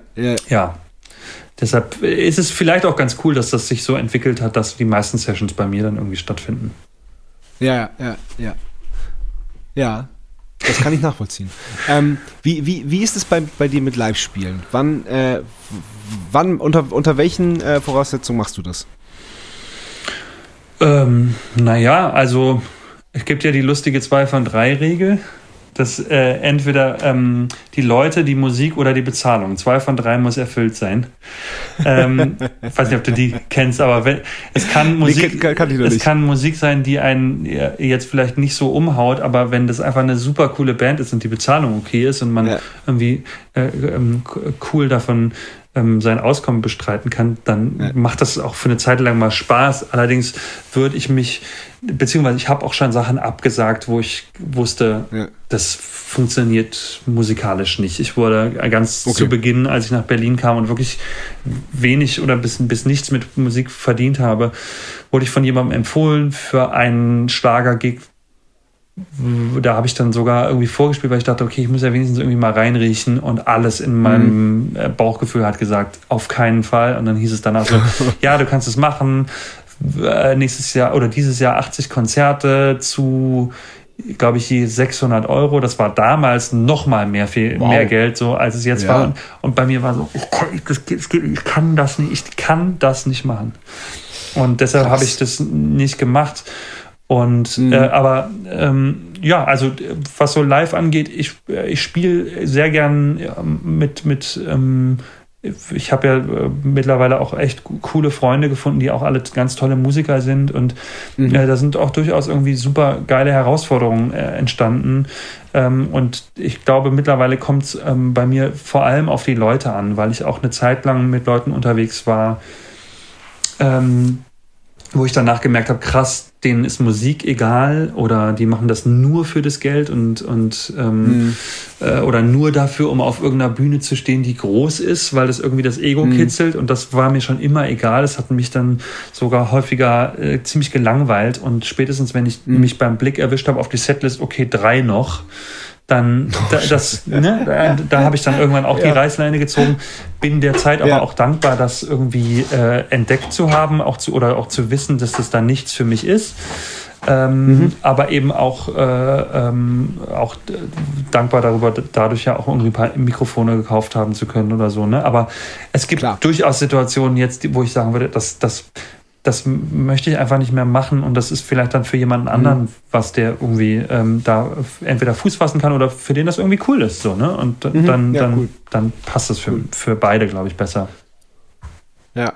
deshalb ist es vielleicht auch ganz cool, dass das sich so entwickelt hat, dass die meisten Sessions bei mir dann irgendwie stattfinden. Ja, das kann ich nachvollziehen. Wie ist es bei dir mit Live-Spielen? Unter welchen Voraussetzungen machst du das? Also es gibt ja die lustige 2-von-3-Regel. Dass entweder die Leute, die Musik oder die Bezahlung. 2 von 3 muss erfüllt sein. Ich weiß nicht, ob du die kennst, aber es kann Musik sein, die einen jetzt vielleicht nicht so umhaut, aber wenn das einfach eine super coole Band ist und die Bezahlung okay ist und man irgendwie cool davon sein Auskommen bestreiten kann, dann macht das auch für eine Zeit lang mal Spaß. Allerdings würde ich beziehungsweise ich habe auch schon Sachen abgesagt, wo ich wusste, das funktioniert musikalisch nicht. Ich wurde ganz zu Beginn, als ich nach Berlin kam und wirklich wenig oder bis nichts mit Musik verdient habe, wurde ich von jemandem empfohlen für einen Schlager-Gig. Da habe ich dann sogar irgendwie vorgespielt, weil ich dachte, okay, ich muss ja wenigstens irgendwie mal reinriechen und alles in meinem Bauchgefühl hat gesagt, auf keinen Fall. Und dann hieß es danach so, ja, du kannst es machen. Nächstes Jahr oder dieses Jahr 80 Konzerte zu, glaube ich, je 600 €. Das war damals noch mal mehr Geld, so als es jetzt war. Und bei mir war so, ich kann das nicht machen. Und deshalb habe ich das nicht gemacht. Und also was so live angeht, ich spiele sehr gern ich habe ja mittlerweile auch echt coole Freunde gefunden, die auch alle ganz tolle Musiker sind und da sind auch durchaus irgendwie super geile Herausforderungen entstanden und ich glaube, mittlerweile kommt es bei mir vor allem auf die Leute an, weil ich auch eine Zeit lang mit Leuten unterwegs war, wo ich danach gemerkt habe, krass, denen ist Musik egal oder die machen das nur für das Geld oder nur dafür, um auf irgendeiner Bühne zu stehen, die groß ist, weil das irgendwie das Ego kitzelt, und das war mir schon immer egal. Das hat mich dann sogar häufiger ziemlich gelangweilt, und spätestens, wenn ich mich beim Blick erwischt habe auf die Setlist, okay, 3 noch, dann da habe ich dann irgendwann auch die Reißleine gezogen, bin derzeit aber auch dankbar, das irgendwie entdeckt zu haben, auch zu wissen, dass das dann nichts für mich ist. Aber eben auch dankbar darüber, dadurch ja auch irgendwie ein paar Mikrofone gekauft haben zu können oder so. Ne? Aber es gibt durchaus Situationen jetzt, wo ich sagen würde, das möchte ich einfach nicht mehr machen, und das ist vielleicht dann für jemanden anderen, was der irgendwie da entweder Fuß fassen kann oder für den das irgendwie cool ist. So, ne? Und dann passt das für beide, glaube ich, besser. Ja.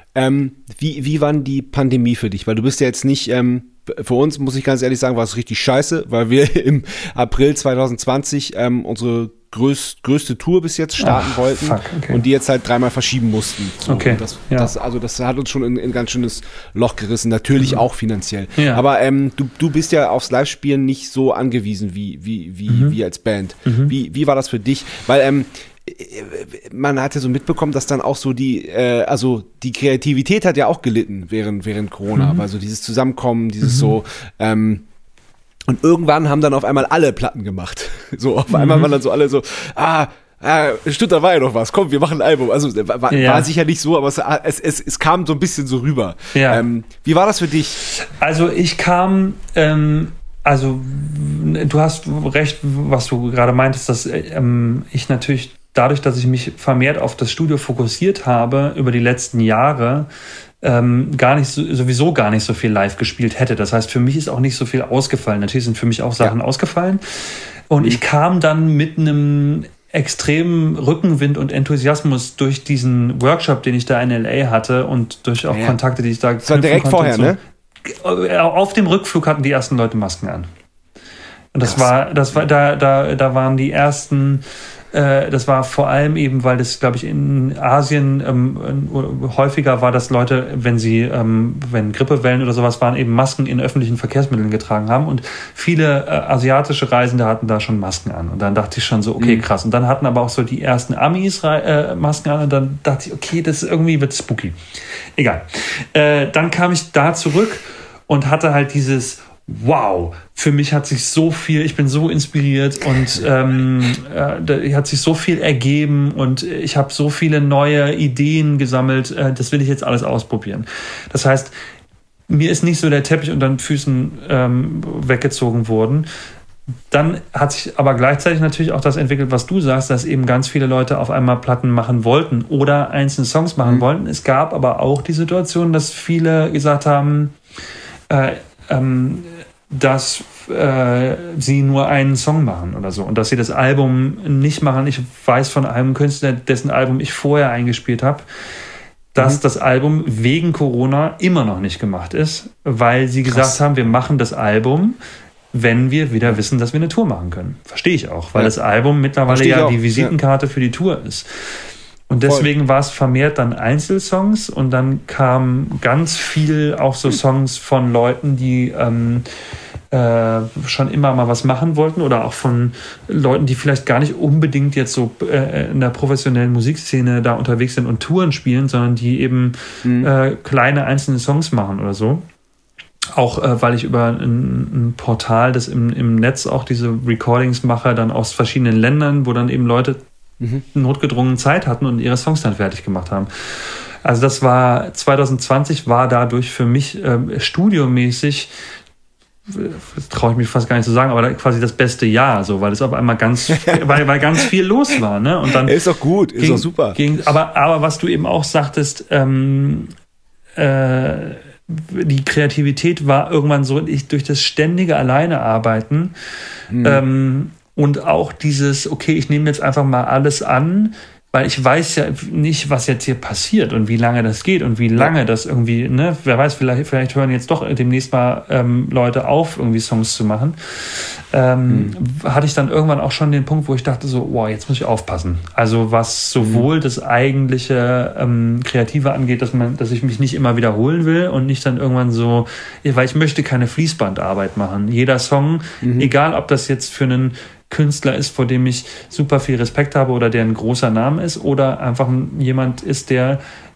Wie war denn die Pandemie für dich? Weil du bist ja jetzt nicht, für uns, muss ich ganz ehrlich sagen, war es richtig scheiße, weil wir im April 2020 unsere größte Tour bis jetzt starten wollten und die jetzt halt 3-mal verschieben mussten. So, okay. Das hat uns schon in ein ganz schönes Loch gerissen, natürlich auch finanziell. Ja. Aber du bist ja aufs Live-Spielen nicht so angewiesen wie als Band. Wie war das für dich? Weil man hat ja so mitbekommen, dass dann auch so die Kreativität hat ja auch gelitten während Corona, aber so dieses Zusammenkommen, dieses so und irgendwann haben dann auf einmal alle Platten gemacht. So, auf einmal waren dann so alle so, stimmt, da war ja noch was, komm, wir machen ein Album. Also war sicher nicht so, aber es kam so ein bisschen so rüber. Ja. Wie war das für dich? Also ich kam, du hast recht, was du gerade meintest, dass ich natürlich dadurch, dass ich mich vermehrt auf das Studio fokussiert habe über die letzten Jahre, sowieso gar nicht so viel live gespielt hätte. Das heißt, für mich ist auch nicht so viel ausgefallen. Natürlich sind für mich auch Sachen ausgefallen. Und ich kam dann mit einem extremen Rückenwind und Enthusiasmus durch diesen Workshop, den ich da in L.A. hatte, und durch auch Kontakte, die ich da knüpfen konnte. Das war direkt vorher, ne? Auf dem Rückflug hatten die ersten Leute Masken an. Und da waren die ersten. Das war vor allem eben, weil das, glaube ich, in Asien häufiger war, dass Leute, wenn Grippewellen oder sowas waren, eben Masken in öffentlichen Verkehrsmitteln getragen haben. Und viele asiatische Reisende hatten da schon Masken an. Und dann dachte ich schon so, okay, krass. Und dann hatten aber auch so die ersten Amis Masken an. Und dann dachte ich, okay, das irgendwie wird spooky. Egal. Dann kam ich da zurück und hatte halt dieses wow, für mich hat sich so viel, ich bin so inspiriert und hat sich so viel ergeben und ich habe so viele neue Ideen gesammelt, das will ich jetzt alles ausprobieren. Das heißt, mir ist nicht so der Teppich unter den Füßen weggezogen worden. Dann hat sich aber gleichzeitig natürlich auch das entwickelt, was du sagst, dass eben ganz viele Leute auf einmal Platten machen wollten oder einzelne Songs machen wollten. Es gab aber auch die Situation, dass viele gesagt haben, dass sie nur einen Song machen oder so und dass sie das Album nicht machen. Ich weiß von einem Künstler, dessen Album ich vorher eingespielt habe, dass das Album wegen Corona immer noch nicht gemacht ist, weil sie gesagt haben, wir machen das Album, wenn wir wieder wissen, dass wir eine Tour machen können. Verstehe ich auch, weil das Album mittlerweile ja die Visitenkarte für die Tour ist. Und deswegen war es vermehrt dann Einzelsongs und dann kam ganz viel auch so Songs von Leuten, die schon immer mal was machen wollten oder auch von Leuten, die vielleicht gar nicht unbedingt jetzt so in der professionellen Musikszene da unterwegs sind und Touren spielen, sondern die eben kleine einzelne Songs machen oder so. Auch weil ich über ein Portal, das im Netz auch diese Recordings mache, dann aus verschiedenen Ländern, wo dann eben Leute notgedrungen Zeit hatten und ihre Songs dann fertig gemacht haben. Also das war 2020 war dadurch für mich studiomäßig, traue ich mich fast gar nicht zu sagen, aber quasi das beste Jahr, so, weil es auf einmal weil ganz viel los war, ne? Und dann ist doch gut, ist doch super. Aber was du eben auch sagtest, die Kreativität war irgendwann so, durch das ständige Alleinearbeiten und auch dieses, okay, ich nehme jetzt einfach mal alles an, weil ich weiß ja nicht, was jetzt hier passiert und wie lange das geht und wie lange das irgendwie, ne, wer weiß, vielleicht hören jetzt doch demnächst mal Leute auf, irgendwie Songs zu machen. Hatte ich dann irgendwann auch schon den Punkt, wo ich dachte so, wow, jetzt muss ich aufpassen. Also was sowohl das eigentliche Kreative angeht, dass ich mich nicht immer wiederholen will und nicht dann irgendwann so, weil ich möchte keine Fließbandarbeit machen. Jeder Song, egal ob das jetzt für einen Künstler ist, vor dem ich super viel Respekt habe oder der ein großer Name ist oder einfach jemand ist, der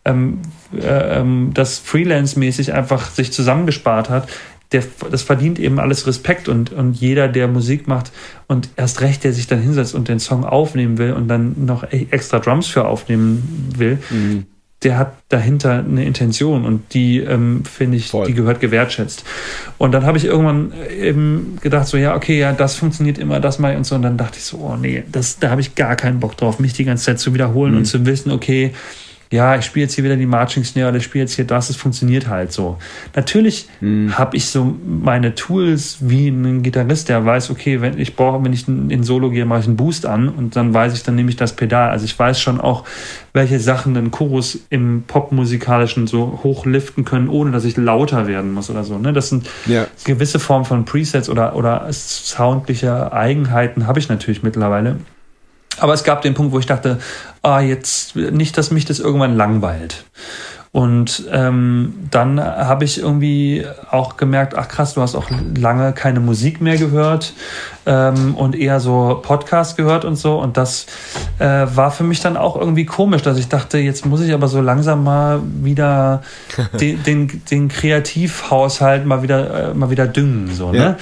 das Freelance-mäßig einfach sich zusammengespart hat, das verdient eben alles Respekt und jeder, der Musik macht und erst recht, der sich dann hinsetzt und den Song aufnehmen will und dann noch extra Drums für aufnehmen will, der hat dahinter eine Intention und die, finde ich, die gehört gewertschätzt. Und dann habe ich irgendwann eben gedacht, so, ja, okay, ja, das funktioniert immer, das mal und so. Und dann dachte ich so, oh nee, da habe ich gar keinen Bock drauf, mich die ganze Zeit zu wiederholen und zu wissen, okay, ja, ich spiele jetzt hier wieder die Marching Snare oder ich spiele jetzt hier das, es funktioniert halt so. Natürlich habe ich so meine Tools wie ein Gitarrist, der weiß, okay, wenn ich in Solo gehe, mache ich einen Boost an und dann weiß ich, dann nehme ich das Pedal. Also ich weiß schon auch, welche Sachen den Chorus im Popmusikalischen so hochliften können, ohne dass ich lauter werden muss oder so. Ne? Das sind gewisse Formen von Presets oder soundliche Eigenheiten habe ich natürlich mittlerweile. Aber es gab den Punkt, wo ich dachte, jetzt nicht, dass mich das irgendwann langweilt. Und dann habe ich irgendwie auch gemerkt, ach krass, du hast auch lange keine Musik mehr gehört und eher so Podcast gehört und so. Und das war für mich dann auch irgendwie komisch, dass ich dachte, jetzt muss ich aber so langsam mal wieder den Kreativhaushalt mal wieder düngen. So, ne?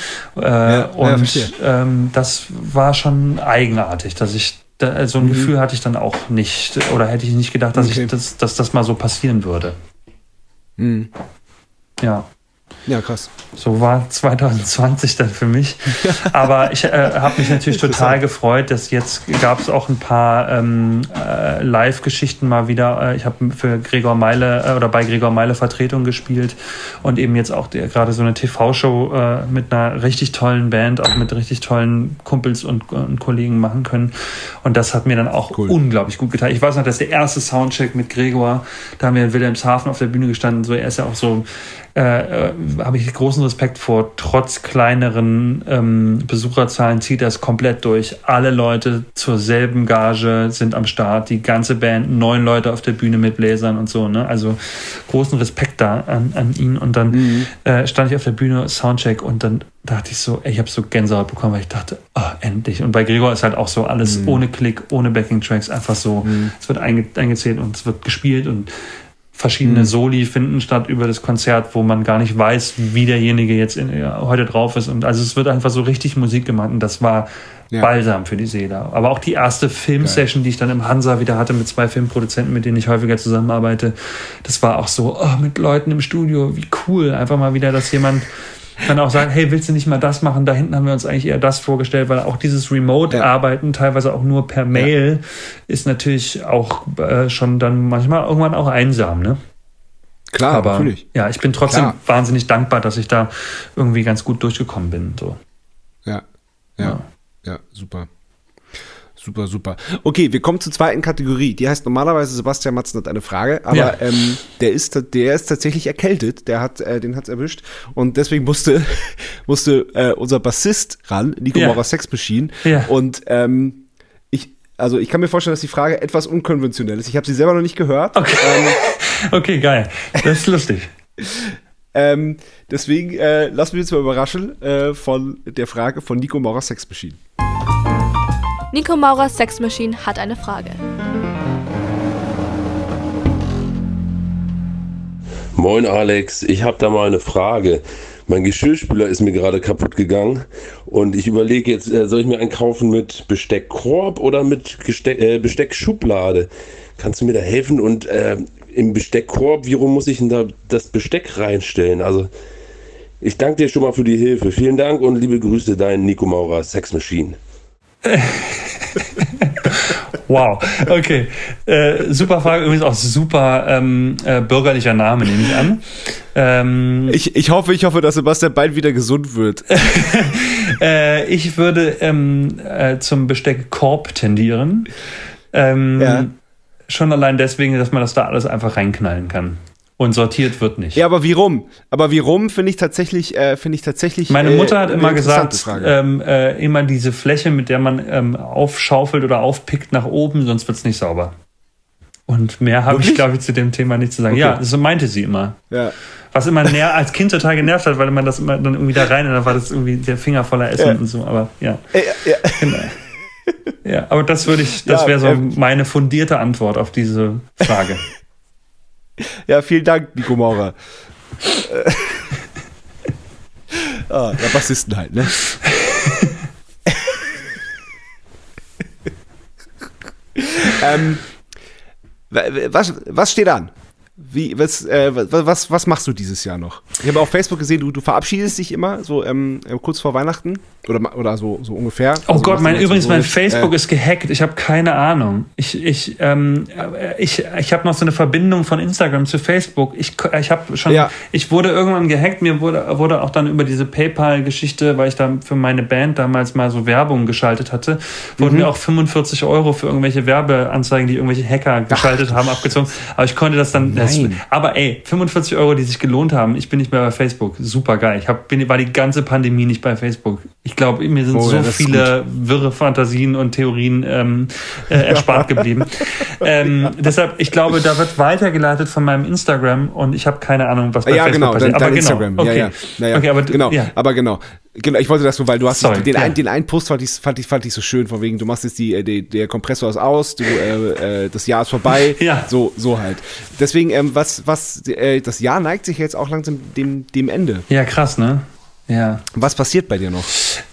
Das war schon eigenartig, dass ich so ein Gefühl hatte ich dann auch nicht, oder hätte ich nicht gedacht, dass das mal so passieren würde. Ja. Ja, krass. So war 2020 dann für mich. Aber ich habe mich natürlich total gefreut, dass jetzt gab es auch ein paar Live-Geschichten mal wieder. Ich habe für Gregor Meile oder bei Gregor Meile Vertretung gespielt und eben jetzt auch gerade so eine TV-Show mit einer richtig tollen Band, auch mit richtig tollen Kumpels und Kollegen machen können. Und das hat mir dann auch unglaublich gut getan. Ich weiß noch, dass der erste Soundcheck mit Gregor, da haben wir in Wilhelmshaven auf der Bühne gestanden, so er ist ja auch so habe ich großen Respekt vor. Trotz kleineren Besucherzahlen zieht er es komplett durch. Alle Leute zur selben Gage sind am Start. Die ganze Band, 9 Leute auf der Bühne mit Bläsern und so. Ne? Also großen Respekt da an ihn. Und dann stand ich auf der Bühne, Soundcheck, und dann dachte ich so, ich habe so Gänsehaut bekommen, weil ich dachte, endlich. Und bei Gregor ist halt auch so alles ohne Klick, ohne Backing-Tracks, einfach so, es wird eingezählt und es wird gespielt und verschiedene Soli finden statt über das Konzert, wo man gar nicht weiß, wie derjenige jetzt heute drauf ist. Und also es wird einfach so richtig Musik gemacht und das war Balsam für die Seele. Aber auch die erste Filmsession, die ich dann im Hansa wieder hatte mit 2 Filmproduzenten, mit denen ich häufiger zusammenarbeite, das war auch so, mit Leuten im Studio, wie cool. Einfach mal wieder, dass jemand dann auch sagen, hey, willst du nicht mal das machen? Da hinten haben wir uns eigentlich eher das vorgestellt, weil auch dieses Remote-Arbeiten, teilweise auch nur per Mail, ist natürlich auch schon dann manchmal irgendwann auch einsam, ne? Klar, aber natürlich. Ja, ich bin trotzdem wahnsinnig dankbar, dass ich da irgendwie ganz gut durchgekommen bin. So. Ja, super. Super. Okay, wir kommen zur zweiten Kategorie. Die heißt normalerweise, Sebastian Matzen hat eine Frage, aber der ist tatsächlich erkältet. Den hat's erwischt. Und deswegen musste unser Bassist ran, Nico Maurer Sex Machine. Ja. Und ich kann mir vorstellen, dass die Frage etwas unkonventionell ist. Ich habe sie selber noch nicht gehört. Okay, okay, geil. Das ist lustig. Deswegen lassen wir uns mal überraschen von der Frage von Nico Maurer Sex Machine. Nico Maurer Sex Machine hat eine Frage. Moin Alex, ich habe da mal eine Frage. Mein Geschirrspüler ist mir gerade kaputt gegangen und ich überlege jetzt, soll ich mir einen kaufen mit Besteckkorb oder mit Besteckschublade? Kannst du mir da helfen? Und im Besteckkorb, wie rum muss ich denn da das Besteck reinstellen? Also ich danke dir schon mal für die Hilfe. Vielen Dank und liebe Grüße, dein Nico Maurer Sex Machine. Wow, okay. Super Frage, übrigens auch super bürgerlicher Name, nehme ich an. Ich hoffe, dass Sebastian bald wieder gesund wird. Ich würde zum Besteckkorb tendieren. schon allein deswegen, dass man das da alles einfach reinknallen kann. Und sortiert wird nicht. Ja, aber wie rum? finde ich tatsächlich. Meine Mutter hat immer gesagt, immer diese Fläche, mit der man aufschaufelt oder aufpickt nach oben, sonst wird's nicht sauber. Und mehr habe ich, glaube ich, zu dem Thema nicht zu sagen. Okay. Ja, so meinte sie immer. Ja. Was immer als Kind total genervt hat, weil man das immer dann irgendwie da rein und dann war das irgendwie der Finger voller Essen und so. Aber ja. Genau. Ja, aber das wäre so meine fundierte Antwort auf diese Frage. Ja, vielen Dank, Nico Maurer. Der Bassisten halt, ne? Was steht an? Was machst du dieses Jahr noch? Ich habe auf Facebook gesehen, du verabschiedest dich immer so kurz vor Weihnachten oder so ungefähr. Oh Gott, mein Facebook ist gehackt. Ich habe keine Ahnung. Ich habe noch so eine Verbindung von Instagram zu Facebook. Ich wurde irgendwann gehackt. Mir wurde auch dann über diese PayPal-Geschichte, weil ich da für meine Band damals mal so Werbung geschaltet hatte, wurden mir auch 45 € für irgendwelche Werbeanzeigen, die irgendwelche Hacker geschaltet haben, abgezogen. Aber ich konnte das dann. Aber 45 €, die sich gelohnt haben. Ich bin nicht mehr bei Facebook. Super geil. War die ganze Pandemie nicht bei Facebook. Ich glaube, mir sind so viele wirre Fantasien und Theorien erspart geblieben. Deshalb, ich glaube, da wird weitergeleitet von meinem Instagram und ich habe keine Ahnung, was bei Facebook passiert. Aber Instagram. Okay. Okay, aber genau. Genau, ich wollte das nur, weil du hast den einen Post fand ich so schön, von wegen, du machst jetzt der Kompressor ist aus, das Jahr ist vorbei, so halt. Deswegen, das Jahr neigt sich jetzt auch langsam dem Ende. Ja, krass, ne? Ja. Was passiert bei dir noch?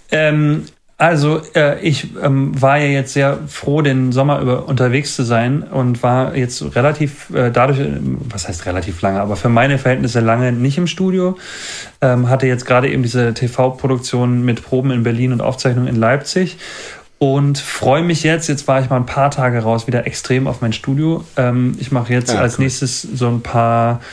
Ich war ja jetzt sehr froh, den Sommer über unterwegs zu sein und war jetzt relativ dadurch, was heißt relativ lange, aber für meine Verhältnisse lange nicht im Studio. Hatte jetzt gerade eben diese TV-Produktion mit Proben in Berlin und Aufzeichnungen in Leipzig und freue mich jetzt war ich mal ein paar Tage raus, wieder extrem auf mein Studio. Ich mache jetzt als nächstes so ein paar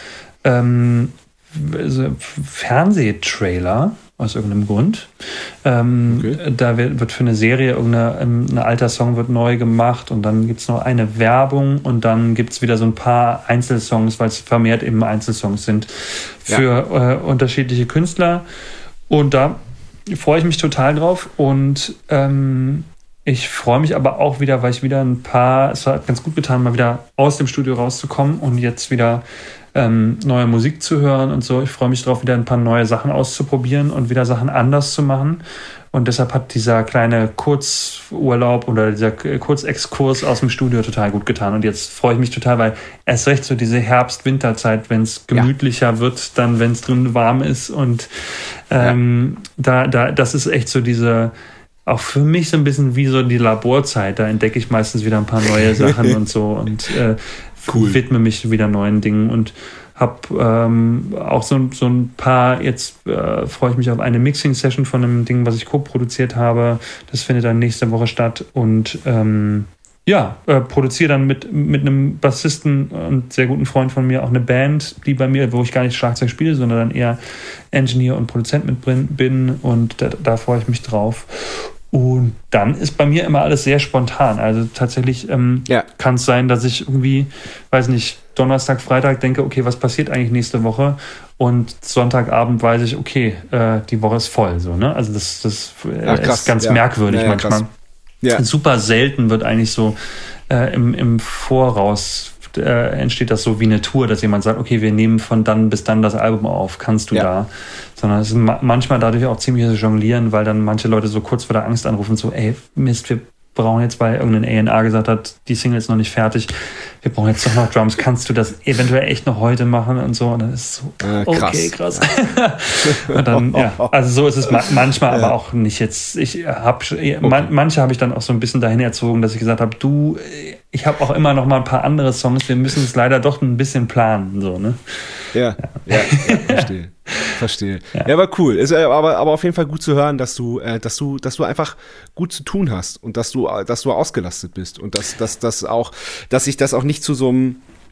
Fernsehtrailer aus irgendeinem Grund. Da wird für eine Serie ein alter Song wird neu gemacht und dann gibt es noch eine Werbung und dann gibt es wieder so ein paar Einzelsongs, weil es vermehrt eben Einzelsongs sind für unterschiedliche Künstler. Und da freue ich mich total drauf und ich freue mich aber auch wieder, weil ich wieder es hat ganz gut getan, mal wieder aus dem Studio rauszukommen und jetzt wieder neue Musik zu hören und so. Ich freue mich drauf, wieder ein paar neue Sachen auszuprobieren und wieder Sachen anders zu machen. Und deshalb hat dieser kleine Kurzurlaub oder dieser Kurzexkurs aus dem Studio total gut getan. Und jetzt freue ich mich total, weil erst recht so diese Herbst-Winterzeit, wenn es gemütlicher wird, dann wenn es drin warm ist. Und das ist echt so diese, auch für mich so ein bisschen wie so die Laborzeit. Da entdecke ich meistens wieder ein paar neue Sachen und so. Und widme mich wieder neuen Dingen und habe auch so ein paar, jetzt freue ich mich auf eine Mixing-Session von einem Ding, was ich co-produziert habe. Das findet dann nächste Woche statt und produziere dann mit einem Bassisten und sehr guten Freund von mir auch eine Band, die bei mir, wo ich gar nicht Schlagzeug spiele, sondern dann eher Engineer und Produzent mit bin und da freue ich mich drauf. Und dann ist bei mir immer alles sehr spontan. Also tatsächlich kann es sein, dass ich irgendwie, weiß nicht, Donnerstag, Freitag denke, okay, was passiert eigentlich nächste Woche? Und Sonntagabend weiß ich, okay, die Woche ist voll. So, ne? Also das ist ganz merkwürdig manchmal. Ja. Super selten wird eigentlich so im Voraus entsteht das so wie eine Tour, dass jemand sagt, okay, wir nehmen von dann bis dann das Album auf, kannst du da? Sondern es ist manchmal dadurch auch ziemliches Jonglieren, weil dann manche Leute so kurz vor der Angst anrufen, so, ey, Mist, wir brauchen jetzt, weil irgendein A&R gesagt hat, die Single ist noch nicht fertig, wir brauchen jetzt doch noch Drums, kannst du das eventuell echt noch heute machen und so? Und dann ist es so, okay, krass. Und dann, also so ist es manchmal, aber auch nicht jetzt. Manche habe ich dann auch so ein bisschen dahin erzogen, dass ich gesagt habe, ich habe auch immer noch mal ein paar andere Songs, wir müssen es leider doch ein bisschen planen, so, ne? Ja, verstehe. Ja, aber cool. Ist aber auf jeden Fall gut zu hören, dass du einfach gut zu tun hast und dass du ausgelastet bist und dass sich das auch nicht zu so einem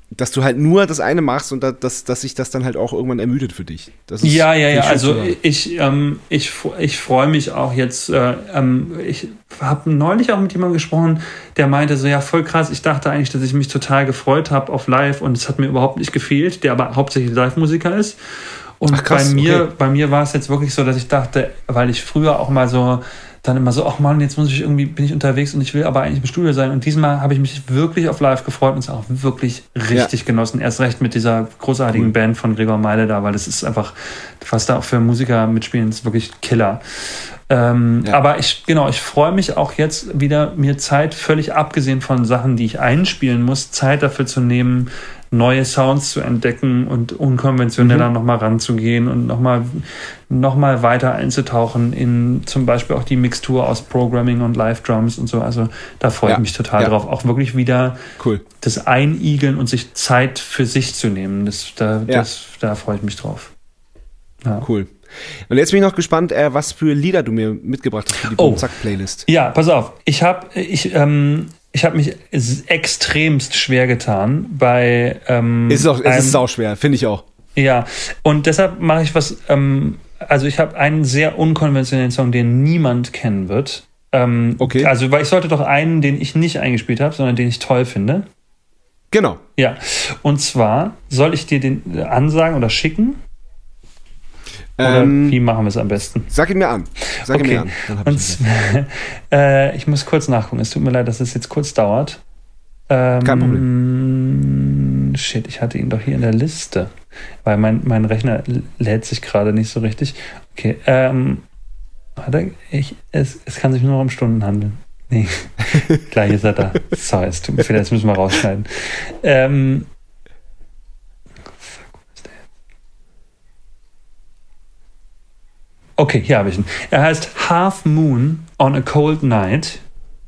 dass du halt nur das eine machst und dass sich das dann halt auch irgendwann ermüdet für dich. Das ist ja. Also ich freue mich auch jetzt. Ich habe neulich auch mit jemandem gesprochen, der meinte so, ja, voll krass, ich dachte eigentlich, dass ich mich total gefreut habe auf live und es hat mir überhaupt nicht gefehlt, der aber hauptsächlich Live-Musiker ist. Und ach, krass, bei mir war es jetzt wirklich so, dass ich dachte, weil ich früher auch mal so dann immer so, ach Mann, jetzt bin ich unterwegs und ich will aber eigentlich im Studio sein. Und diesmal habe ich mich wirklich auf live gefreut und es auch wirklich richtig genossen. Erst recht mit dieser großartigen Band von Gregor Meile da, weil das ist einfach, was da auch für Musiker mitspielen, ist wirklich Killer. Aber ich freue mich auch jetzt wieder, mir Zeit, völlig abgesehen von Sachen, die ich einspielen muss, Zeit dafür zu nehmen, neue Sounds zu entdecken und unkonventioneller nochmal ranzugehen und nochmal weiter einzutauchen in zum Beispiel auch die Mixtur aus Programming und Live-Drums und so. Also da freue ich mich total drauf. Auch wirklich wieder das Einigeln und sich Zeit für sich zu nehmen. Da freue ich mich drauf. Ja. Cool. Und jetzt bin ich noch gespannt, was für Lieder du mir mitgebracht hast für die Bumzack-Playlist. Ja, pass auf. Ich habe mich extremst schwer getan bei. Es ist sauschwer, finde ich auch. Ja, und deshalb mache ich was. Also, ich habe einen sehr unkonventionellen Song, den niemand kennen wird. Also, weil ich sollte doch einen, den ich nicht eingespielt habe, sondern den ich toll finde. Genau. Ja. Und zwar soll ich dir den ansagen oder schicken? Oder wie machen wir es am besten? Sag ihn mir an. Ich muss kurz nachgucken. Es tut mir leid, dass es jetzt kurz dauert. Kein Problem. Shit, ich hatte ihn doch hier in der Liste. Weil mein Rechner lädt sich gerade nicht so richtig. Okay, es kann sich nur noch um Stunden handeln. Nee, gleich ist er da. Sorry, es tut mir leid, das müssen wir rausschneiden. Okay, hier habe ich ihn. Er heißt Half Moon on a Cold Night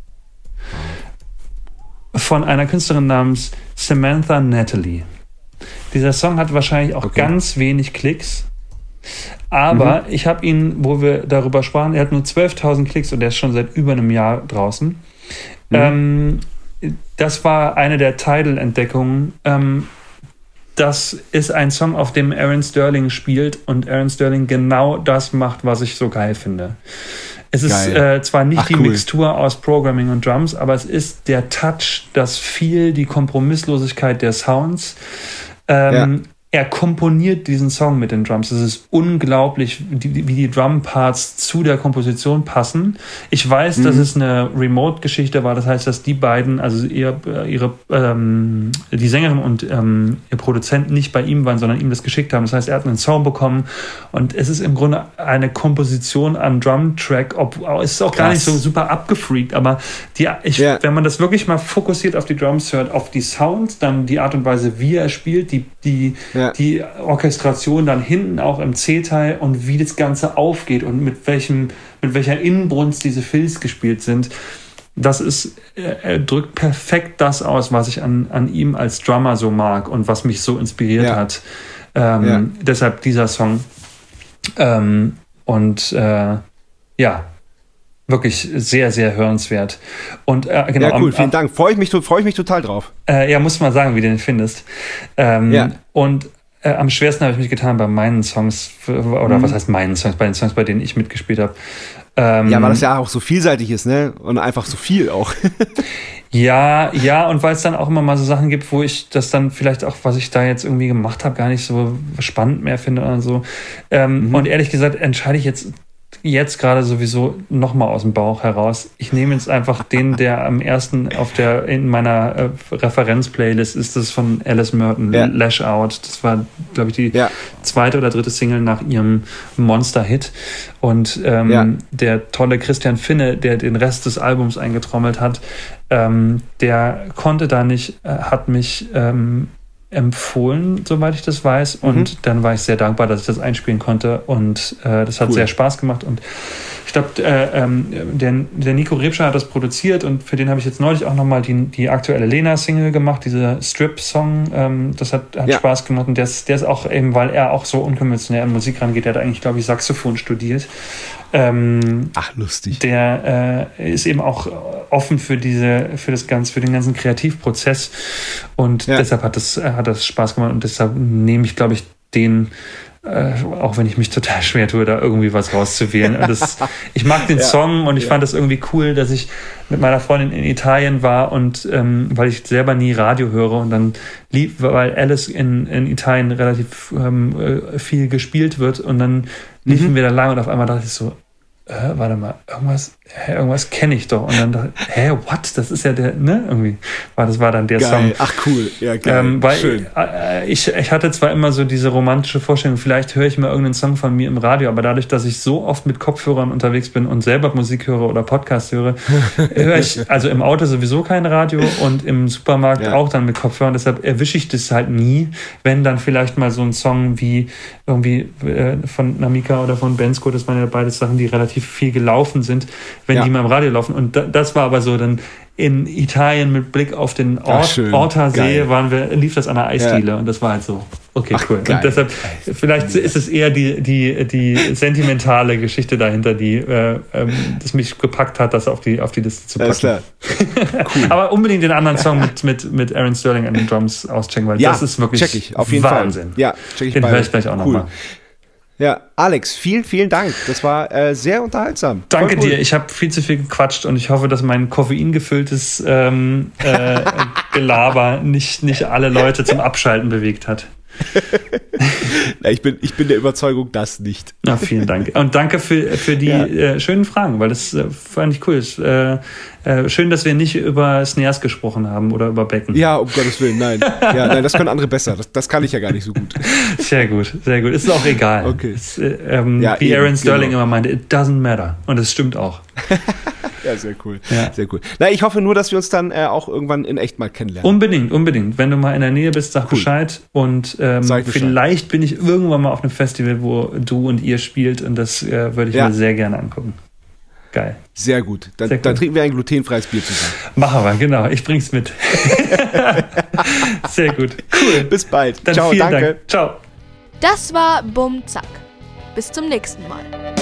von einer Künstlerin namens Samantha Natalie. Dieser Song hat wahrscheinlich auch ganz wenig Klicks, aber ich habe ihn, wo wir darüber sprachen, er hat nur 12.000 Klicks und er ist schon seit über einem Jahr draußen. Das war eine der Tidal-Entdeckungen. Das ist ein Song, auf dem Aaron Sterling spielt und Aaron Sterling genau das macht, was ich so geil finde. Es ist zwar nicht die Mixtur aus Programming und Drums, aber es ist der Touch, das Feel, die Kompromisslosigkeit der Sounds. Er komponiert diesen Song mit den Drums. Es ist unglaublich, wie die Drum-Parts zu der Komposition passen. Ich weiß, dass es eine Remote-Geschichte war. Das heißt, dass die beiden, also die Sängerin und ihr Produzent nicht bei ihm waren, sondern ihm das geschickt haben. Das heißt, er hat einen Song bekommen und es ist im Grunde eine Komposition am Drum-Track. Es ist auch gar nicht so super abgefreakt, aber wenn man das wirklich mal fokussiert auf die Drums hört, auf die Sounds, dann die Art und Weise, wie er spielt, die Orchestration dann hinten auch im C-Teil und wie das Ganze aufgeht und mit welcher Inbrunst diese Fills gespielt sind. Er drückt perfekt das aus, was ich an ihm als Drummer so mag und was mich so inspiriert hat. Deshalb dieser Song. Wirklich sehr, sehr hörenswert. Und cool, vielen Dank. Freue ich mich total drauf. Muss mal sagen, wie du den findest. Und am schwersten habe ich mich getan bei meinen Songs, was heißt meinen Songs, bei den Songs, bei denen ich mitgespielt habe. Weil das ja auch so vielseitig ist, ne? Und einfach so viel auch. Ja, und weil es dann auch immer mal so Sachen gibt, wo ich das dann vielleicht auch, was ich da jetzt irgendwie gemacht habe, gar nicht so spannend mehr finde oder so. Und ehrlich gesagt entscheide ich jetzt gerade sowieso nochmal aus dem Bauch heraus. Ich nehme jetzt einfach den, der am ersten in meiner Referenz-Playlist ist, das von Alice Merton, Lash Out. Das war, glaube ich, die zweite oder dritte Single nach ihrem Monster-Hit. Und der tolle Christian Finne, der den Rest des Albums eingetrommelt hat, der konnte da nicht, hat mich empfohlen, soweit ich das weiß. Und dann war ich sehr dankbar, dass ich das einspielen konnte. Und das hat sehr Spaß gemacht. Und Ich glaube, der Nico Rebscher hat das produziert und für den habe ich jetzt neulich auch nochmal die aktuelle Lena-Single gemacht, diese Strip-Song. Das hat Spaß gemacht und der ist auch eben, weil er auch so unkonventionell an Musik rangeht, der hat eigentlich, glaube ich, Saxophon studiert. Ach, lustig. Der ist eben auch offen für den ganzen Kreativprozess und deshalb hat das Spaß gemacht und deshalb nehme ich, glaube ich, den, auch wenn ich mich total schwer tue, da irgendwie was rauszuwählen. Und ich mag den Song und ich fand das irgendwie cool, dass ich mit meiner Freundin in Italien war und weil ich selber nie Radio höre und dann weil Alice in Italien relativ viel gespielt wird und dann liefen wir da lang und auf einmal dachte ich so, warte mal, irgendwas kenne ich doch. Und dann dachte ich, what? Das ist ja der, ne? Irgendwie das war dann der geil. Song. Ach cool, ja geil. Weil schön. Ich hatte zwar immer so diese romantische Vorstellung, vielleicht höre ich mal irgendeinen Song von mir im Radio, aber dadurch, dass ich so oft mit Kopfhörern unterwegs bin und selber Musik höre oder Podcast höre ich also im Auto sowieso kein Radio und im Supermarkt auch dann mit Kopfhörern. Deshalb erwische ich das halt nie, wenn dann vielleicht mal so ein Song wie irgendwie von Namika oder von Bensko, das waren ja beides Sachen, die relativ viel gelaufen sind, wenn die mal im Radio laufen. Und das war aber so dann in Italien mit Blick auf den Orta-See lief das an der Eisdiele und das war halt so, okay, cool. Geil. Und deshalb, vielleicht ist es eher die sentimentale Geschichte dahinter, die das mich gepackt hat, das auf die Liste zu packen. Alles klar. Cool. Aber unbedingt den anderen Song mit Aaron Sterling an den Drums auschecken, weil das ist wirklich check ich, auf jeden Wahnsinn. Fall. Ja, check ich den höre ich gleich auch nochmal. Ja, Alex, vielen, vielen Dank. Das war sehr unterhaltsam. Danke dir. Ich habe viel zu viel gequatscht und ich hoffe, dass mein koffeingefülltes Gelaber nicht alle Leute zum Abschalten bewegt hat. Ich bin der Überzeugung, das nicht. Na, vielen Dank. Und danke für die schönen Fragen, weil das fand ich cool. Schön, dass wir nicht über Snares gesprochen haben oder über Becken. Ja, um Gottes Willen, nein. Nein, das können andere besser. Das kann ich ja gar nicht so gut. Sehr gut, sehr gut. Ist auch egal. Okay. Wie Aaron Sterling immer meinte, it doesn't matter. Und es stimmt auch. Ja, sehr cool. Ja. Sehr cool. Na, ich hoffe nur, dass wir uns dann auch irgendwann in echt mal kennenlernen. Unbedingt. Wenn du mal in der Nähe bist, sag Bescheid. Und vielleicht bin ich irgendwann mal auf einem Festival, wo du und ihr spielt. Und das würde ich mir sehr gerne angucken. Geil. Sehr gut. Dann trinken wir ein glutenfreies Bier zusammen. Machen wir, genau. Ich bring's mit. Sehr gut. Cool. Bis bald. Dann ciao, vielen danke. Dank. Ciao. Das war Bum Zack. Bis zum nächsten Mal.